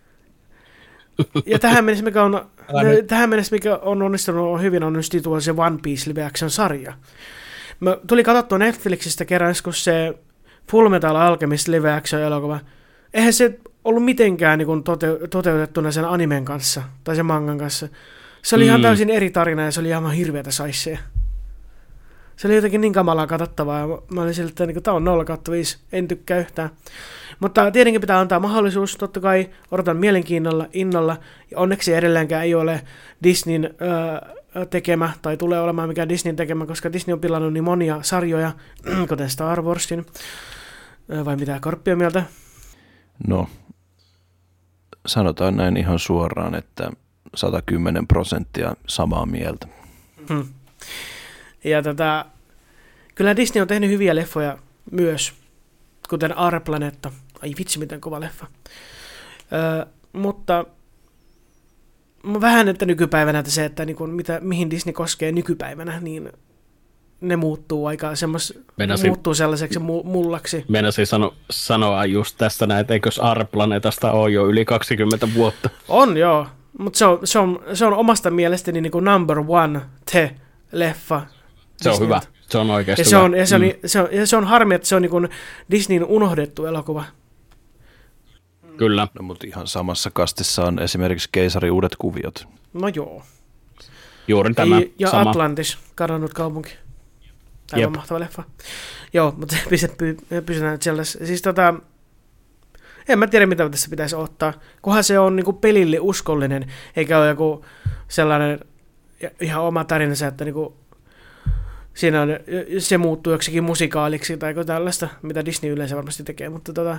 Ja tähän mennessä, mikä on, ne, tähän mennessä, mikä on onnistunut, on hyvin onnistunut tuolla se One Piece live action sarja. Mä tulin katsottua Netflixistä kerran, kun se Full Metal Alchemist live action elokuva, eihän se ollut mitenkään niin kuin tote- toteutettuna sen animen kanssa, tai sen mangan kanssa. Se oli mm. ihan täysin eri tarina, ja se oli ihan hirveätä saisseja. Se oli jotenkin niin kamalaa katsottavaa, ja mä olin sillä, että niin tämä on nolla kautta viisi, en tykkää yhtään. Mutta tietenkin pitää antaa mahdollisuus, totta kai odotan mielenkiinnolla, innolla, ja onneksi edelleenkään ei ole Disneyn öö, tekemä, tai tulee olemaan mikään Disneyn tekemä, koska Disney on pilannut niin monia sarjoja, kuten Star Warsin, vai mitä Korppia mieltä? No, sanotaan näin ihan suoraan, että sata kymmenen prosenttia samaa mieltä. Hmm. Ja tätä, kyllä Disney on tehnyt hyviä leffoja myös, kuten Aareplanetta. Ai vitsi, miten kova leffa. Ö, mutta vähän, että nykypäivänä että se, että niinku, mitä, mihin Disney koskee nykypäivänä, niin ne muuttuu aika semmos, Meinasin, muuttuu sellaiseksi mullaksi. Meinasin sano, sanoa just tästä näin, että eikös Aareplanetasta ole jo yli kaksikymmentä vuotta. On joo, mutta se on, se, on, se on omasta mielestäni niin kuin number one te leffa. Se on hyvä, se on oikeasti ja se hyvä. on, ja se, on, mm. se, on, ja se on harmi, että se on niin kuin Disneyn unohdettu elokuva. Kyllä. No, mutta ihan samassa kastissa on esimerkiksi Keisari uudet kuviot. No joo. Juuri tämä ja, ja sama. Atlantis, kadonnut kaupunki. Aivan Jep. mahtava leffa. Joo, mutta pysytään siellä. Siis tota, en mä tiedä, mitä tässä pitäisi ottaa. Kunhan se on niinku pelille uskollinen, eikä ole joku sellainen ihan oma tarinansa, että niinku siinä on, se muuttuu joksikin musikaaliksi tai tällaista, mitä Disney yleensä varmasti tekee, mutta tota,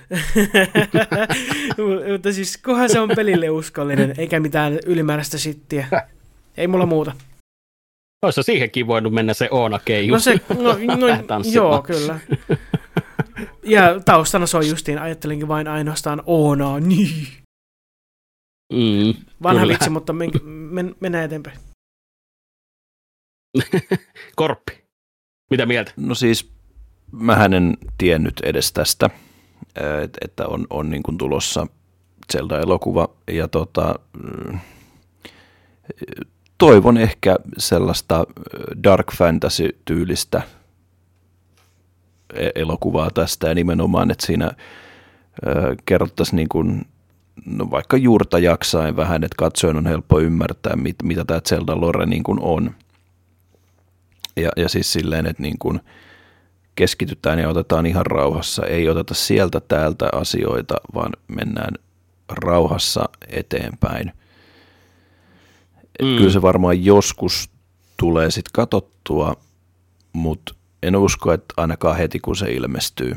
mutta siis kunhan se on pelille uskollinen, eikä mitään ylimääräistä shittiä. Ei mulla muuta. Olisi siihenkin voinut mennä se Oona Keiju. No se, no, no joo, kyllä. Ja taustana soi justiin, ajattelinkin vain ainoastaan Oonaa, niin. Mm, Vanha kyllä. vitsi, mutta men, men, mennään eteenpäin. Korppi, mitä mieltä? No siis, mähän en tiennyt edes tästä, että on, on niin kuin tulossa Zelda-elokuva, ja tota, toivon ehkä sellaista dark fantasy-tyylistä elokuvaa tästä, ja nimenomaan, että siinä kerrottaisiin niin kuin, no vaikka juurta jaksain vähän, että katsojen on helppo ymmärtää, mit, mitä tämä Zelda-lore niin kuin on. Ja, ja siis silleen, että niin kuin keskitytään ja otetaan ihan rauhassa, ei oteta sieltä täältä asioita, vaan mennään rauhassa eteenpäin. Mm. Kyllä se varmaan joskus tulee sitten katsottua, mutta en usko, että ainakaan heti kun se ilmestyy.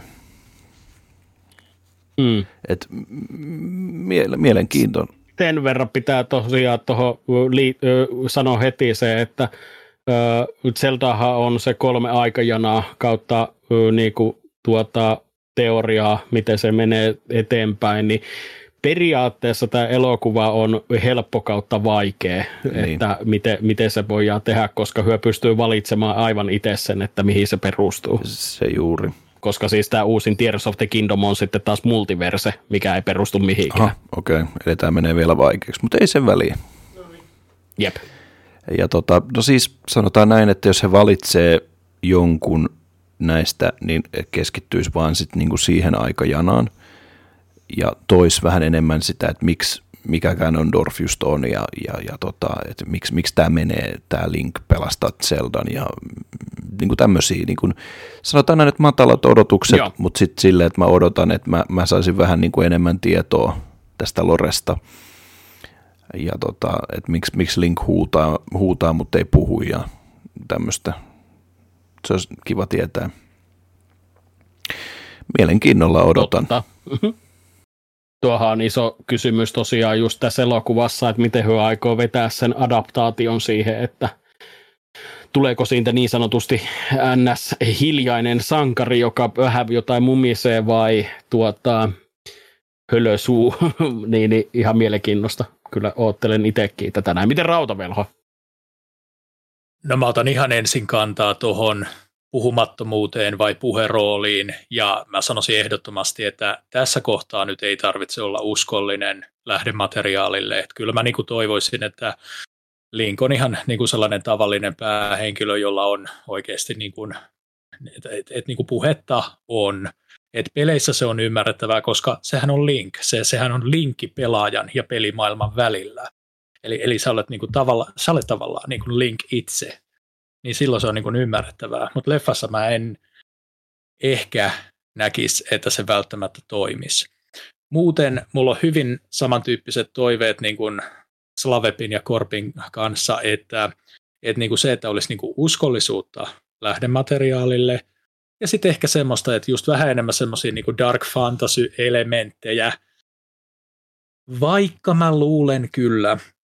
Mm. Et mie- mielenkiintoinen. Sen verran pitää tosiaan tuohon li- sanoa heti se, että Zeldahan on se kolme aikajanaa kautta niinku, tuota, teoriaa, miten se menee eteenpäin, niin periaatteessa tämä elokuva on helppo kautta vaikea, niin. Että miten, miten se voidaan tehdä, koska hyö pystyy valitsemaan aivan itse sen, että mihin se perustuu. Se juuri. Koska siis tämä uusin Tears of the Kingdom on sitten taas multiverse, mikä ei perustu mihinkään. Aha, okei. Okay. Eli tämä menee vielä vaikeaksi, mutta ei sen väliä. Jep. Ja tota, no siis sanotaan näin, että jos he valitsee jonkun näistä, niin keskittyisi vaan sit niinku siihen aikajanaan ja tois vähän enemmän sitä, että miksi, mikä Ganondorf just on ja, ja, ja tota, että miksi, miksi tämä menee, tämä Link pelastaa Zeldan ja niinku tämmöisiä, niinku, sanotaan näin, että matalat odotukset, Joo. mutta sitten silleen, että mä odotan, että mä, mä saisin vähän niinku enemmän tietoa tästä loresta. Ja tota, että miksi, miksi Link huutaa, huutaa, mutta ei puhu ja tämmöistä. Se olisi kiva tietää. Mielenkiinnolla odotan. Totta. Tuohan on iso kysymys tosiaan just tässä elokuvassa, että miten he aikoo vetää sen adaptaation siihen, että tuleeko siitä niin sanotusti ns. Hiljainen sankari, joka vähän jotain mumisee vai tuota, hölösuu, niin, niin ihan mielenkiinnosta. Kyllä oottelen itsekin tätä näin. Miten Rautavelho? No mä otan ihan ensin kantaa tuohon puhumattomuuteen vai puherooliin, ja mä sanoisin ehdottomasti, että tässä kohtaa nyt ei tarvitse olla uskollinen lähdemateriaalille. Että kyllä mä niinku toivoisin, että Link on ihan niinku sellainen tavallinen päähenkilö, jolla on oikeasti niinku, et, et, et niinku puhetta on. Et peleissä se on ymmärrettävää, koska sehän on Link. Se, sehän on linkki pelaajan ja pelimaailman välillä. Eli, eli sä olet, niinku tavalla, sä olet tavallaan niinku Link itse. Niin silloin se on niinku ymmärrettävää. Mutta leffassa mä en ehkä näkisi, että se välttämättä toimisi. Muuten mulla on hyvin samantyyppiset toiveet niin kuin Slavepin ja Korpin kanssa, että, että niin kuin se, että olisi niin kuin uskollisuutta lähdemateriaalille, ja sitten ehkä semmoista, että just vähän enemmän semmoisia niin kuin dark fantasy-elementtejä, vaikka mä luulen kyllä,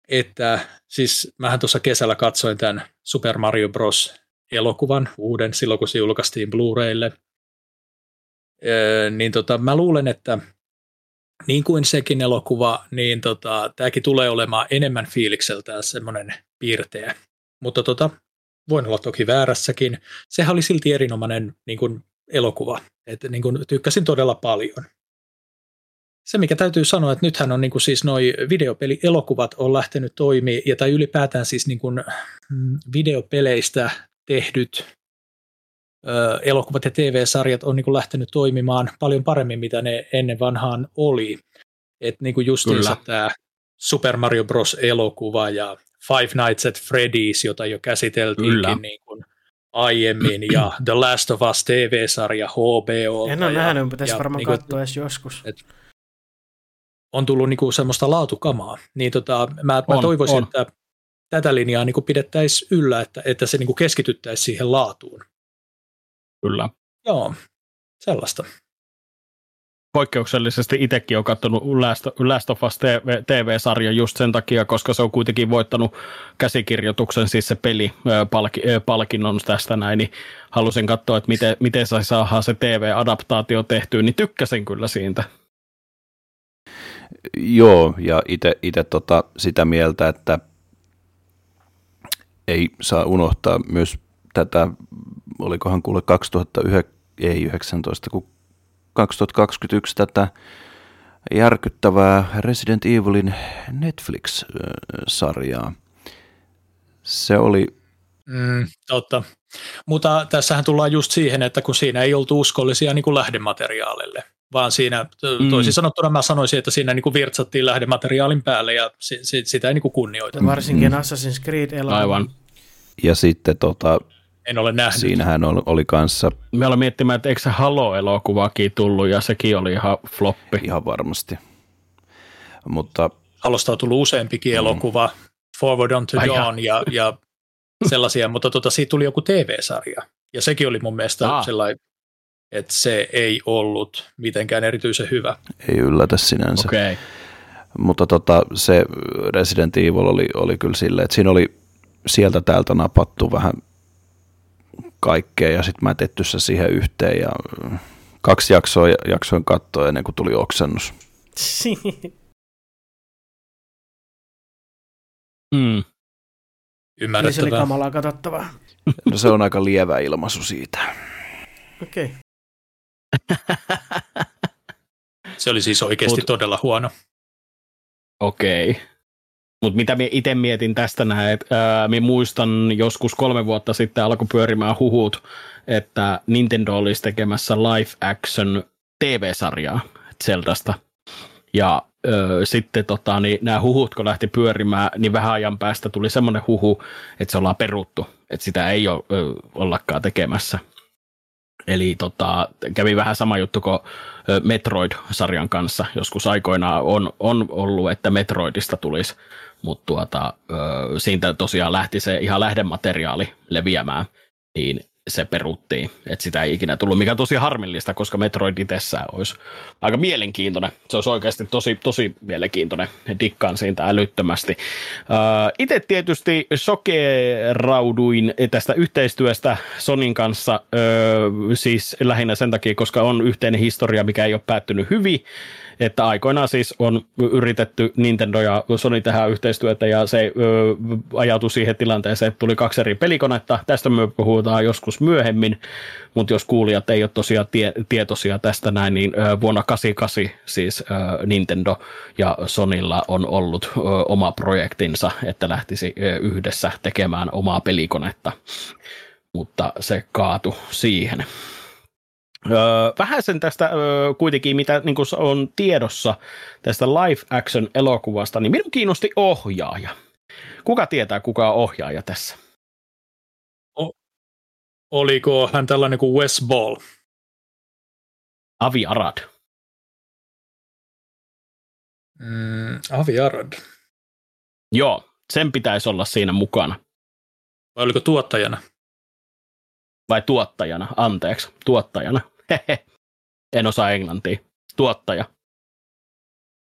että siis mähän tuossa kesällä katsoin tämän Super Mario Bros. Elokuvan uuden silloin, kun se julkaistiin Blu-raylle. Öö, niin tota, mä luulen, että niin kuin sekin elokuva, niin tota, tämäkin tulee olemaan enemmän fiilikseltään semmoinen piirteä. Mutta tota, voin olla toki väärässäkin. Sehän oli silti erinomainen niin kuin elokuva. Että niin kuin tykkäsin todella paljon. Se, mikä täytyy sanoa, että nythän on niin kuin siis noi videopelielokuvat on lähtenyt toimimaan, ja tai ylipäätään siis niin kuin videopeleistä tehdyt ö, elokuvat ja T V-sarjat on niin kuin lähtenyt toimimaan paljon paremmin, mitä ne ennen vanhaan oli. Että niin kuin justiinsa tämä Super Mario Bros. Elokuva ja Five Nights at Freddy's, jota jo käsiteltiinkin niin kuin aiemmin, ja The Last of Us T V-sarja H B O. En ole nähnyt, mutta pitäisi varmaan niin katsoa edes joskus. Et, on tullut niinku semmoista laatukamaa, niin tota, mä, mä toivoisin, on. että tätä linjaa niinku pidettäisiin yllä, että, että se niinku keskityttäisiin siihen laatuun. Kyllä. Joo, sellaista. Poikkeuksellisesti itsekin olen katsonut Last of Us T V-sarjan just sen takia, koska se on kuitenkin voittanut käsikirjoituksen, siis se peli palki, palkinnon tästä näin, niin halusin katsoa, että miten, miten se saadaan se T V-adaptaatio tehtyä, niin tykkäsin kyllä siitä. Joo, ja itse tota, sitä mieltä, että ei saa unohtaa myös tätä, olikohan kuule kaksituhattayhdeksäntoista, kun kaksituhattakaksikymmentäyksi tätä järkyttävää Resident Evilin Netflix-sarjaa. Se oli... Mm, totta. Mutta tässähän tullaan just siihen, että kun siinä ei oltu uskollisia niin kuin lähdemateriaalille, vaan siinä, toisin sanottuna mä sanoisin, että siinä niin kuin virtsattiin lähdemateriaalin päälle ja si- si- sitä ei niin kuin kunnioita. Varsinkin mm. Assassin's Creed-elokuva. Aivan. Ja sitten tota, en ole nähnyt. Siinähän oli, oli kanssa... Me ollaan miettimään, että eikö se Halo-elokuvakin tullut ja sekin oli ihan floppi. Ihan varmasti. Mutta... Halosta on tullut useampikin mm. elokuva, Forward Unto Dawn ja, ja sellaisia, mutta tota, siitä tuli joku T V-sarja. Ja sekin oli mun mielestä ah. sellainen, että se ei ollut mitenkään erityisen hyvä. Ei yllätä sinänsä. Okay. Mutta tota, se Resident Evil oli, oli kyllä silleen, että siinä oli sieltä täältä napattu vähän kaikkea ja sitten mätetty se siihen yhteen ja kaksi jaksoa jaksoin katsoa ennen kuin tuli oksennus. mm. Ymmärrettävää. Se oli kamalaa katsottavaa. No se on aika lievä ilmaisu siitä. Okei. Okay. Se oli siis oikeasti Mut, todella huono. Okei. Okay. Mutta mitä minä itse mietin tästä näin, että minä muistan joskus kolme vuotta sitten alkoi pyörimään huhut, että Nintendo olisi tekemässä live action T V-sarjaa Zeldasta. Ja ö, sitten tota, niin nämä huhut, kun lähti pyörimään, niin vähän ajan päästä tuli semmoinen huhu, että se ollaan peruttu, että sitä ei ole ö, ollakaan tekemässä. Eli tota, kävi vähän sama juttu kuin Metroid-sarjan kanssa. Joskus aikoinaan on, on ollut, että Metroidista tulisi, mutta tuota, siitä tosiaan lähti se ihan lähdemateriaali leviämään, niin se peruttiin, että sitä ei ikinä tullut, mikä on tosi harmillista, koska Metroid itsessään olisi aika mielenkiintoinen. Se olisi oikeasti tosi, tosi mielenkiintoinen. Dikkaan siitä älyttömästi. Itse tietysti shokerauduin tästä yhteistyöstä Sonyn kanssa, siis lähinnä sen takia, koska on yhteinen historia, mikä ei ole päättynyt hyvin. Että aikoinaan siis on yritetty Nintendo ja Sony tehdä yhteistyötä ja se ö, ajautui siihen tilanteeseen, että tuli kaksi eri pelikonetta. Tästä me puhutaan joskus myöhemmin, mutta jos kuulijat ei ole tosiaan tie, tietoisia tästä näin, niin ö, vuonna kahdeksankymmentäkahdeksan siis ö, Nintendo ja Sonylla on ollut ö, oma projektinsa, että lähtisi ö, yhdessä tekemään omaa pelikonetta, mutta se kaatui siihen. Öö, vähän sen tästä öö, kuitenkin, mitä niin kuin on tiedossa tästä live action elokuvasta, niin minun kiinnosti ohjaaja. Kuka tietää, kuka on ohjaaja tässä? O- oliko hän tällainen kuin Wes Ball? Avi Arad. Mm, Avi Arad. Joo, sen pitäisi olla siinä mukana. Vai oliko tuottajana? Vai tuottajana, anteeksi, tuottajana. En osaa englantia. Tuottaja.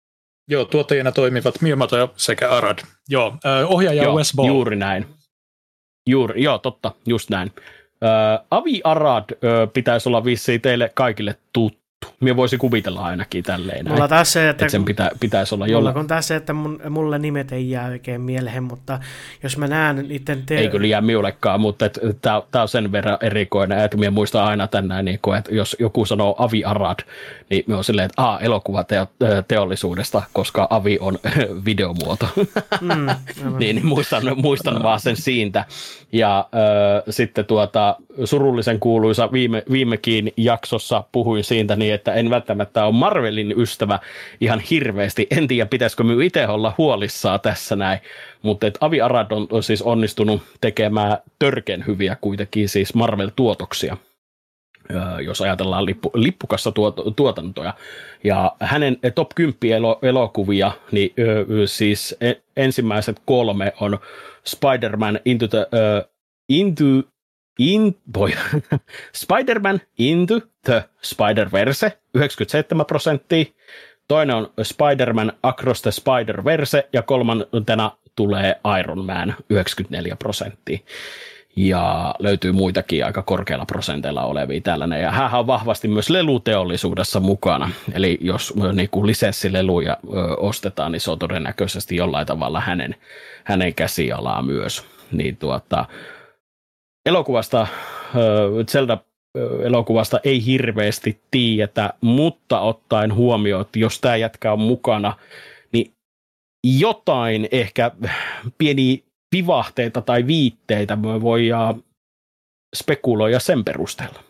Joo, tuottajina toimivat Miyamoto sekä Arad. Joo, äh, ohjaaja joo, Wes Ball. Juuri näin. Juuri, joo, totta, just näin. Äh, Avi Arad äh, pitäisi olla vissiin teille kaikille tuttu. Minä voisin kuvitella ainakin tälleen. Mulla taas se, että, että sen pitä, pitäisi olla jollain. Mulla on taas se, että mun, mulle nimet ei jää oikein mieleen, mutta jos mä näen niiden... Te- ei kyllä jää minullekaan, mutta tämä on sen verran erikoinen, että minä muistan aina tänään, niin kun, että jos joku sanoo Avi Arad, niin me on silleen, että a, elokuvateollisuudesta, koska Avi on videomuoto. Mm, niin, niin muistan, muistan vaan sen siitä. Ja äh, sitten tuota, surullisen kuuluisa viime, viimekin jaksossa puhuin siitä niin, että en välttämättä ole Marvelin ystävä ihan hirveästi. En tiedä, pitäisikö minun itse olla huolissaan tässä näin. Mutta Avi Arad on, on siis onnistunut tekemään törkeän hyviä kuitenkin siis Marvel-tuotoksia, jos ajatellaan lippu, lippukassa tuot, tuotantoja. Ja hänen top kymmenen elo, elokuvia, niin ö, siis ensimmäiset kolme on Spider-Man Into the... Ö, into, in, boy, Spider-Man Into the Spider-Verse, yhdeksänkymmentäseitsemän prosenttia. Toinen on Spider-Man Across the Spider-Verse, ja kolmantena tulee Iron Man, yhdeksänkymmentäneljä prosenttia. Ja löytyy muitakin aika korkealla prosenteilla olevia tällainen. Ja hän on vahvasti myös leluteollisuudessa mukana. Eli jos niin kuin lisenssileluja ö, ostetaan, niin se on todennäköisesti jollain tavalla hänen, hänen käsialaa myös. Niin tuota, elokuvasta, ö, Zelda-elokuvasta ei hirveästi tiedetä, mutta ottaen huomioon, että jos tämä jätkä on mukana, niin jotain ehkä pieni vivahteita tai viitteitä me voidaan spekuloida sen perusteella.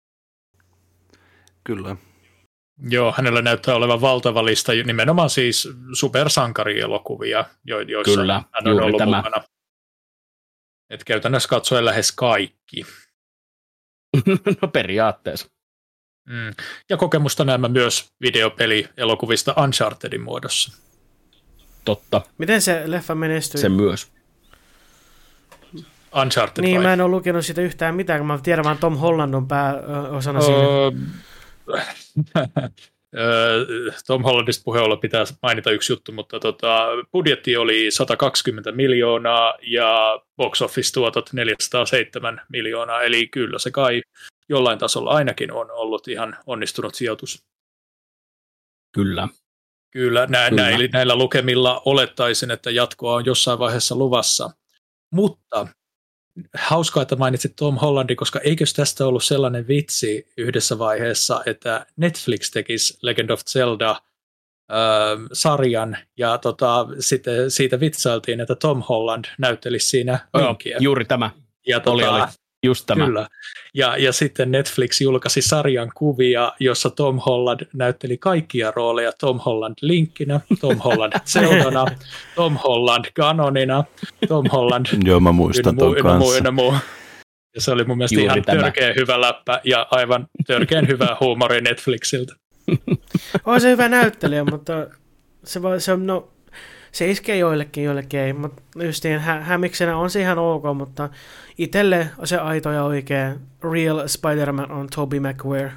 Kyllä. Joo, hänellä näyttää olevan valtava lista nimenomaan siis supersankarielokuvia, joissa Kyllä, hän on ollut tämä. Mukana. Et käytännössä katsoen lähes kaikki. No periaatteessa. Mm. Ja kokemusta näemme myös videopelielokuvista Unchartedin muodossa. Totta. Miten se leffa menestyi? Se myös. Uncharted Niin, vai? mä en ole lukenut sitä yhtään mitään, kun mä tiedän vaan Tom Holland on pääosana öö, siinä. Tom Hollandista puheella pitää mainita yksi juttu, mutta tota, budjetti oli sata kaksikymmentä miljoonaa ja box office-tuotot neljäsataaseitsemän miljoonaa, eli kyllä se kai jollain tasolla ainakin on ollut ihan onnistunut sijoitus. Kyllä. Kyllä, nä- Kyllä. Näillä, näillä lukemilla olettaisin, että jatkoa on jossain vaiheessa luvassa. Mutta hauskaa, että mainitsit Tom Hollandin, koska eikös tästä ollut sellainen vitsi yhdessä vaiheessa, että Netflix tekisi Legend of Zelda-sarjan, ja tota, sitten siitä vitsailtiin, että Tom Holland näyttelisi siinä Linkiä. Juuri tämä. Ja tota, oli, oli. Just tämä. Kyllä. Ja, ja sitten Netflix julkaisi sarjan kuvia, jossa Tom Holland näytteli kaikkia rooleja. Tom Holland Linkkinä, Tom Holland Zeldana, Tom Holland Ganonina, Tom Holland... Joo, mä muistan ton muu, kanssa. Muu, muu. Ja se oli mun mielestä Juuri ihan tämä. törkeä hyvä läppä ja aivan törkeän hyvää huumoria Netflixiltä. On se hyvä näyttelijä, mutta se, voi, se on... No, se iskee joillekin, joillekin ei, mutta justiin hä- hämiksenä on se ihan ok, mutta itselle se aito ja oikea real Spider-Man on Tobey Maguire.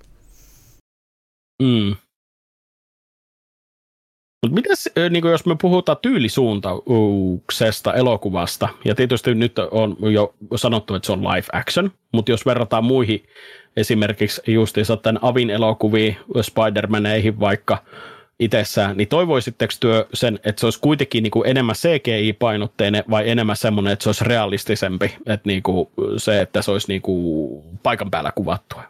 Mm. Mutta mitäs, niin jos me puhutaan tyylisuuntauksesta elokuvasta, ja tietysti nyt on jo sanottu, että se on live action, mutta jos verrataan muihin esimerkiksi justiinsa tämän Avin elokuviin, Spider-Maneihin vaikka, itsessään, niin toivoisitteko työ sen, että se olisi kuitenkin niin kuin enemmän C G I-painotteinen vai enemmän semmoinen, että se olisi realistisempi, että niin kuin se, että se olisi niin kuin paikan päällä kuvattua?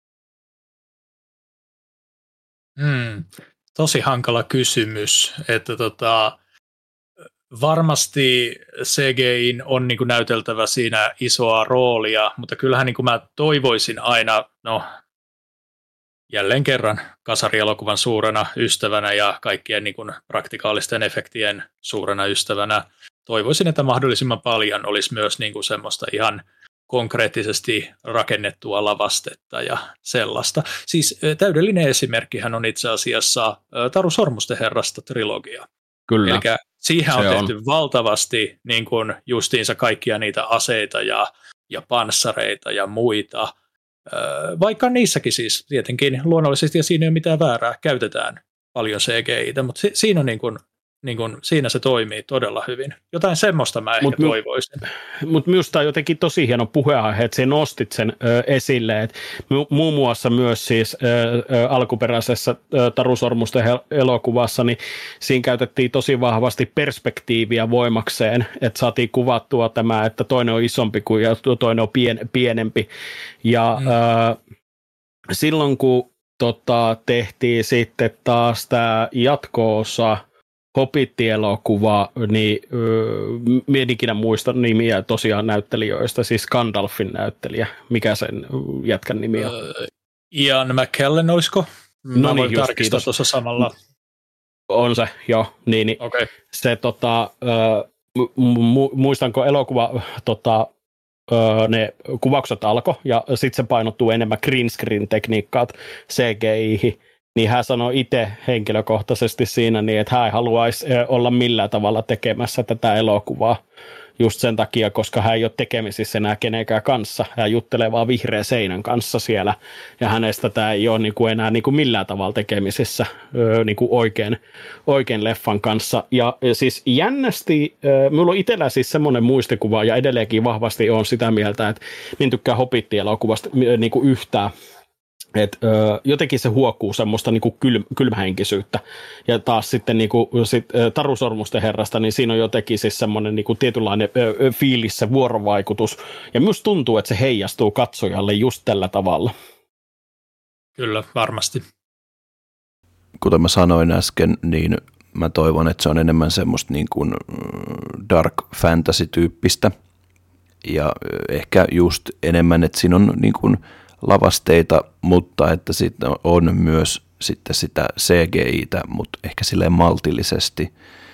Hmm. Tosi hankala kysymys, että tota, varmasti C G I on niin kuin näyteltävä siinä isoa roolia, mutta kyllähän niin kuin mä toivoisin aina, no jälleen kerran kasarielokuvan suurena ystävänä ja kaikkien niin kuin praktikaalisten efektien suurena ystävänä. Toivoisin, että mahdollisimman paljon olisi myös niin kuin semmoista ihan konkreettisesti rakennettua lavastetta ja sellaista. Siis täydellinen esimerkkihän on itse asiassa Taru Sormusten herrasta trilogia. Kyllä. Eli siihen on Se tehty on. valtavasti niin kuin justiinsa kaikkia niitä aseita ja, ja panssareita ja muita. Vaikka niissäkin siis tietenkin luonnollisesti, ja siinä ei ole mitään väärää, käytetään paljon C G I:tä, mutta si- siinä, on niin kuin, niin kuin, siinä se toimii todella hyvin. Jotain semmoista mä ehkä Mut toivoisin. Mutta minusta tämä on jotenkin tosi hieno puheenaihe, että sinä nostit sen ö, esille. Et mu- muun muassa myös siis ö, ö, alkuperäisessä ö, Taru Sormusten hel- elokuvassa, niin siinä käytettiin tosi vahvasti perspektiiviä voimakseen, että saatiin kuvattua tämä, että toinen on isompi kuin ja toinen on pien- pienempi. Ja mm. ö, silloin kun tota, tehtiin sitten taas tämä jatko-osa, Hobbit-elokuva, niin öö, minä en ikinä muista nimiä tosiaan näyttelijöistä, siis Gandalfin näyttelijä. Mikä sen jätkän nimi on? Uh, Ian McKellen, olisiko? No Mä voin niin, tarkistaa tuossa samalla. On se, joo. Niin, niin okay. Se, tota, öö, mu- muistanko elokuva, tota, öö, ne kuvaukset alkoi, ja sitten se painottuu enemmän green screen-tekniikkaat C G I:hin. Niin hän sanoi itse henkilökohtaisesti siinä, niin että hän ei haluaisi olla millään tavalla tekemässä tätä elokuvaa just sen takia, koska hän ei ole tekemisissä enää kenenkään kanssa. Hän juttelee vaan vihreän seinän kanssa siellä, ja hänestä tämä ei ole niin kuin enää niin kuin millään tavalla tekemisissä niin kuin oikein, oikein leffan kanssa. Ja siis jännästi, minulla on itsellä siis semmoinen muistikuva, ja edelleenkin vahvasti on sitä mieltä, että minä tykkään Hobbit-elokuvasta niin kuin yhtään. Et, ö, jotenkin se huokuu semmoista niinku kyl, kylmähenkisyyttä. Ja taas sitten niinku, sit, Taru Sormusten herrasta, niin siinä on jotenkin siis semmoinen niinku tietynlainen ö, fiilis, se vuorovaikutus. Ja myös tuntuu, että se heijastuu katsojalle just tällä tavalla. Kyllä, varmasti. Kuten mä sanoin äsken, niin mä toivon, että se on enemmän semmoista niin kuin dark fantasy-tyyppistä. Ja ehkä just enemmän, että siinä on niin kuin lavasteita, mutta että sitten on myös sitten sitä C G I:tä, mutta ehkä silleen maltillisesti,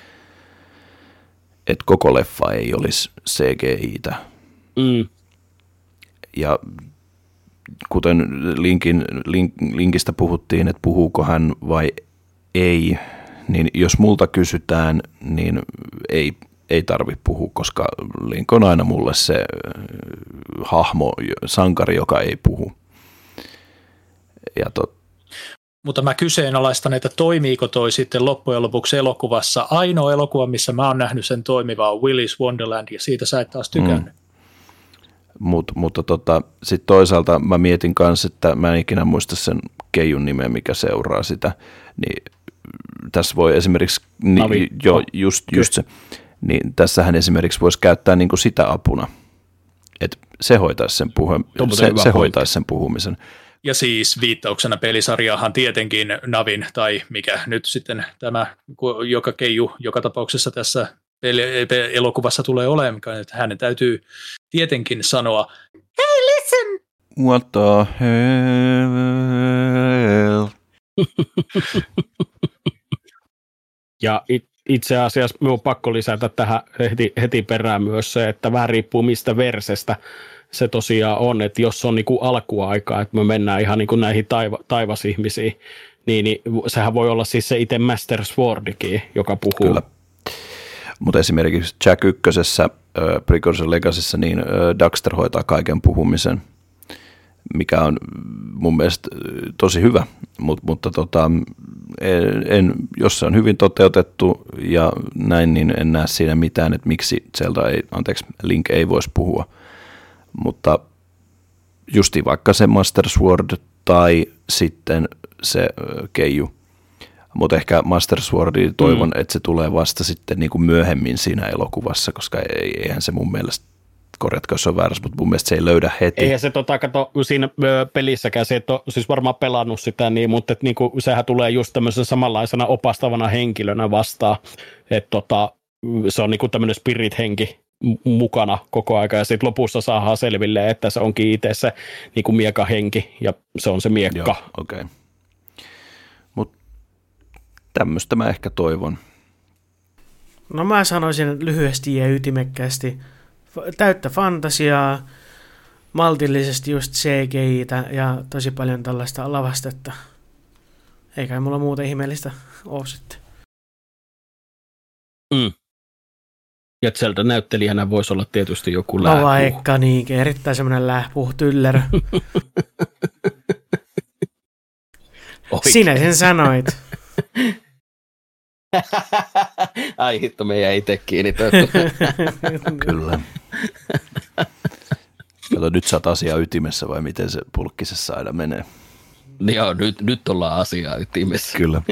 että koko leffa ei olisi C G I:tä. Mm. Ja kuten linkin, link, linkistä puhuttiin, että puhuuko hän vai ei, niin jos multa kysytään, niin ei, ei tarvitse puhua, koska Link on aina mulle se hahmo, sankari, joka ei puhu. Ja tot... Mutta mä kyseenalaistan, että toimiiko toi sitten loppujen lopuksi elokuvassa. Ainoa elokuva, missä mä oon nähnyt sen toimivaa, on Willy's Wonderland, ja siitä sä et taas tykännyt. Mm. Mut, mutta tota, sitten toisaalta mä mietin kanssa, että mä en ikinä muista sen keijun nimeä, mikä seuraa sitä. Niin tässä voi esimerkiksi, niin, jo, just, just se, niin tässähän esimerkiksi voisi käyttää niinku sitä apuna, että se hoitaisi sen, puhe- se, se hoitaisi sen puhumisen. Ja siis viittauksena pelisarjaahan tietenkin Navin, tai mikä nyt sitten tämä, joka keiju joka tapauksessa tässä elokuvassa tulee olemaan, että hänen täytyy tietenkin sanoa, hey listen! What the hell? Ja it, itse asiassa minun on pakko lisätä tähän heti, heti perään myös se, että vähän riippuu mistä versestä se tosiaan on, että jos on niinku alkuaikaa, että me mennään ihan niinku näihin taiva, taivasihmisiin, niin, niin sehän voi olla siis se itse Master Swordikin, joka puhuu. Kyllä. Mutta esimerkiksi Jack ykkösessä, äh, Precursor Legacyssä, niin äh, Daxter hoitaa kaiken puhumisen, mikä on mun mielestä tosi hyvä, Mut, mutta tota, en, en, jos se on hyvin toteutettu ja näin, niin en näe siinä mitään, että miksi Zelda ei, anteeksi, Link ei voisi puhua. Mutta justi vaikka se Master Sword tai sitten se keiju. Mutta ehkä Master Swordia toivon, mm. että se tulee vasta sitten niin kuin myöhemmin siinä elokuvassa, koska eihän se mun mielestä, korjatko jos on väärässä, mutta mun mielestä se ei löydä heti. Eihän se tota, kato, siinä pelissäkään, se et ole siis varmaan pelannut sitä, niin, mutta et, niin kuin, sehän tulee just tämmöisen samanlaisena opastavana henkilönä vastaan, että tota, se on niin kuin tämmöinen spirit-henki mukana koko aika, ja sitten lopussa saadaan selville, että se onkin itse se niin kuin miekkahenki, ja se on se miekka. Joo, okei. Okay. Mutta tämmöistä mä ehkä toivon. No mä sanoisin lyhyesti ja ytimekkäästi, täyttä fantasiaa, maltillisesti just C G I:tä ja tosi paljon tällaista lavastetta. Eikä mulla muuta ihmeellistä ole sitten. Mm. Ja Zelda näyttelijänä voisi olla tietysti joku no lähpuh. No vaikka niinkin, erittäin semmoinen lähpuh, tyllerö. Sinä sen sanoit. Ai hitto, me jäi itse kiinni. Kyllä. Kato, nyt sä oot asiaa ytimessä vai miten se pulkkisessa aina menee? Joo, nyt, nyt ollaan asiaa ytimessä. Kyllä.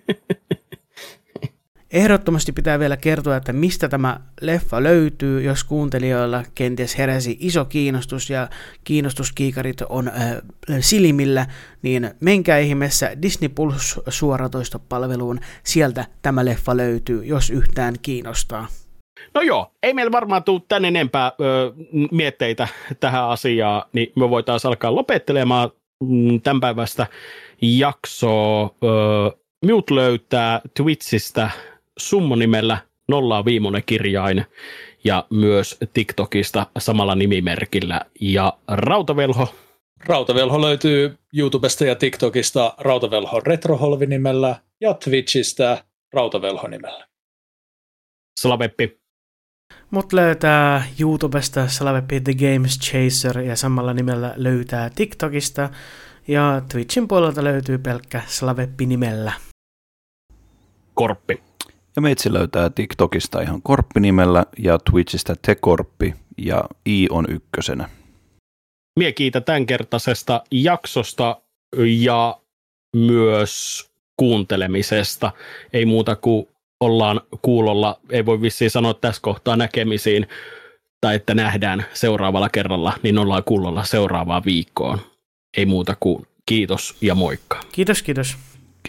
Ehdottomasti pitää vielä kertoa, että mistä tämä leffa löytyy, jos kuuntelijoilla kenties heräsi iso kiinnostus ja kiinnostuskiikarit on äh, silmillä, niin menkää ihmeessä Disney Plus suoratoistopalveluun, sieltä tämä leffa löytyy, jos yhtään kiinnostaa. No joo, ei meillä varmaan tule tän enempää ö, mietteitä tähän asiaan, niin me voitaisiin alkaa lopettelemaan mm, tämän päivästä jaksoa. Ö, minut löytää Twitchistä Summo-nimellä nollaa viimeinen kirjain ja myös TikTokista samalla nimimerkillä. Ja Rautavelho? Rautavelho löytyy YouTubesta ja TikTokista Rautavelho Retroholvi-nimellä ja Twitchistä Rautavelho-nimellä. Slaveppi? Mut löytää YouTubesta Slaveppi The Games Chaser ja samalla nimellä löytää TikTokista ja Twitchin puolelta löytyy pelkkä Slaveppi nimellä. Korppi? Ja meitsi löytää TikTokista ihan Korppi-nimellä ja Twitchistä Tekorppi ja I on ykkösenä. Mie kiitän tämänkertaisesta jaksosta ja myös kuuntelemisesta. Ei muuta kuin ollaan kuulolla. Ei voi vissiin sanoa tässä kohtaa näkemisiin tai että nähdään seuraavalla kerralla, niin ollaan kuulolla seuraavaan viikkoon. Ei muuta kuin kiitos ja moikka. Kiitos, kiitos.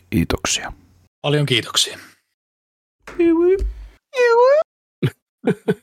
Kiitoksia. Paljon kiitoksia.